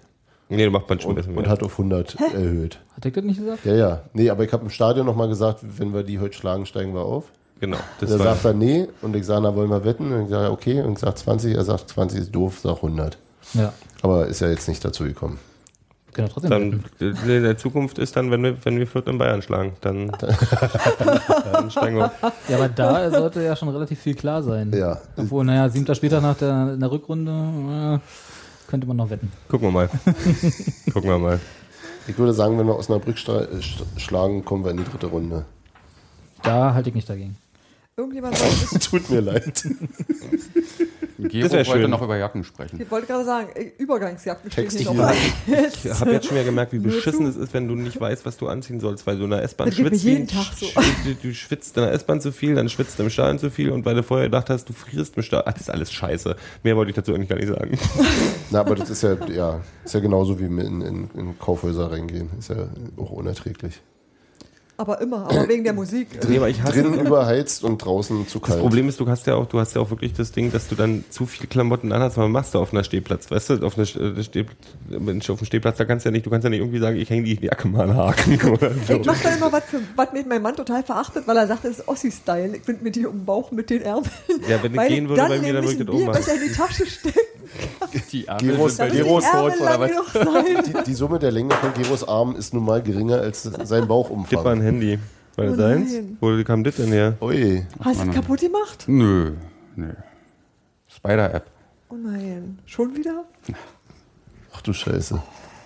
Speaker 1: Nee, du machst man schon
Speaker 4: und,
Speaker 1: besser.
Speaker 4: und hat auf hundert erhöht.
Speaker 3: Hat der das nicht gesagt?
Speaker 4: Ja, ja. Nee, aber ich habe im Stadion nochmal gesagt, wenn wir die heute schlagen, steigen wir auf.
Speaker 1: Genau. Das
Speaker 4: Er
Speaker 1: war
Speaker 4: sagt dann nee und ich sage, na wollen wir wetten? Und ich sage, okay. Und ich sage zwanzig, er sagt zwanzig ist doof, sag hundert.
Speaker 3: Ja.
Speaker 4: Aber ist ja jetzt nicht dazu gekommen.
Speaker 3: Genau, trotzdem.
Speaker 1: dann in der Zukunft ist dann, wenn wir, wenn wir Fürth in Bayern schlagen, dann, dann steigen wir.
Speaker 3: Ja, aber da sollte ja schon relativ viel klar sein.
Speaker 4: Ja.
Speaker 3: Obwohl, naja, siebter Spieltag nach der, in der Rückrunde äh, könnte man noch wetten.
Speaker 1: Gucken wir mal. Gucken wir mal.
Speaker 4: Ich würde sagen, wenn wir Osnabrück stra- sch- schlagen, kommen wir in die dritte Runde.
Speaker 3: Da halte ich nicht dagegen.
Speaker 2: Irgendjemand wollte wissen,
Speaker 4: Tut mir leid.
Speaker 5: Gero
Speaker 1: Das wär
Speaker 5: wollte
Speaker 1: schön.
Speaker 5: noch über Jacken sprechen.
Speaker 2: ich wollte gerade sagen, äh, Übergangsjacken steht hier
Speaker 4: Textil.
Speaker 2: noch.
Speaker 1: Ich habe jetzt schon wieder gemerkt, wie
Speaker 2: Nur
Speaker 1: beschissen
Speaker 2: zu.
Speaker 1: es ist, wenn du nicht weißt, was du anziehen sollst, weil du in der S-Bahn
Speaker 2: Das geht mir
Speaker 1: schwitzt. wie
Speaker 2: jeden
Speaker 1: ein
Speaker 2: Tag so.
Speaker 1: Sch- Du, du schwitzt in der S-Bahn zu viel, dann schwitzt du im Stadion zu viel und weil du vorher gedacht hast, du frierst im Stadion. Ach, das ist alles scheiße. Mehr wollte ich dazu eigentlich gar nicht sagen.
Speaker 4: Na, aber das ist ja, ja, ist ja genauso wie in, in, in Kaufhäuser reingehen. Ist ja auch unerträglich.
Speaker 2: Aber immer, aber wegen der Musik.
Speaker 1: Nee, aber ich hasse
Speaker 4: Drinnen überheizt und draußen zu
Speaker 1: Das
Speaker 4: kalt.
Speaker 1: Problem ist, du hast ja auch, du hast ja auch wirklich das Ding, dass du dann zu viel Klamotten anhast, weil machst du auf einer Stehplatz, weißt du, auf einer Ste- Steh, auf dem Stehplatz, da kannst du ja nicht, du kannst ja nicht irgendwie sagen, ich hänge die Jacke mal an den Haken oder so.
Speaker 2: Ich mach dann immer was, für, was mir mein Mann total verachtet, weil er sagt, das ist Ossi-Style. Ich bin mit dir um den Bauch mit den Ärmeln.
Speaker 1: Ja, wenn ich
Speaker 2: Weil
Speaker 1: gehen würde
Speaker 2: dann
Speaker 1: bei mir, dann
Speaker 2: nämlich
Speaker 1: würde
Speaker 2: ein
Speaker 1: ich das auch machen.
Speaker 2: Bierbecher in die Tasche stecken.
Speaker 5: Die
Speaker 4: Geros-
Speaker 5: sind bei
Speaker 2: Da
Speaker 5: dir
Speaker 2: müssen die
Speaker 5: tot,
Speaker 2: Ärmel
Speaker 5: oder
Speaker 2: lang
Speaker 5: was?
Speaker 2: genug sein.
Speaker 4: Die, die Summe der Länge von Geros Arm ist nun mal geringer als sein
Speaker 1: Gib mal ein
Speaker 4: Bauchumfang.
Speaker 1: Handy. War das
Speaker 2: Oh
Speaker 1: deins?
Speaker 2: nein.
Speaker 1: Wo kam das denn her?
Speaker 4: Ui.
Speaker 2: Hast du es kaputt gemacht?
Speaker 5: Nö, nö. Spider-App.
Speaker 2: Oh nein. Schon wieder?
Speaker 4: Ach du Scheiße.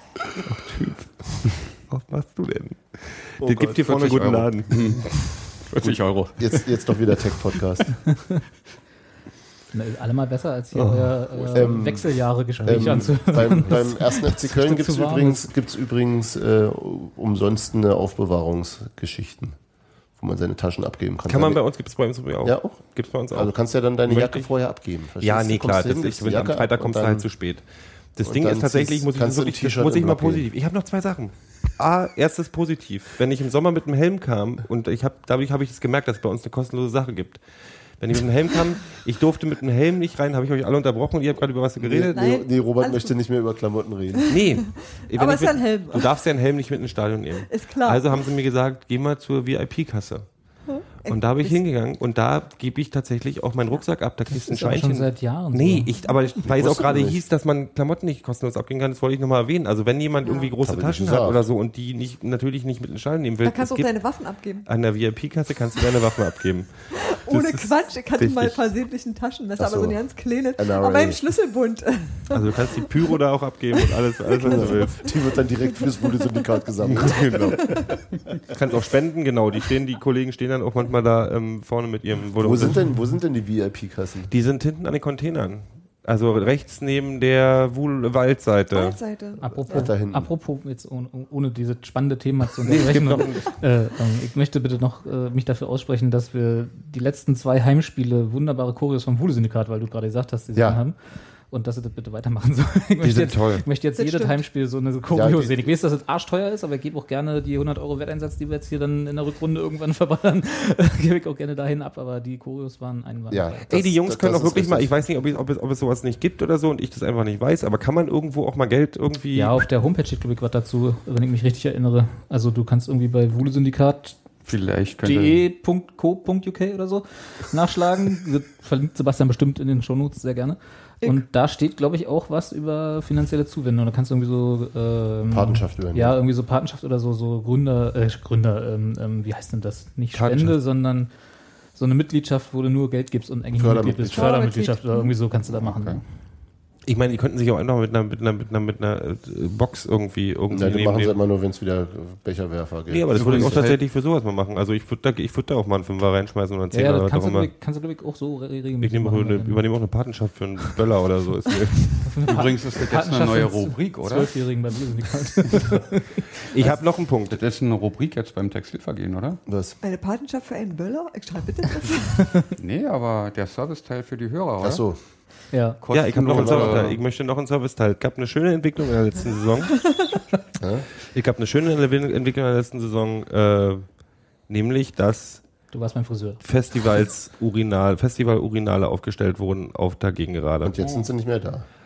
Speaker 1: Was machst du denn?
Speaker 4: Oh
Speaker 1: das gibt dir vorne einen
Speaker 5: vierzig
Speaker 1: guten
Speaker 5: Euro.
Speaker 1: Laden.
Speaker 5: vierzig Euro.
Speaker 4: Jetzt, jetzt doch wieder Tech-Podcast.
Speaker 3: Na, ist allemal besser, als hier euer, euer
Speaker 4: Ähm,
Speaker 3: Wechseljahre-Gespräch
Speaker 4: Ähm,
Speaker 3: anzuhören.
Speaker 4: beim, beim ersten F C Köln gibt es
Speaker 3: zu warm
Speaker 4: übrigens, gibt's übrigens äh, umsonst eine Aufbewahrungsgeschichten, wo man seine Taschen abgeben kann.
Speaker 1: Kann man bei
Speaker 4: Seine-
Speaker 1: uns, gibt es bei uns auch.
Speaker 4: Ja, auch.
Speaker 1: Gibt es bei uns auch.
Speaker 4: Also kannst du ja dann deine
Speaker 1: Möchte
Speaker 4: Jacke
Speaker 1: ich-
Speaker 4: vorher abgeben. verstehst
Speaker 1: Ja,
Speaker 4: du?
Speaker 1: nee,
Speaker 4: Kommst
Speaker 1: klar.
Speaker 4: du
Speaker 1: Das
Speaker 4: hin,
Speaker 1: ist,
Speaker 4: gibst die
Speaker 1: wenn am
Speaker 4: Jacke
Speaker 1: Freitag
Speaker 4: ab
Speaker 1: kommst
Speaker 4: und
Speaker 1: du halt
Speaker 4: dann-
Speaker 1: zu spät. Das
Speaker 4: und
Speaker 1: Ding
Speaker 4: dann
Speaker 1: ist tatsächlich,
Speaker 4: ziehst-
Speaker 1: muss ich
Speaker 4: kannst du
Speaker 1: wirklich,
Speaker 4: ein
Speaker 1: das
Speaker 4: T-Shirt
Speaker 1: muss ich
Speaker 4: im
Speaker 1: mal
Speaker 4: Block geben.
Speaker 1: positiv. Ich habe noch zwei Sachen. A, erstes positiv. Wenn ich im Sommer mit einem Helm kam und ich habe, dadurch habe ich es gemerkt, dass es bei uns eine kostenlose Sache gibt. Wenn ich mit einem Helm kam, ich durfte mit einem Helm nicht rein, habe ich euch alle unterbrochen und ihr habt gerade über was geredet?
Speaker 2: Nein,
Speaker 4: Nee, nee, Robert
Speaker 2: alles
Speaker 4: möchte
Speaker 2: gut.
Speaker 4: nicht mehr über Klamotten reden.
Speaker 1: Nee. Wenn
Speaker 2: Aber
Speaker 1: ich
Speaker 2: es ist ja
Speaker 1: mit-
Speaker 2: ein Helm.
Speaker 1: Du darfst ja einen Helm nicht mit ins Stadion nehmen.
Speaker 2: Ist klar.
Speaker 1: Also haben sie mir gesagt, geh mal zur V I P-Kasse. Und da bin ich
Speaker 2: Ist-
Speaker 1: hingegangen und da gebe ich tatsächlich auch meinen Rucksack ab. Da kriegst du ein
Speaker 3: ist aber
Speaker 1: Scheinchen.
Speaker 3: schon seit Jahren
Speaker 1: Nee,
Speaker 3: so.
Speaker 1: ich, aber ich, weil es auch
Speaker 4: wusste
Speaker 1: gerade
Speaker 4: nicht.
Speaker 1: hieß, dass man Klamotten nicht kostenlos abgeben kann, das wollte ich nochmal erwähnen. Also wenn jemand irgendwie große
Speaker 4: Hab ich
Speaker 1: Taschen
Speaker 4: nicht
Speaker 1: hat
Speaker 4: gesagt.
Speaker 1: oder so und die nicht, natürlich nicht mit in den Stall nehmen will,
Speaker 2: Da kannst du
Speaker 1: es
Speaker 2: auch
Speaker 1: gibt-
Speaker 2: deine Waffen abgeben.
Speaker 1: an der V I P-Kasse kannst du deine Waffen abgeben.
Speaker 2: Ohne
Speaker 1: ist
Speaker 2: Quatsch. Ich hatte
Speaker 1: wichtig.
Speaker 2: mal versehentlich ein Taschenmesser,
Speaker 4: Ach
Speaker 2: aber so
Speaker 4: so.
Speaker 2: ein ganz kleines.
Speaker 4: N R A.
Speaker 2: Aber im Schlüsselbund.
Speaker 1: Also du kannst die Pyro da auch abgeben und alles, alles was du willst.
Speaker 4: Die wird dann direkt fürs Bude-Syndikat gesammelt.
Speaker 1: Genau. Du kannst auch spenden, genau. Die stehen, die Kollegen stehen dann auch manchmal da ähm, vorne mit ihrem.
Speaker 4: Wo sind denn, wo sind denn die V I P-Kassen?
Speaker 1: Die sind hinten an den Containern. Also rechts neben der Wul- Waldseite.
Speaker 2: Waldseite.
Speaker 3: Apropos,
Speaker 4: da hinten.
Speaker 3: apropos jetzt ohne, ohne dieses spannende Thema zu unterbrechen, äh, ähm, ich möchte bitte noch äh, mich dafür aussprechen, dass wir die letzten zwei Heimspiele wunderbare Choreos vom Wuhle-Syndikat, weil du gerade gesagt hast, die
Speaker 4: Ja.
Speaker 3: ja. haben. Und dass sie das bitte weitermachen sollen. Ich möchte
Speaker 1: sind
Speaker 3: jetzt,
Speaker 1: toll.
Speaker 3: Ich möchte jetzt
Speaker 2: Das
Speaker 3: jedes
Speaker 2: stimmt.
Speaker 3: Heimspiel so eine
Speaker 4: Ja,
Speaker 3: Choreo
Speaker 4: die-
Speaker 3: sehen. Ich weiß, dass es arschteuer ist, aber ich gebe auch gerne die hundert Euro Werteinsatz, die wir jetzt hier dann in der Rückrunde irgendwann verballern, gebe ich auch gerne dahin ab. Aber die Choreos waren ein
Speaker 4: Ja.
Speaker 3: Wahnsinn.
Speaker 1: Ey, die
Speaker 4: Das-
Speaker 1: Jungs
Speaker 4: das-
Speaker 1: können
Speaker 4: das
Speaker 1: auch wirklich
Speaker 4: ist
Speaker 1: mal,
Speaker 4: richtig.
Speaker 1: ich weiß nicht, ob es, ob, es, ob es sowas nicht gibt oder so und ich das einfach nicht weiß, aber kann man irgendwo auch mal Geld irgendwie.
Speaker 3: Ja, auf der Homepage steht, glaube ich, was dazu, wenn ich mich richtig erinnere. Also du kannst irgendwie bei Wuhle-Syndikat
Speaker 5: Vielleicht könnte.
Speaker 3: de punkt co punkt uk oder so nachschlagen. Das verlinkt Sebastian bestimmt in den Shownotes sehr gerne. Und da steht, glaube ich, auch was über finanzielle Zuwendung. Da kannst du irgendwie so ähm,
Speaker 4: Patenschaft übernehmen.
Speaker 3: Ja, irgendwie so Patenschaft oder so, so Gründer, äh, Gründer, ähm, ähm, wie heißt denn das? Nicht Spende,
Speaker 1: Patenschaft.
Speaker 3: sondern so eine Mitgliedschaft, wo du nur Geld gibst und eigentlich nur Mitglied bist.
Speaker 2: Fördermitgliedschaft.
Speaker 3: Fördermitgliedschaft oder irgendwie so kannst du da machen.
Speaker 5: Okay.
Speaker 1: Ich meine, die könnten sich auch einfach mit einer, mit einer, mit einer, mit einer äh, Box irgendwie irgendwie
Speaker 4: Ja, die
Speaker 1: neben
Speaker 4: machen sie
Speaker 1: dem-
Speaker 4: immer nur, wenn es wieder Becherwerfer gibt.
Speaker 1: Nee, aber das würde ich auch
Speaker 5: Übrigens,
Speaker 1: tatsächlich für sowas mal machen. Also ich würde da, ich würd da auch mal einen Fünfer reinschmeißen oder einen
Speaker 3: Ja,
Speaker 1: Zehner
Speaker 3: ja,
Speaker 1: oder
Speaker 3: das
Speaker 1: was
Speaker 3: kannst
Speaker 1: auch
Speaker 3: du,
Speaker 1: immer.
Speaker 3: glaub ich- kannst du, glaube ich, auch so re-
Speaker 1: Ich
Speaker 3: regelmäßig
Speaker 1: nehme auch
Speaker 3: machen.
Speaker 1: eine, übernehme auch eine Patenschaft für einen Böller oder so. Ist mir
Speaker 5: Übrigens ist das jetzt eine neue Rubrik, oder?
Speaker 3: Zwölfjährigen beim Wuhle-Syndikat.
Speaker 1: ich habe noch einen Punkt.
Speaker 5: Das ist eine Rubrik jetzt beim Textilvergehen, oder?
Speaker 4: Was?
Speaker 2: Eine Patenschaft für einen Böller? Ich schreibe bitte das.
Speaker 5: Nee, aber der Serviceteil für die Hörer, oder?
Speaker 4: Ach so.
Speaker 3: Ja.
Speaker 1: Ja, ich habe noch einen
Speaker 5: Kostenlos,
Speaker 1: Serviceteil.
Speaker 5: oder?
Speaker 1: Ich möchte noch einen Serviceteil. Es gab eine schöne Entwicklung in der letzten Saison. Ich habe eine schöne Entwicklung in der letzten Saison, äh, nämlich dass
Speaker 3: Du warst mein Friseur.
Speaker 1: Festivals Urinal, Festival-Urinale aufgestellt wurden auf der Gegengerade.
Speaker 4: Und jetzt sind sie nicht mehr da.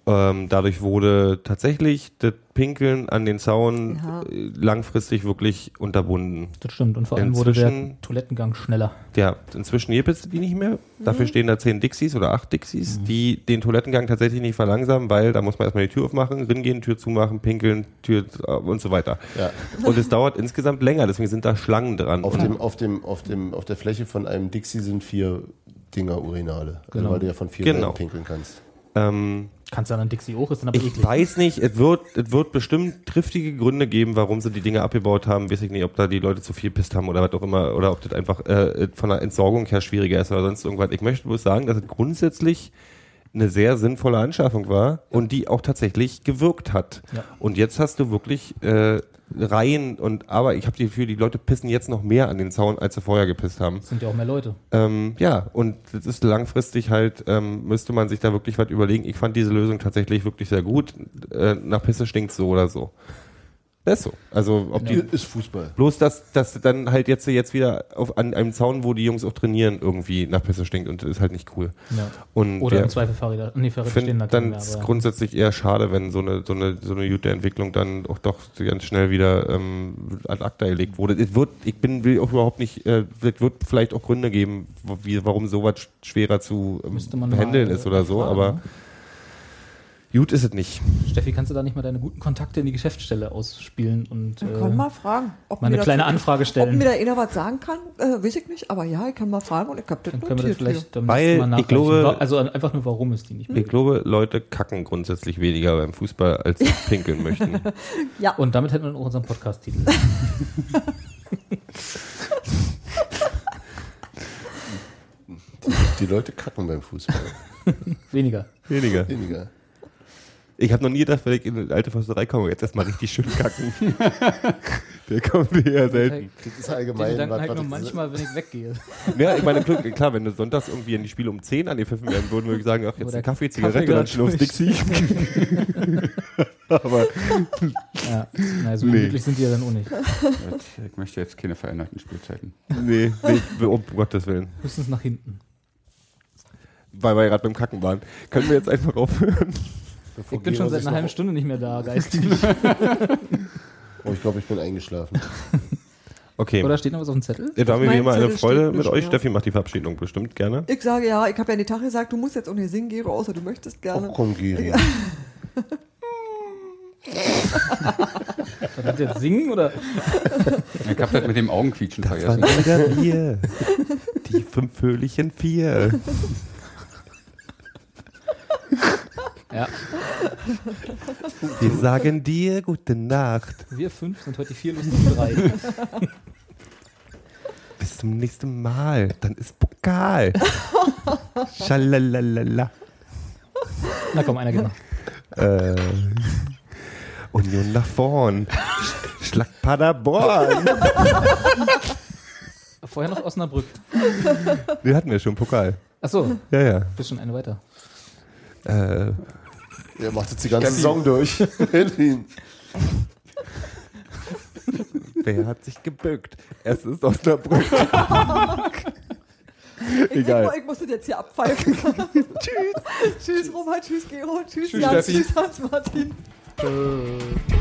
Speaker 1: Ähm, dadurch wurde tatsächlich das Pinkeln an den Zaun
Speaker 2: Ja.
Speaker 1: äh, langfristig wirklich unterbunden.
Speaker 3: Das stimmt. Und vor allem wurde
Speaker 1: Inzwischen-
Speaker 3: der Toilettengang schneller.
Speaker 1: Ja, inzwischen gibt es die nicht mehr. Dafür stehen da zehn Dixies oder acht Dixies, die den Toilettengang tatsächlich nicht verlangsamen, weil da muss man erstmal die Tür aufmachen, ringehen, Tür zumachen, pinkeln, Tür äh, und so weiter.
Speaker 4: Ja.
Speaker 1: Und es dauert insgesamt länger, deswegen sind da Schlangen dran.
Speaker 4: Auf,
Speaker 1: Und
Speaker 4: dem, auf, dem, auf, dem, auf der Fläche von einem Dixie sind vier Dinger Urinale. Also
Speaker 3: Genau.
Speaker 4: weil du ja von vier
Speaker 1: Genau.
Speaker 4: Seiten pinkeln kannst.
Speaker 1: ähm,
Speaker 3: Kannst du dann Dixie hoch, ist dann aber
Speaker 1: ich
Speaker 3: eklig.
Speaker 1: weiß nicht, es wird, es wird bestimmt triftige Gründe geben, warum sie die Dinge abgebaut haben. Weiß ich nicht, ob da die Leute zu viel pisst haben oder was auch immer, oder ob das einfach äh, von der Entsorgung her schwieriger ist oder sonst irgendwas. Ich möchte bloß sagen, dass es grundsätzlich eine sehr sinnvolle Anschaffung war und die auch tatsächlich gewirkt hat.
Speaker 3: Ja.
Speaker 1: Und jetzt hast du wirklich äh, Reihen und aber ich habe das Gefühl, die Leute pissen jetzt noch mehr an den Zaun, als sie vorher gepisst haben.
Speaker 3: Das sind ja auch mehr Leute.
Speaker 1: Ähm, ja, und das ist langfristig halt, ähm, müsste man sich da wirklich was überlegen. Ich fand diese Lösung tatsächlich wirklich sehr gut. Äh, nach Pisse stinkt so oder so. Das ist so. Also ob die,
Speaker 4: Ist Fußball.
Speaker 1: bloß, dass, dass dann halt jetzt, jetzt wieder auf, an einem Zaun, wo die Jungs auch trainieren, irgendwie nach Pisse stinkt und das ist halt nicht cool.
Speaker 3: Ja.
Speaker 1: Und
Speaker 3: Oder
Speaker 1: wir
Speaker 3: im Zweifel Fahrräder. Nee, Fahrräder stehen
Speaker 1: finden
Speaker 3: da
Speaker 1: dann
Speaker 3: keine,
Speaker 1: ist
Speaker 3: aber-
Speaker 1: grundsätzlich eher schade, wenn so eine, so eine, so eine gute Entwicklung dann auch doch ganz schnell wieder ähm, ad acta gelegt wurde. Es wird, ich bin, will auch überhaupt nicht, äh, es wird vielleicht auch Gründe geben, wo- wie, warum sowas schwerer zu ähm,
Speaker 3: Müsste man
Speaker 1: handeln
Speaker 3: mal,
Speaker 1: ist oder so,
Speaker 3: fragen,
Speaker 1: aber
Speaker 3: ne?
Speaker 1: gut ist es nicht.
Speaker 3: Steffi, kannst du da nicht mal deine guten Kontakte in die Geschäftsstelle ausspielen und
Speaker 2: Ich
Speaker 3: äh,
Speaker 2: kann mal fragen, ob
Speaker 3: mal eine
Speaker 2: mir
Speaker 3: kleine
Speaker 2: dazu-
Speaker 3: Anfrage
Speaker 2: Ob
Speaker 3: stellen?
Speaker 2: mir da einer was sagen kann, äh, weiß ich nicht. Aber ja, ich kann mal fragen und ich habe das
Speaker 3: Dann können wir das
Speaker 2: notiert hier.
Speaker 3: vielleicht beim
Speaker 1: Weil
Speaker 3: nächsten Mal
Speaker 1: ich
Speaker 3: nachreichen.
Speaker 1: glaube-
Speaker 3: Wa- also einfach nur, warum es die nicht mehr
Speaker 1: Ich glaube, Leute kacken grundsätzlich weniger beim Fußball, als sie pinkeln möchten.
Speaker 2: Ja,
Speaker 3: Und damit hätten wir auch unseren Podcast-Titel.
Speaker 4: Die Leute kacken beim Fußball.
Speaker 3: Weniger.
Speaker 1: Weniger.
Speaker 4: Weniger.
Speaker 1: Ich habe noch nie gedacht, wenn ich in eine alte Försterei komme, jetzt erstmal richtig schön kacken. Der kommt eher selten.
Speaker 4: Das ist
Speaker 3: Den
Speaker 4: allgemein.
Speaker 3: Gedanken
Speaker 4: was-
Speaker 3: halt
Speaker 4: was
Speaker 3: nur
Speaker 4: das-
Speaker 3: manchmal, wenn ich weggehe.
Speaker 1: Ja, ich meine, klar, wenn du sonntags irgendwie in die Spiele um zehn angepfiffen werden würden, würde ich sagen, ach, jetzt
Speaker 3: Oder
Speaker 1: ein Kaffee,
Speaker 3: Kaffee
Speaker 1: Zigarette, dann
Speaker 3: gerade
Speaker 1: schnell aufs
Speaker 3: durch.
Speaker 1: Dixie. Aber
Speaker 3: Ja, na, so
Speaker 1: Nee.
Speaker 3: gemütlich sind die ja dann auch nicht.
Speaker 5: Ich möchte jetzt keine veränderten Spielzeiten.
Speaker 1: nee, nee, um Gottes Willen.
Speaker 3: Höchstens nach hinten.
Speaker 1: Weil wir gerade beim Kacken waren. Können wir jetzt einfach aufhören?
Speaker 4: Bevor
Speaker 3: Ich bin
Speaker 4: Gero
Speaker 3: schon seit
Speaker 4: sich
Speaker 3: einer
Speaker 4: noch-
Speaker 3: halben Stunde nicht mehr da, geistig.
Speaker 4: Oh, ich glaube, ich bin eingeschlafen.
Speaker 1: Okay.
Speaker 3: Oder steht noch was auf dem Zettel?
Speaker 1: Es war mir
Speaker 2: Mein
Speaker 1: wie immer eine
Speaker 2: Zettel
Speaker 1: Freude
Speaker 2: steht
Speaker 1: mit
Speaker 2: nicht
Speaker 1: euch.
Speaker 2: mehr.
Speaker 1: Steffi macht die Verabschiedung bestimmt gerne.
Speaker 2: ich sage ja, ich habe ja an die Tag gesagt, du musst jetzt auch nicht singen, Gero, außer du möchtest gerne.
Speaker 4: Oh, komm, Geri.
Speaker 3: Was hat jetzt singen oder?
Speaker 5: Ich habe das mit dem Augenquietschen
Speaker 1: Das waren
Speaker 5: vergessen.
Speaker 1: wieder wir. Die fünf fröhlichen vier.
Speaker 3: Ja,
Speaker 1: Wir sagen dir gute Nacht.
Speaker 3: wir fünf sind heute die vier lustigen drei.
Speaker 1: Bis zum nächsten Mal. Dann ist Pokal. Schalalala.
Speaker 3: Na komm, einer geht noch.
Speaker 1: Äh, Union nach vorn. Sch- Schlag Paderborn.
Speaker 3: Vorher noch Osnabrück.
Speaker 1: Wir hatten ja schon Pokal.
Speaker 3: Achso,
Speaker 1: Ja, ja.
Speaker 3: bist schon eine weiter.
Speaker 1: Äh,
Speaker 4: Er macht jetzt die ganze Saison durch. Berlin.
Speaker 1: wer hat sich gebückt? Es ist Osnabrück.
Speaker 2: Ich,
Speaker 1: Egal.
Speaker 2: Ich, ich muss das jetzt hier abpfeifen. tschüss. Tschüss, Robert. Tschüss, Gero. Tschüss,
Speaker 1: Tschüss,
Speaker 2: Jan.
Speaker 1: Steffi.
Speaker 2: Tschüss, Hans-Martin.
Speaker 3: Äh.